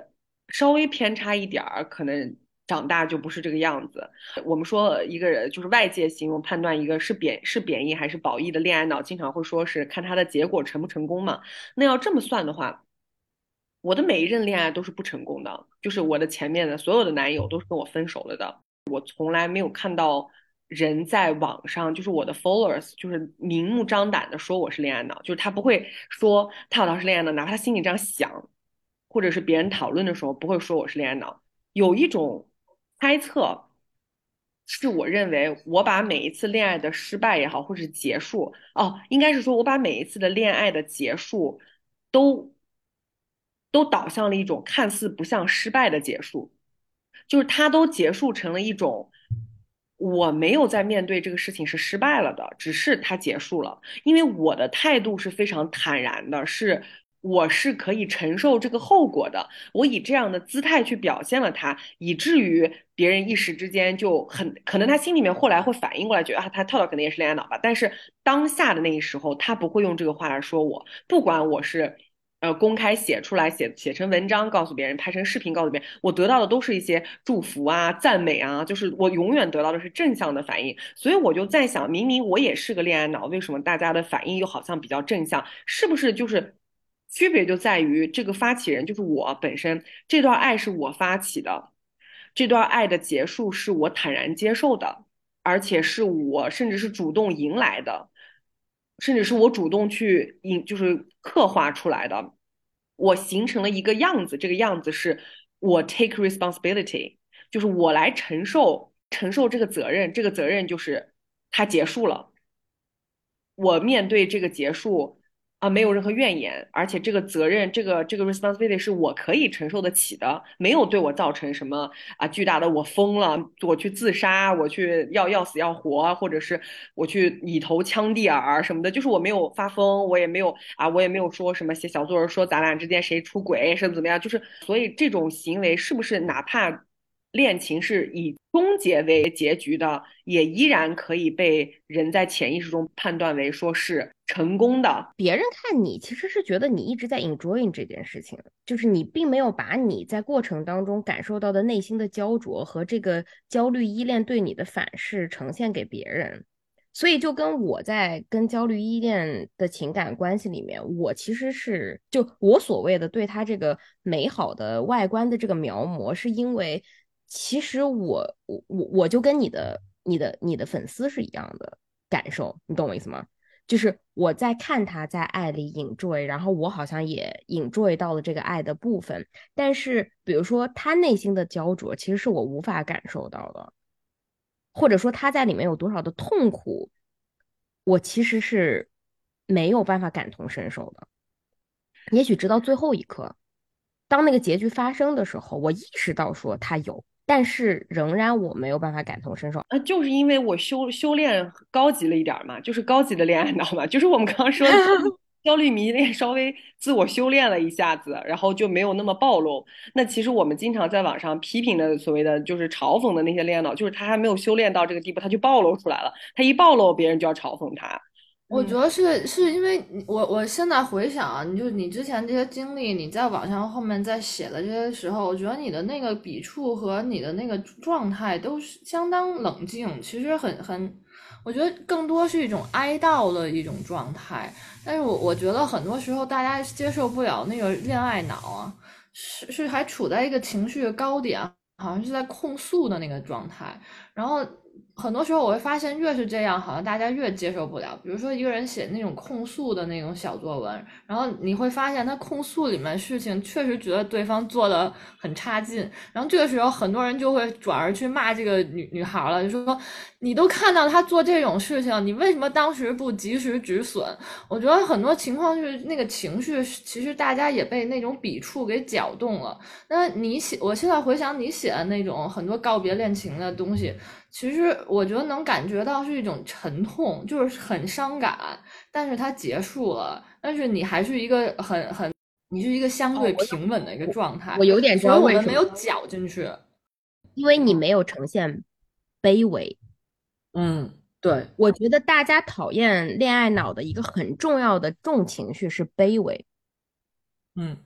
稍微偏差一点儿，可能长大就不是这个样子。我们说一个人就是外界形容判断一个是贬是贬义还是褒义的恋爱脑，经常会说是看他的结果成不成功嘛。那要这么算的话，我的每一任恋爱都是不成功的，就是我的前面的所有的男友都是跟我分手了的。我从来没有看到人在网上，就是我的 followers，就是明目张胆的说我是恋爱脑，就是他不会说他好像是恋爱脑，哪怕他心里这样想，或者是别人讨论的时候不会说我是恋爱脑。有一种猜测，是我认为我把每一次恋爱的失败也好，或者是结束，哦，应该是说我把每一次的恋爱的结束都都导向了一种看似不像失败的结束。就是它都结束成了一种，我没有在面对这个事情是失败了的，只是它结束了。因为我的态度是非常坦然的，是我是可以承受这个后果的。我以这样的姿态去表现了它，以至于别人一时之间就很可能他心里面后来会反应过来，觉得啊，他跳跳可能也是恋爱脑吧。但是当下的那一时候，他不会用这个话来说我，不管我是。呃，公开写出来，写写成文章，告诉别人，拍成视频，告诉别人，我得到的都是一些祝福啊、赞美啊，就是我永远得到的是正向的反应。所以我就在想，明明我也是个恋爱脑，为什么大家的反应又好像比较正向？是不是就是区别就在于这个发起人就是我本身，这段爱是我发起的，这段爱的结束是我坦然接受的，而且是我甚至是主动迎来的。甚至是我主动去引，就是刻画出来的。我形成了一个样子，这个样子是我 take responsibility，就是我来承受承受这个责任，这个责任就是它结束了。我面对这个结束啊，没有任何怨言，而且这个责任，这个这个 responsibility 是我可以承受得起的，没有对我造成什么啊巨大的我疯了，我去自杀，我去要要死要活，或者是我去以头枪地耳什么的，就是我没有发疯，我也没有啊，我也没有说什么写小作文说咱俩之间谁出轨，什么怎么样，就是所以这种行为是不是哪怕恋情是以终结为结局的，也依然可以被人在潜意识中判断为说是成功的。 别人看你其实是觉得你一直在 enjoying 这件事情，就是你并没有把你在过程当中感受到的内心的焦灼和这个焦虑依恋对你的反噬呈现给别人。所以就跟我在跟焦虑依恋的情感关系里面，我其实是就我所谓的对他这个美好的外观的这个描摹，是因为其实我我我我就跟你的你的你的粉丝是一样的感受，你懂我意思吗？就是我在看他在爱里 enjoy，然后我好像也 enjoy 到了这个爱的部分，但是比如说他内心的焦灼，其实是我无法感受到的。或者说他在里面有多少的痛苦，我其实是没有办法感同身受的。也许直到最后一刻，当那个结局发生的时候，我意识到说他有，但是仍然我没有办法感同身受。 啊，就是因为我修修炼高级了一点嘛，就是高级的恋爱脑嘛，就是我们刚刚说的焦虑迷恋稍微自我修炼了一下子，然后就没有那么暴露。那其实我们经常在网上批评的所谓的就是嘲讽的那些恋爱脑，就是他还没有修炼到这个地步，他就暴露出来了，他一暴露，别人就要嘲讽他。 我觉得是是因为你我我现在回想啊，你就你之前这些经历，你在网上后面在写的这些时候，我觉得你的那个笔触和你的那个状态都是相当冷静，其实很很，我觉得更多是一种哀悼的一种状态。但是我我觉得很多时候大家接受不了那个恋爱脑啊，是是还处在一个情绪的高点，好像是在控诉的那个状态，然后。很多时候我会发现，越是这样，好像大家越接受不了。比如说，一个人写那种控诉的那种小作文，然后你会发现他控诉里面事情确实觉得对方做的很差劲，然后这个时候很多人就会转而去骂这个女女孩了，就说你都看到他做这种事情，你为什么当时不及时止损？我觉得很多情况就是那个情绪，其实大家也被那种笔触给搅动了。那你写，我现在回想你写的那种很多告别恋情的东西。其实我觉得能感觉到是一种沉痛，就是很伤感，但是它结束了，但是你还是一个很很，你是一个相对平稳的一个状态。 哦、我, 我有点知道为什么， 所以我们没有搅进去， 因为你没有呈现卑微。 嗯，对， 我觉得大家讨厌恋爱脑的一个很重要的重情绪是卑微。 嗯，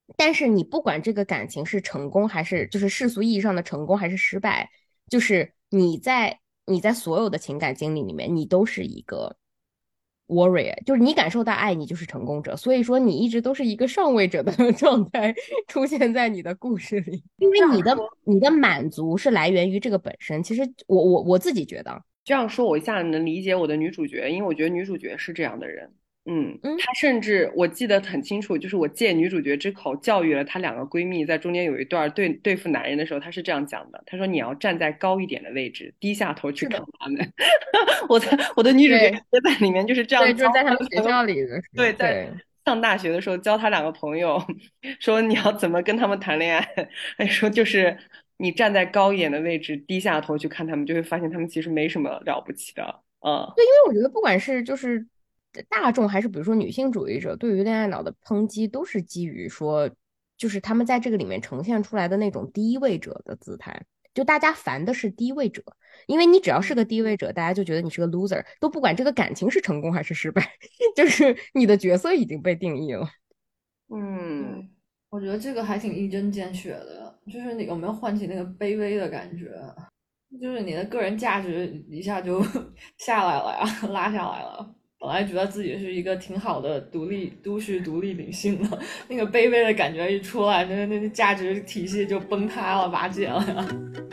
但是你不管这个感情是成功还是就是世俗意义上的成功还是失败，就是你在你在所有的情感经历里面，你都是一个 warrior，就是你感受到爱，你就是成功者。所以说你一直都是一个上位者的状态出现在你的故事里，因为你的你的满足是来源于这个本身。其实我我我自己觉得， 这样说，我一下能理解我的女主角，因为我觉得女主角是这样的人。嗯， 嗯， 她甚至我记得很清楚，就是我借女主角之口教育了她两个闺蜜，在中间有一段对对付男人的时候，她是这样讲的：她说你要站在高一点的位置，低下头去看是的， 他们。我的我的女主角对也在里面就是这样对，就是教在他们学她的朋友， 校里的时候， 对，在对。 上大学的时候教她两个朋友，说你要怎么跟他们谈恋爱，还说就是你站在高一点的位置，低下头去看他们，就会发现他们其实没什么了不起的。嗯。 对，因为我觉得不管是就是大众还是比如说女性主义者，对于恋爱脑的抨击，都是基于说，就是他们在这个里面呈现出来的那种低位者的姿态。就大家烦的是低位者，因为你只要是个低位者，大家就觉得你是个 loser，都不管这个感情是成功还是失败，就是你的角色已经被定义了。 嗯， 对，我觉得这个还挺一针见血的，就是你有没有唤起那个卑微的感觉？就是你的个人价值一下就下来了呀，拉下来了。本来觉得自己是一个挺好的独立都市独立女性的，那个卑微的感觉一出来，那那价值体系就崩塌了，瓦解了呀。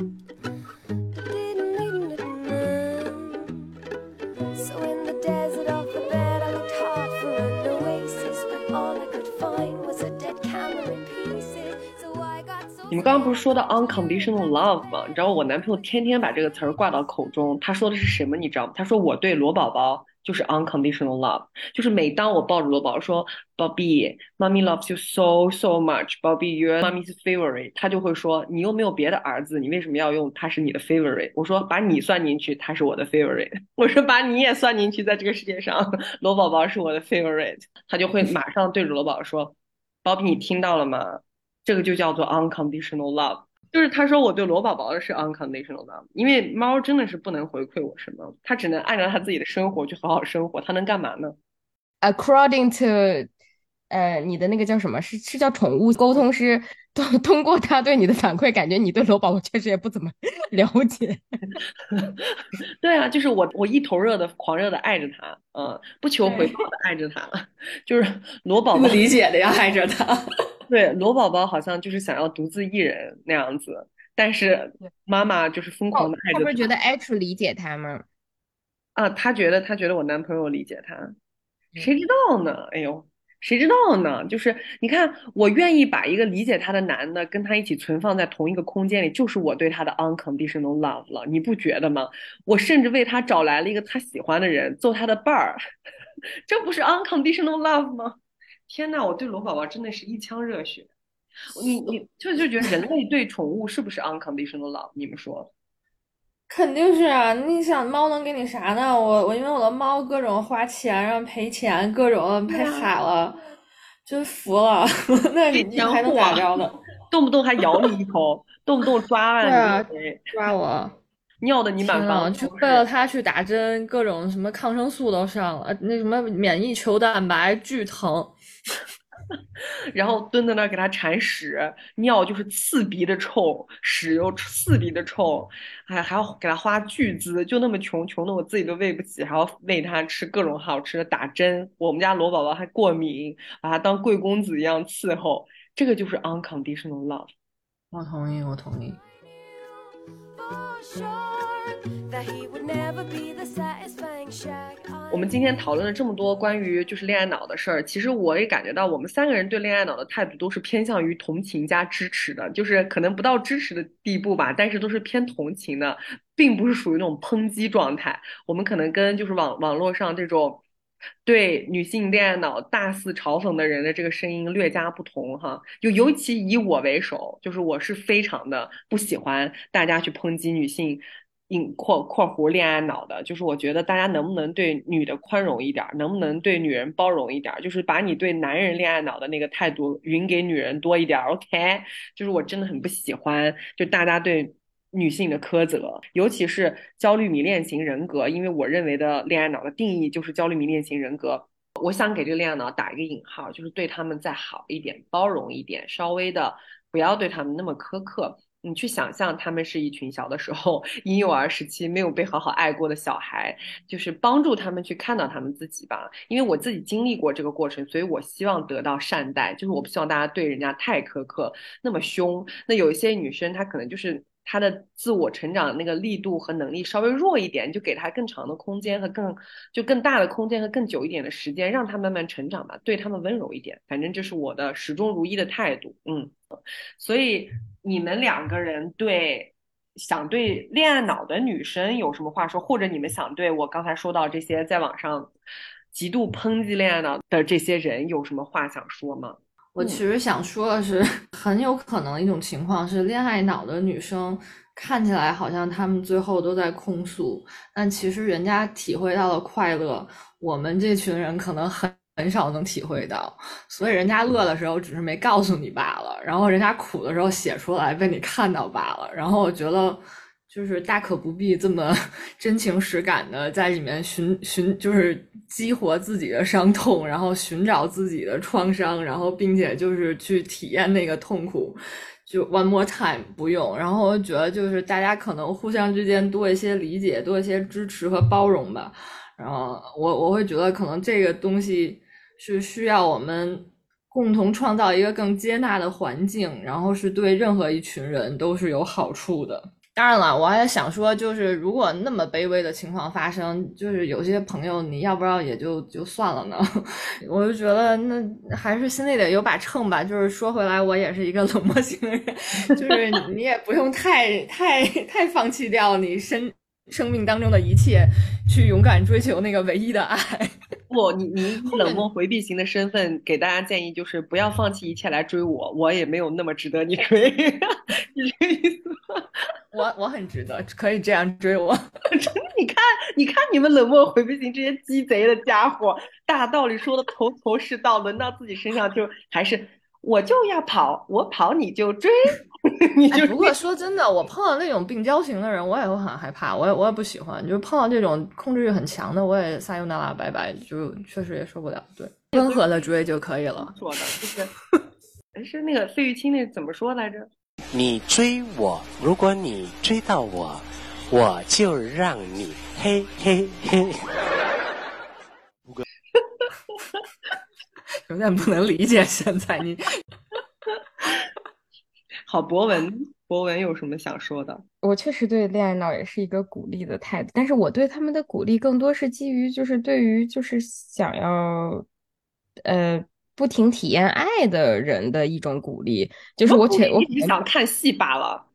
So in the desert of the bed, I looked hard for an oasis, but all I could find was a dead camel in pieces. So I got so 你们刚刚不是说到 unconditional love 吗？你知道我男朋友天天把这个词儿挂到口中，他说的是什么？你知道吗？他说我对罗宝宝就是 unconditional love，就是每当我抱着罗宝宝说 Bobby, mommy loves you so so much, Bobby, you're mommy's favorite，他就会说你又没有别的儿子，你为什么要用他是你的 favorite？我说把你算进去，他是我的 favorite。我说把你也算进去，在这个世界上，罗宝宝是我的 favorite，他就会马上对着罗宝宝说，Bobby，你听到了吗？这个就叫做 unconditional love。就是他说我对罗宝宝的是 unconditional love，因为猫真的是不能回馈我什么，它只能按照它自己的生活去好好生活，它能干嘛呢？ According to 呃，你的那个叫什么？是是叫宠物沟通师，通通过他对你的反馈，感觉你对罗宝宝确实也不怎么了解。 对啊，就是我我一头热的狂热的爱着它，嗯，不求回报的爱着它，就是罗宝不宝， 理解的要爱着他。 对，罗宝宝好像就是想要独自一人那样子，但是妈妈就是疯狂哦， 的爱着他他不是觉得 H 理解他吗？ 啊，他觉得他觉得我男朋友理解他，谁知道呢？哎呦，谁知道呢？就是你看，我愿意把一个理解他的男的跟他一起存放在同一个空间里，就是我对他的 unconditional love 了，你不觉得吗？我甚至为他找来了一个他喜欢的人做他的伴儿，这不是 unconditional love 吗？天呐，我对龙宝宝真的是一腔热血。你你就就觉得人类对宠物是不是 unconditional love？你们说？ 肯定是啊！你想猫能给你啥呢？我我因为我的猫各种花钱，然后赔钱，各种赔海了，真服了。那你你还能咋着呢？ 动不动还咬你一口，动不动抓对啊， 了你， 抓我！ 尿的你满天啊， 房都就为了是。 它去打针，各种什么抗生素都上了，那什么免疫球蛋白巨疼。 然后蹲在那儿给它铲屎，尿就是刺鼻的臭，屎又刺鼻的臭，还还要给它花巨资，就那么穷，穷的我自己都喂不起，还要喂它吃各种好吃的，打针。我们家罗宝宝还过敏，把它当贵公子一样伺候，这个就是 unconditional love。 我同意，我同意。 for sure that he would never be the satisfying shag 我们今天讨论了这么多关于就是恋爱脑的事儿，其实我也感觉到我们三个人对恋爱脑的态度都是偏向于同情加支持的，就是可能不到支持的地步吧，但是都是偏同情的，并不是属于那种抨击状态。我们可能跟就是网网络上这种对女性恋爱脑大肆嘲讽的人的这个声音略加不同哈，就尤其以我为首，就是我是非常的不喜欢大家去抨击女性引括括弧恋爱脑的，就是我觉得大家能不能对女的宽容一点，能不能对女人包容一点，就是把你对男人恋爱脑的那个态度匀给女人多一点，OK？就是我真的很不喜欢，就大家对女性的苛责，尤其是焦虑迷恋型人格，因为我认为的恋爱脑的定义就是焦虑迷恋型人格。 我想给这个恋爱脑打一个引号，就是对他们再好一点，包容一点，稍微的不要对他们那么苛刻。你去想象他们是一群小的时候婴幼儿时期没有被好好爱过的小孩，就是帮助他们去看到他们自己吧。因为我自己经历过这个过程，所以我希望得到善待，就是我不希望大家对人家太苛刻，那么凶。那有一些女生她可能就是她的自我成长的那个力度和能力稍微弱一点，就给她更长的空间和更就更大的空间和更久一点的时间，让她慢慢成长吧，对她们温柔一点。反正这是我的始终如一的态度。嗯。所以你们两个人对想对恋爱脑的女生有什么话说，或者你们想对我刚才说到这些在网上极度抨击恋爱脑的这些人有什么话想说吗？ 我其实想说的是，很有可能一种情况是，恋爱脑的女生看起来好像她们最后都在控诉，但其实人家体会到了快乐，我们这群人可能很很少能体会到，所以人家乐的时候只是没告诉你罢了，然后人家苦的时候写出来被你看到罢了。然后我觉得就是大可不必这么真情实感的在里面寻寻，就是激活自己的伤痛，然后寻找自己的创伤，然后并且就是去体验那个痛苦。就 one more time 不用。然后我觉得就是大家可能互相之间多一些理解，多一些支持和包容吧。然后我我会觉得可能这个东西是需要我们共同创造一个更接纳的环境，然后是对任何一群人都是有好处的。当然了，我还想说，就是如果那么卑微的情况发生，就是有些朋友你要不要也就就算了呢？我就觉得那还是心里得有把秤吧。就是说回来，我也是一个冷漠型的人，就是你也不用太太太放弃掉你生生命当中的一切，去勇敢追求那个唯一的爱。 不，你你以冷漠回避型的身份给大家建议就是不要放弃一切来追我，我也没有那么值得你追，你这个意思吗？ 我我很值得，可以这样追我。 真的，你看，你看你们冷漠回避型这些鸡贼的家伙，大道理说的头头是道，轮到自己身上就还是我就要跑，我跑你就追，你就、 哎。不过说真的，我碰到那种病娇型的人，我也会很害怕，我也我也不喜欢。就是碰到这种控制欲很强的，我也撒由那拉拜拜，就确实也受不了。对，温和的追就可以了。 说的就是是那个费玉清那怎么说来着？ 你追我，如果你追到我，我就让你嘿嘿嘿。 有点不能理解现在你。 好，博文，博文有什么想说的？ 我确实对恋爱脑也是一个鼓励的态度，但是我对他们的鼓励更多是基于就是对于就是想要呃不停体验爱的人的一种鼓励，就是我且我一直想看戏罢了。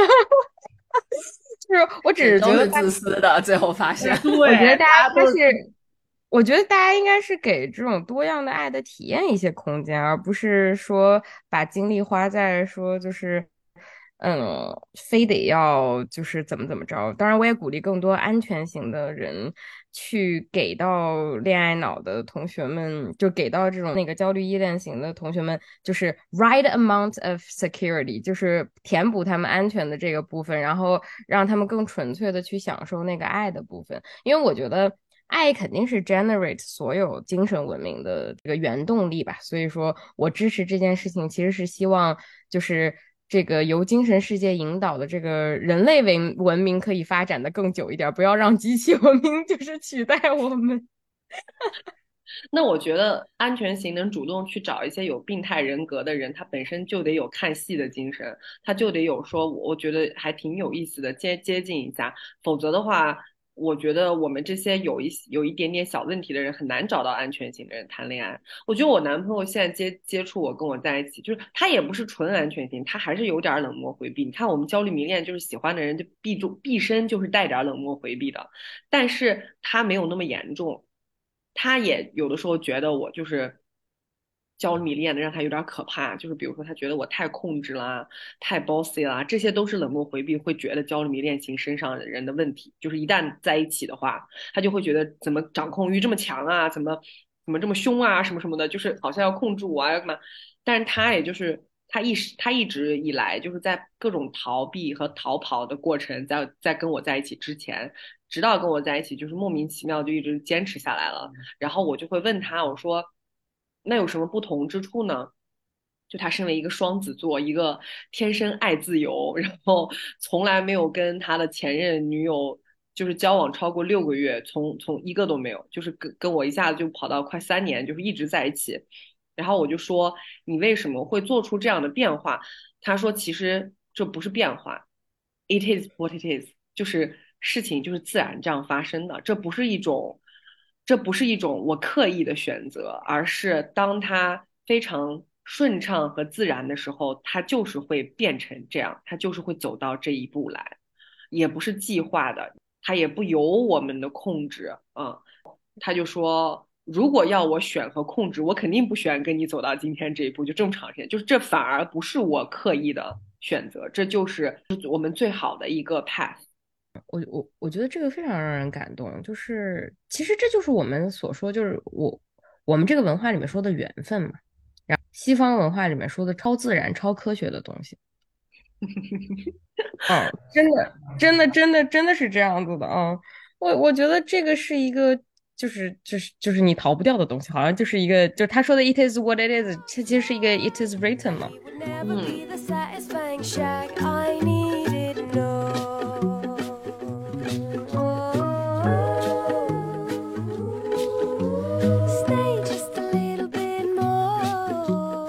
就是我只是觉得自私的，最后发现， 我觉得大家都是，我觉得大家应该是给这种多样的爱的体验一些空间，而不是说把精力花在说就是，嗯，非得要就是怎么怎么着。当然，我也鼓励更多安全型的人去给到恋爱脑的同学们，就给到这种那个焦虑依恋型的同学们，就是 right amount of security，就是填补他们安全的这个部分，然后让他们更纯粹的去享受那个爱的部分。因为我觉得爱肯定是 generate 所有精神文明的这个原动力吧，所以说我支持这件事情，其实是希望就是这个由精神世界引导的这个人类文文明可以发展的更久一点，不要让机器文明就是取代我们。 那我觉得安全型能主动去找一些有病态人格的人，他本身就得有看戏的精神，他就得有说我觉得还挺有意思的接接近一下，否则的话我觉得我们这些有一有一点点小问题的人很难找到安全型的人谈恋爱。我觉得我男朋友现在接接触我跟我在一起，就是他也不是纯安全型，他还是有点冷漠回避。你看我们焦虑迷恋，就是喜欢的人就必中毕生就是带点冷漠回避的，但是他没有那么严重。他也有的时候觉得我就是焦虑迷恋的，让他有点可怕。就是比如说，他觉得我太控制啦，太 bossy 啦，这些都是冷漠回避会觉得焦虑迷恋型身上的人的问题。就是一旦在一起的话，他就会觉得怎么掌控欲这么强啊，怎么怎么这么凶啊，什么什么的，就是好像要控制我啊，干嘛？但是他也就是他一直他一直以来就是在各种逃避和逃跑的过程，在在跟我在一起之前， 直到跟我在一起，就是莫名其妙就一直坚持下来了。然后我就会问他，我说那有什么不同之处呢？就他身为一个双子座，一个天生爱自由，然后从来没有跟他的前任女友就是交往超过六个月，从从一个都没有，就是跟跟我一下子就跑到快三年，就是一直在一起。然后我就说你为什么会做出这样的变化？他说其实这不是变化，it is what it is，就是事情就是自然这样发生的，这不是一种，这不是一种我刻意的选择，而是当它非常顺畅和自然的时候，它就是会变成这样，它就是会走到这一步来，也不是计划的，它也不由我们的控制，嗯。他就说，如果要我选和控制，我肯定不选跟你走到今天这一步，就这么长时间，就是这反而不是我刻意的选择，这就是我们最好的一个 path。 我我我觉得这个非常让人感动，就是其实这就是我们所说，就是我我们这个文化里面说的缘分嘛，然后西方文化里面说的超自然、超科学的东西。嗯，真的，真的，真的，真的是这样子的啊！我我觉得这个是一个，就是就是就是你逃不掉的东西，好像就是一个，就是他说的 "it is what it is"，它其实是一个 "it is written" 嘛。 嗯。I needed no. Stay just a little bit more.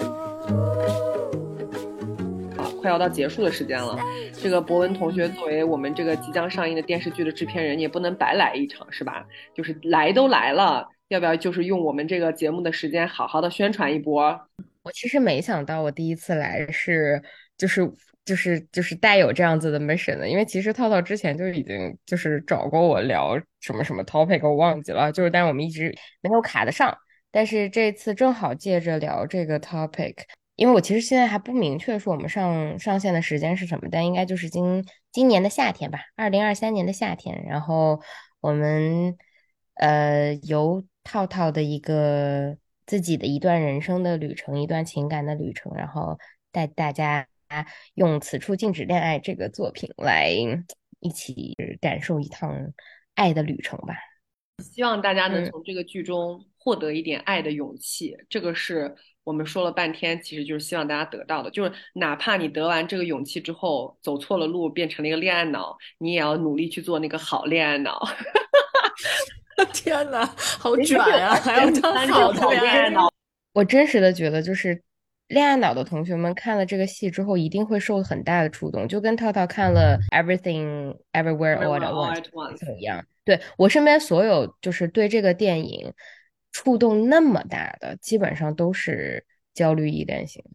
快要到结束的时间了，这个博文同学作为我们这个即将上映的电视剧的制片人，也不能白来一场，是吧？就是来都来了，要不要就是用我们这个节目的时间好好的宣传一波？ 我其实没想到我第一次来是就是就是就是带有这样子的 mission 的，因为其实套套之前就已经就是找过我聊什么什么 topic，我忘记了，就是但是我们一直没有卡得上，但是这次正好借着聊这个 topic。因为我其实现在还不明确说我们上上线的时间是什么，但应该就是今今年的夏天吧，二零二三年的夏天。然后我们呃由套套的一个自己的一段人生的旅程，一段情感的旅程，然后带大家用《此处禁止恋爱》这个作品来一起感受一趟爱的旅程吧。 希望大家能从这个剧中获得一点爱的勇气，嗯、这个是我们说了半天，其实就是希望大家得到的。就是哪怕你得完这个勇气之后，走错了路，变成了一个恋爱脑，你也要努力去做那个好恋爱脑。 天哪，好卷啊！还要当好的恋爱脑。 我真实的觉得，就是恋爱脑的同学们看了这个戏之后，一定会受很大的触动，就跟套套看了 Everything Everywhere All at Once 一样。对，我身边所有就是对这个电影触动那么大的，基本上都是焦虑依恋型。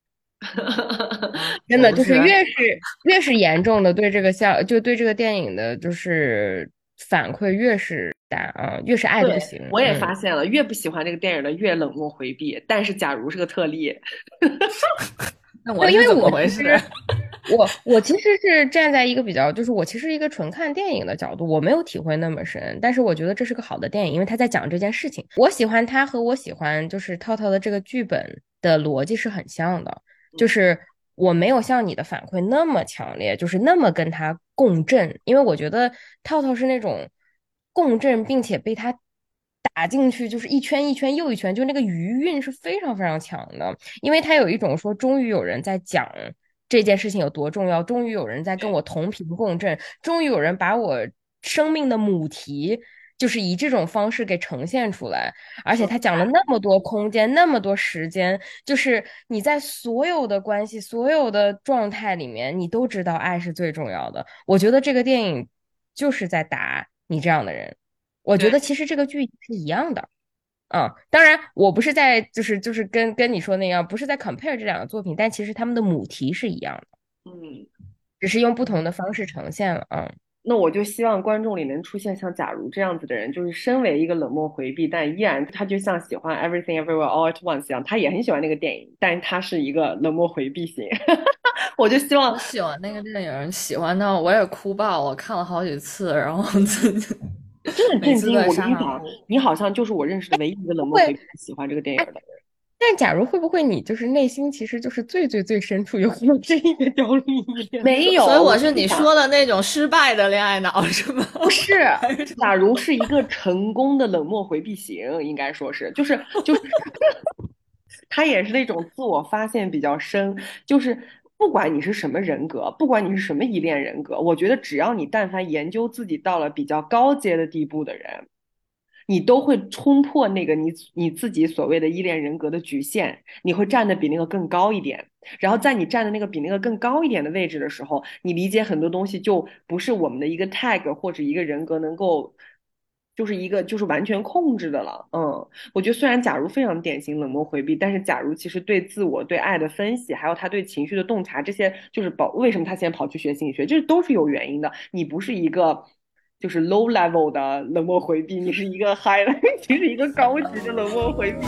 真的就是越是越是严重的对这个笑，就对这个电影的就是反馈越是大啊，越是爱的不行。 我也发现了，嗯、越不喜欢这个电影的越冷漠回避。但是假如是个特例， 那我是怎么回事？ 我我其实是站在一个比较，就是我其实一个纯看电影的角度，我没有体会那么深，但是我觉得这是个好的电影，因为他在讲这件事情。我喜欢他和我喜欢就是套套的这个剧本的逻辑是很像的，就是我没有像你的反馈那么强烈，就是那么跟他共振，因为我觉得套套是那种共振，并且被他打进去，就是一圈一圈又一圈，就那个余韵是非常非常强的，因为他有一种说，终于有人在讲这件事情有多重要，终于有人在跟我同频共振，终于有人把我生命的母题就是以这种方式给呈现出来，而且他讲了那么多空间，那么多时间，就是你在所有的关系、所有的状态里面，你都知道爱是最重要的。我觉得这个电影就是在打你这样的人。我觉得其实这个剧是一样的。嗯，当然我不是在就是就是跟跟你说那样，不是在 compare 这两个作品，但其实他们的母题是一样的， 嗯， 只是用不同的方式呈现了。嗯， 那我就希望观众里能出现像假如这样子的人，就是身为一个冷漠回避，但依然他就像喜欢 Everything Everywhere All at Once 一样，他也很喜欢那个电影，但他是一个冷漠回避型。我就希望我喜欢那个电影，喜欢到我也哭爆了，看了好几次，然后自己。 真的震惊！我跟你讲，你好像就是我认识的唯一一个冷漠回避喜欢这个电影的人。 但假如会不会你就是内心其实就是最最最深处有没有这一个焦虑依恋？ 没有， 所以我我是你说的那种失败的恋爱脑是吗？ 不是，假如是一个成功的冷漠回避型，应该说是，就是就是他也是那种自我发现比较深，就是不管你是什么人格，不管你是什么依恋人格，我觉得只要你但凡研究自己到了比较高阶的地步的人，你都会冲破那个你你自己所谓的依恋人格的局限，你会站得比那个更高一点。然后在你站的那个比那个更高一点的位置的时候，你理解很多东西就不是我们的一个 tag 或者一个人格能够，就是一个就是完全控制的了。嗯，我觉得虽然假如非常典型冷漠回避，但是假如其实对自我、对爱的分析，还有他对情绪的洞察，这些就是保为什么他现在跑去学心理学，这都是有原因的。你不是一个就是 low level 的冷漠回避，你是一个 high，你是一个高级的冷漠回避。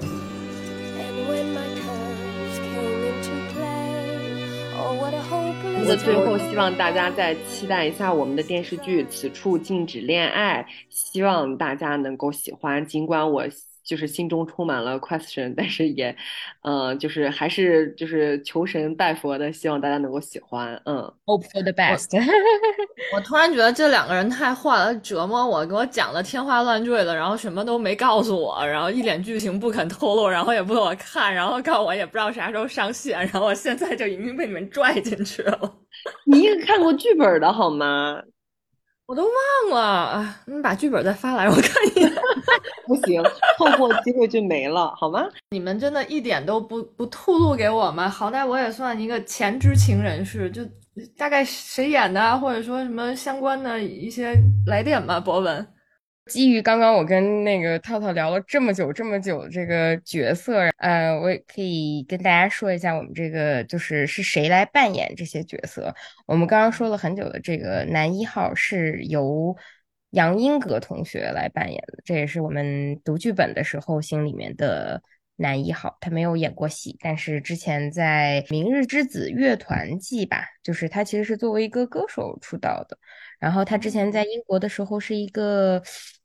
And when my curves came into play, oh, what a hopeless 那最后，希望大家再期待一下我们的电视剧《此处禁止恋爱》，希望大家能够喜欢。尽管我就是心中充满了 question，但是也，呃，就是还是就是求神拜佛的，希望大家能够喜欢。嗯 Hope for the best 我突然觉得这两个人太坏了，折磨我，给我讲的天花乱坠的，然后什么都没告诉我，然后一点剧情不肯透露，然后也不给我看，然后告诉我也不知道啥时候上线，然后我现在就已经被你们拽进去了。 你一个看过剧本的好吗？ 我都忘了啊！你把剧本再发来，我看一眼。 不行，错过机会就没了，好吗？ 你们真的一点都不不透露给我吗？好歹我也算一个前知情人士，就大概谁演的啊，或者说什么相关的一些来点吧，博文。 基于刚刚我跟那个套套聊了这么久这么久这个角色，呃，我也可以跟大家说一下我们这个就是是谁来扮演这些角色。我们刚刚说了很久的这个男一号是由杨英格同学来扮演的，这也是我们读剧本的时候心里面的男一号。他没有演过戏，但是之前在《明日之子》乐团季吧，就是他其实是作为一个歌手出道的。然后他之前在英国的时候是一个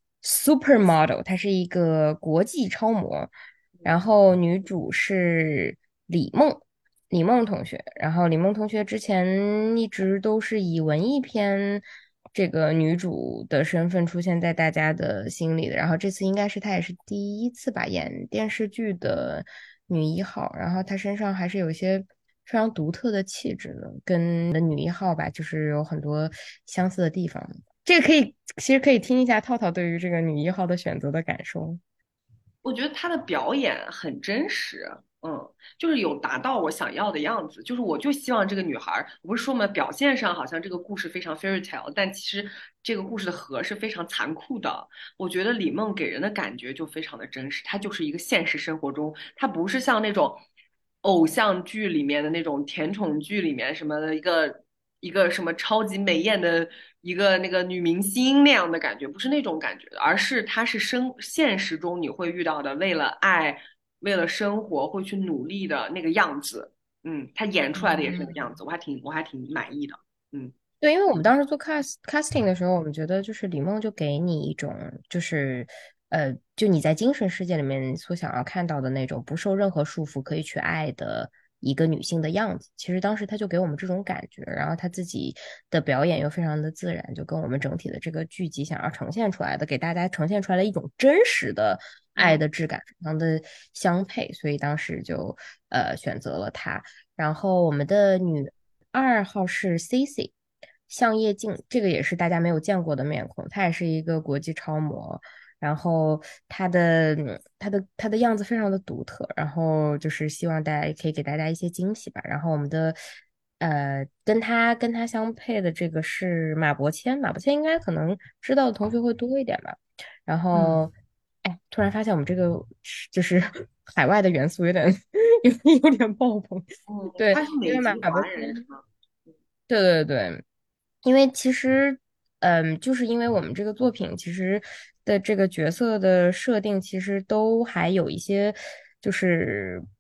supermodel，他是一个国际超模。然后女主是李梦，李梦同学。然后李梦同学之前一直都是以文艺片这个女主的身份出现在大家的心里的。然后这次应该是她也是第一次吧演电视剧的女一号。然后她身上还是有一些非常独特的气质的，跟的女一号吧，就是有很多相似的地方。这个可以，其实可以听一下套套对于这个女一号的选择的感受。 我觉得他的表演很真实，嗯，就是有达到我想要的样子。就是我就希望这个女孩儿，我不是说嘛，表现上好像这个故事非常 fairy tale，但其实这个故事的核是非常残酷的。我觉得李梦给人的感觉就非常的真实，她就是一个现实生活中，她不是像那种偶像剧里面的那种甜宠剧里面什么的一个一个什么超级美艳的一个那个女明星那样的感觉，不是那种感觉的，而是她是生现实中你会遇到的，为了爱，为了生活会去努力的那个样子。嗯，她演出来的也是那个样子，我还挺我还挺满意的。嗯。 对，因为我们当时做 cast casting 的时候，我们觉得就是李梦就给你一种就是呃，就你在精神世界里面所想要看到的那种不受任何束缚可以去爱的一个女性的样子。其实当时他就给我们这种感觉，然后他自己的表演又非常的自然，就跟我们整体的这个剧集想要呈现出来的，给大家呈现出来的一种真实的爱的质感非常的相配，所以当时就呃选择了她。然后我们的女二号是 C C。向叶静，这个也是大家没有见过的面孔，她也是一个国际超模。然后她的她的她的样子非常的独特，然后就是希望大家可以给大家一些惊喜吧。然后我们的呃跟她跟她相配的这个是马伯骞，马伯骞应该可能知道的同学会多一点吧。然后，嗯、哎，突然发现我们这个就是海外的元素有点有有点爆棚。 嗯， 对， 他是美籍因为马伯华人是骞， 吗？ 对对对。因为其实，嗯，就是因为我们这个作品其实的这个角色的设定，其实都还有一些，就是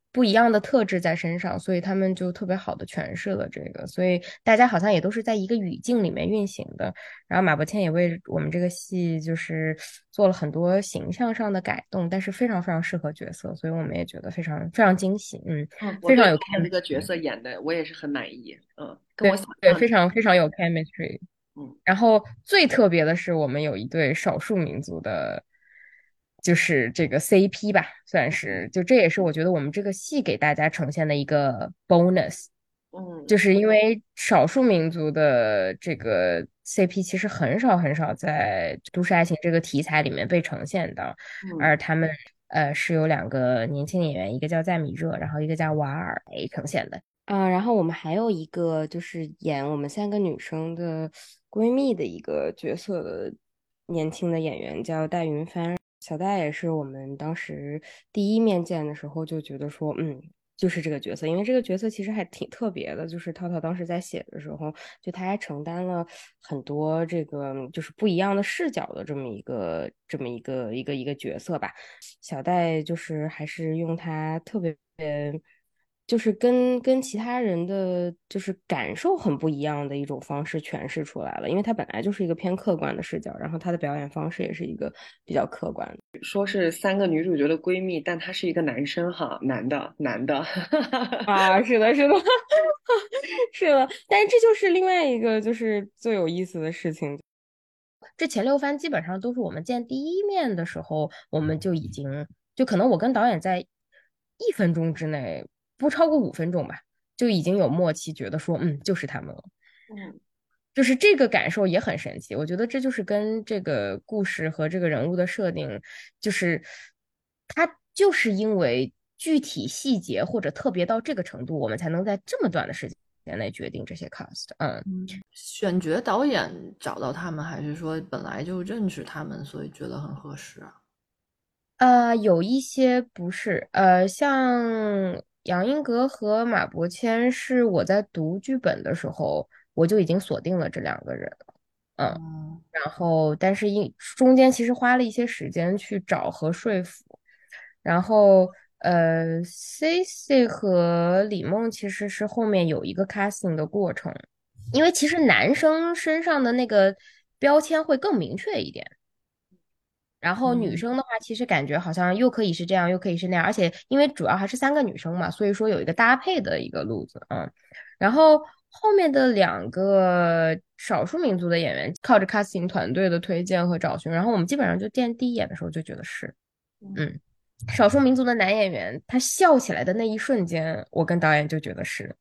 不一样的特质在身上，所以他们就特别好的诠释了这个，所以大家好像也都是在一个语境里面运行的。然后马伯骞也为我们这个戏就是做了很多形象上的改动，但是非常非常适合角色，所以我们也觉得非常非常惊喜，嗯， 嗯，我非常有对他们这个角 chemistry， 色演的我也是很满意，嗯，跟我对想对，非象的， 常非常有 chemistry。 嗯然后最特别的是，我们有一对少数民族的，就是这个 C P 吧，算嗯是，就这也是我觉得我们这个戏给大家呈现的一个 bonus， 嗯就是因为少数民族的这个 C P 其实很少很少在都市爱情这个题材里面被呈现的， 嗯而他们呃是有两个年轻演员，一个叫赞米热，然后一个叫瓦尔来呈现的。啊，然后我们还有一个就是演我们三个女生的闺蜜的一个角色的年轻的演员叫戴云帆，小戴也是我们当时第一面见的时候就觉得说，嗯，就是这个角色，因为这个角色其实还挺特别的，就是涛涛当时在写的时候，就他还承担了很多这个就是不一样的视角的这么一个这么一个一个一个角色吧。小戴就是还是用他特别。就是跟跟其他人的就是感受很不一样的一种方式诠释出来了，因为他本来就是一个偏客观的视角，然后他的表演方式也是一个比较客观的。 说是三个女主角的闺蜜，但他是一个男生哈，男的男的， 啊，是的，是的，是的，但是这就是另外一个就是最有意思的事情。这前六番基本上都是我们见第一面的时候，我们就已经就可能我跟导演在一分钟之内，不超过五分钟吧，就已经有默契，觉得说嗯就是他们了。 嗯就是这个感受也很神奇，我觉得这就是跟这个故事和这个人物的设定，就是它就是因为具体细节或者特别到这个程度，我们才能在这么短的时间内决定这些 cast。嗯， 选角导演找到他们，还是说本来就认识他们，所以觉得很合适啊？ 呃，有一些不是，呃，像杨英格和马伯骞是我在读剧本的时候，我就已经锁定了这两个人了。嗯。 嗯， 然后但是因中间其实花了一些时间去找和说服，然后呃，C C 和李梦其实是后面有一个 casting 的过程，因为其实男生身上的那个标签会更明确一点。然后女嗯生的话，其实感觉好像又可以是这样，又可以是那样，而且因为主要还是三个女生嘛，所以说有一个搭配的一个路子，嗯。然后后面的两个少数民族的演员，靠着 casting 团队的推荐和找寻，然后我们基本上就见第一眼的时候就觉得是，嗯，少数民族的男演员，他笑起来的那一瞬间，我跟导演就觉得是，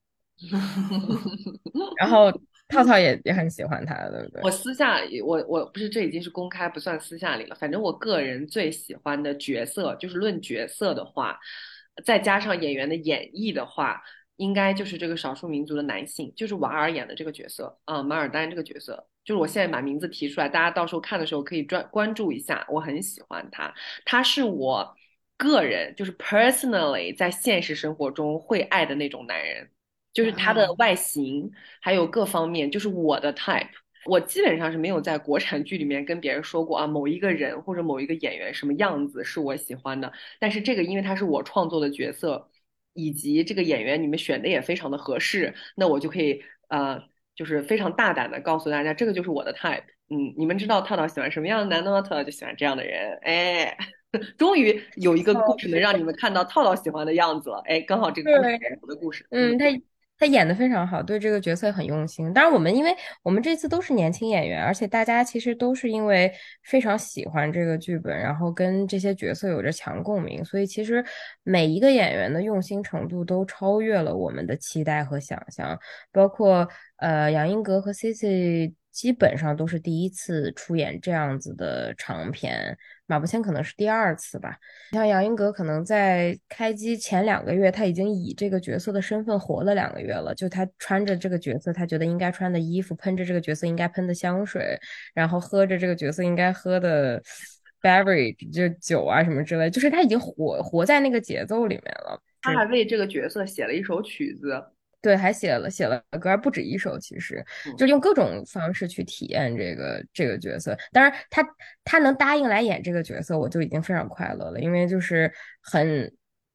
然后套套也也很喜欢他，对不对？ 我私下里，我我不是这已经是公开，不算私下里了。反正我个人最喜欢的角色，就是论角色的话，再加上演员的演绎的话，应该就是这个少数民族的男性，就是瓦尔演的这个角色啊，马尔丹这个角色。就是我现在把名字提出来，大家到时候看的时候可以专关注一下，我很喜欢他，他是我个人就是 personally 在现实生活中会爱的那种男人。就是他的哇， 外形，还有各方面，就是我的 type。我基本上是没有在国产剧里面跟别人说过啊，某一个人或者某一个演员什么样子是我喜欢的。但是这个因为他是我创作的角色，以及这个演员你们选的也非常的合适，那我就可以呃，就是非常大胆的告诉大家，这个就是我的 type。嗯，你们知道套套喜欢什么样的男的吗？套套就喜欢这样的人。哎，终于有一个故事能让你们看到套套喜欢的样子了。哎，刚好这个故事是对， 我的故事。嗯。 嗯，他他演的非常好，对这个角色很用心。当然，我们因为我们这次都是年轻演员，而且大家其实都是因为非常喜欢这个剧本，然后跟这些角色有着强共鸣，所以其实每一个演员的用心程度都超越了我们的期待和想象。包括呃杨英格和 C C 基本上都是第一次出演这样子的长片，马伯骞可能是第二次吧。像杨英格可能在开机前两个月，他已经以这个角色的身份活了两个月了。就他穿着这个角色他觉得应该穿的衣服，喷着这个角色应该喷的香水，然后喝着这个角色应该喝的 beverage 就酒啊什么之类，就是他已经活活在那个节奏里面了。 他还为这个角色写了一首曲子。 对，还写了写了歌，不止一首，其实嗯， 就用各种方式去体验这个这个角色。当然他，他能答应来演这个角色，我就已经非常快乐了，因为就是很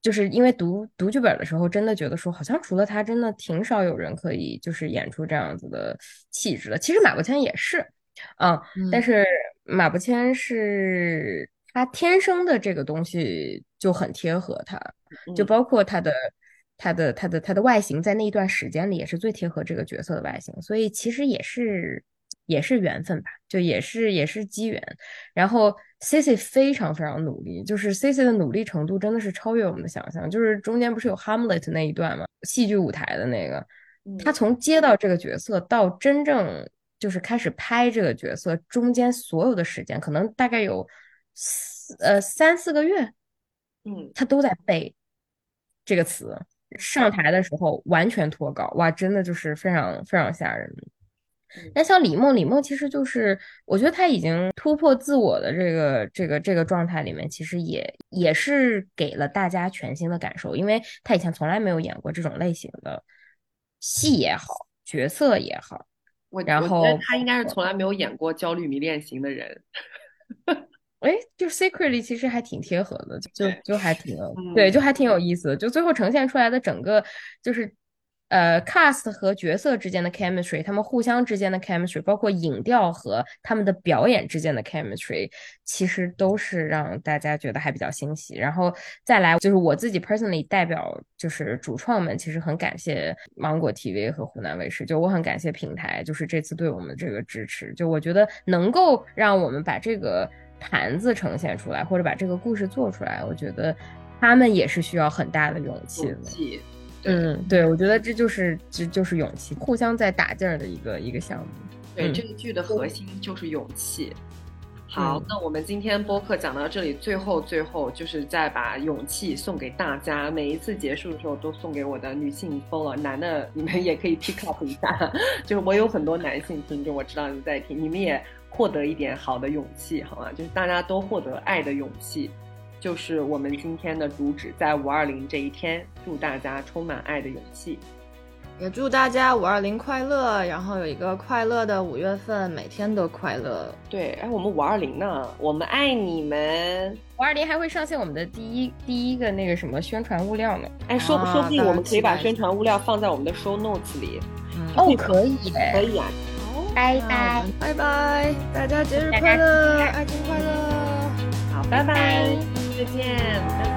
就是因为读读剧本的时候，真的觉得说，好像除了他，真的挺少有人可以就是演出这样子的气质的。其实马伯骞也是，嗯，但嗯是马伯骞是他天生的这个东西就很贴合他，就嗯包括他的他的他的他的外形，在那一段时间里也是最贴合这个角色的外形，所以其实也是也是缘分吧，就也是也是机缘。然后 Cici 非常非常努力，就是 Cici 的努力程度真的是超越我们的想象。就是中间不是有 Hamlet 那一段嘛，戏剧舞台的那个，他嗯从接到这个角色到真正就是开始拍这个角色，中间所有的时间可能大概有四呃三四个月， 嗯他都在背这个词。上台的时候完全脱稿，哇，真的就是非常非常吓人。 嗯但像李梦，李梦其实就是，我觉得他已经突破自我的这个这个这个状态里面，其实也也是给了大家全新的感受，因为他以前从来没有演过这种类型的戏也好，角色也好， 我我觉得然后他应该是从来没有演过焦虑迷恋型的人。 哎，就 secretly 其实还挺贴合的，就对， 就还挺有，对， 嗯就还挺有意思的。就最后呈现出来的整个就是呃 cast 和角色之间的 chemistry，他们互相之间的 chemistry，包括影调和他们的表演之间的 chemistry，其实都是让大家觉得还比较欣喜。然后再来就是我自己 personally 代表就是主创们，其实很感谢芒果 T V 和湖南卫视，就我很感谢平台，就是这次对我们这个支持。就我觉得能够让我们把这个盘子呈现出来，或者把这个故事做出来，我觉得他们也是需要很大的勇气的。 勇气，对嗯，对，我觉得这就是这就是勇气，互相在打劲儿的一个一个项目。 对， 嗯这个剧的核心就是勇气。好， 嗯那我们今天播客讲到这里，最后最后就是再把勇气送给大家。每一次结束的时候都送给我的女性 follower，男的你们也可以 pick up 一下。就是我有很多男性听众，我知道你在听，你们也获得一点好的勇气，好吗？就是大家都获得爱的勇气，就是我们今天的主旨。在五二零这一天，祝大家充满爱的勇气。 也祝大家五二零快乐，然后有一个快乐的五月份，每天都快乐。 对，哎，我们五二零呢，我们爱你们。 五二零还会上线我们的第一第一个那个什么宣传物料呢？ 哎，说啊说不定我们可以把大家期待一下宣传物料放在我们的 show notes 里。 嗯， 哦，可以耶， 可以啊。 拜拜， 拜拜，大家节日大家快乐， 期待爱情快乐。 好，拜拜，再见，拜拜。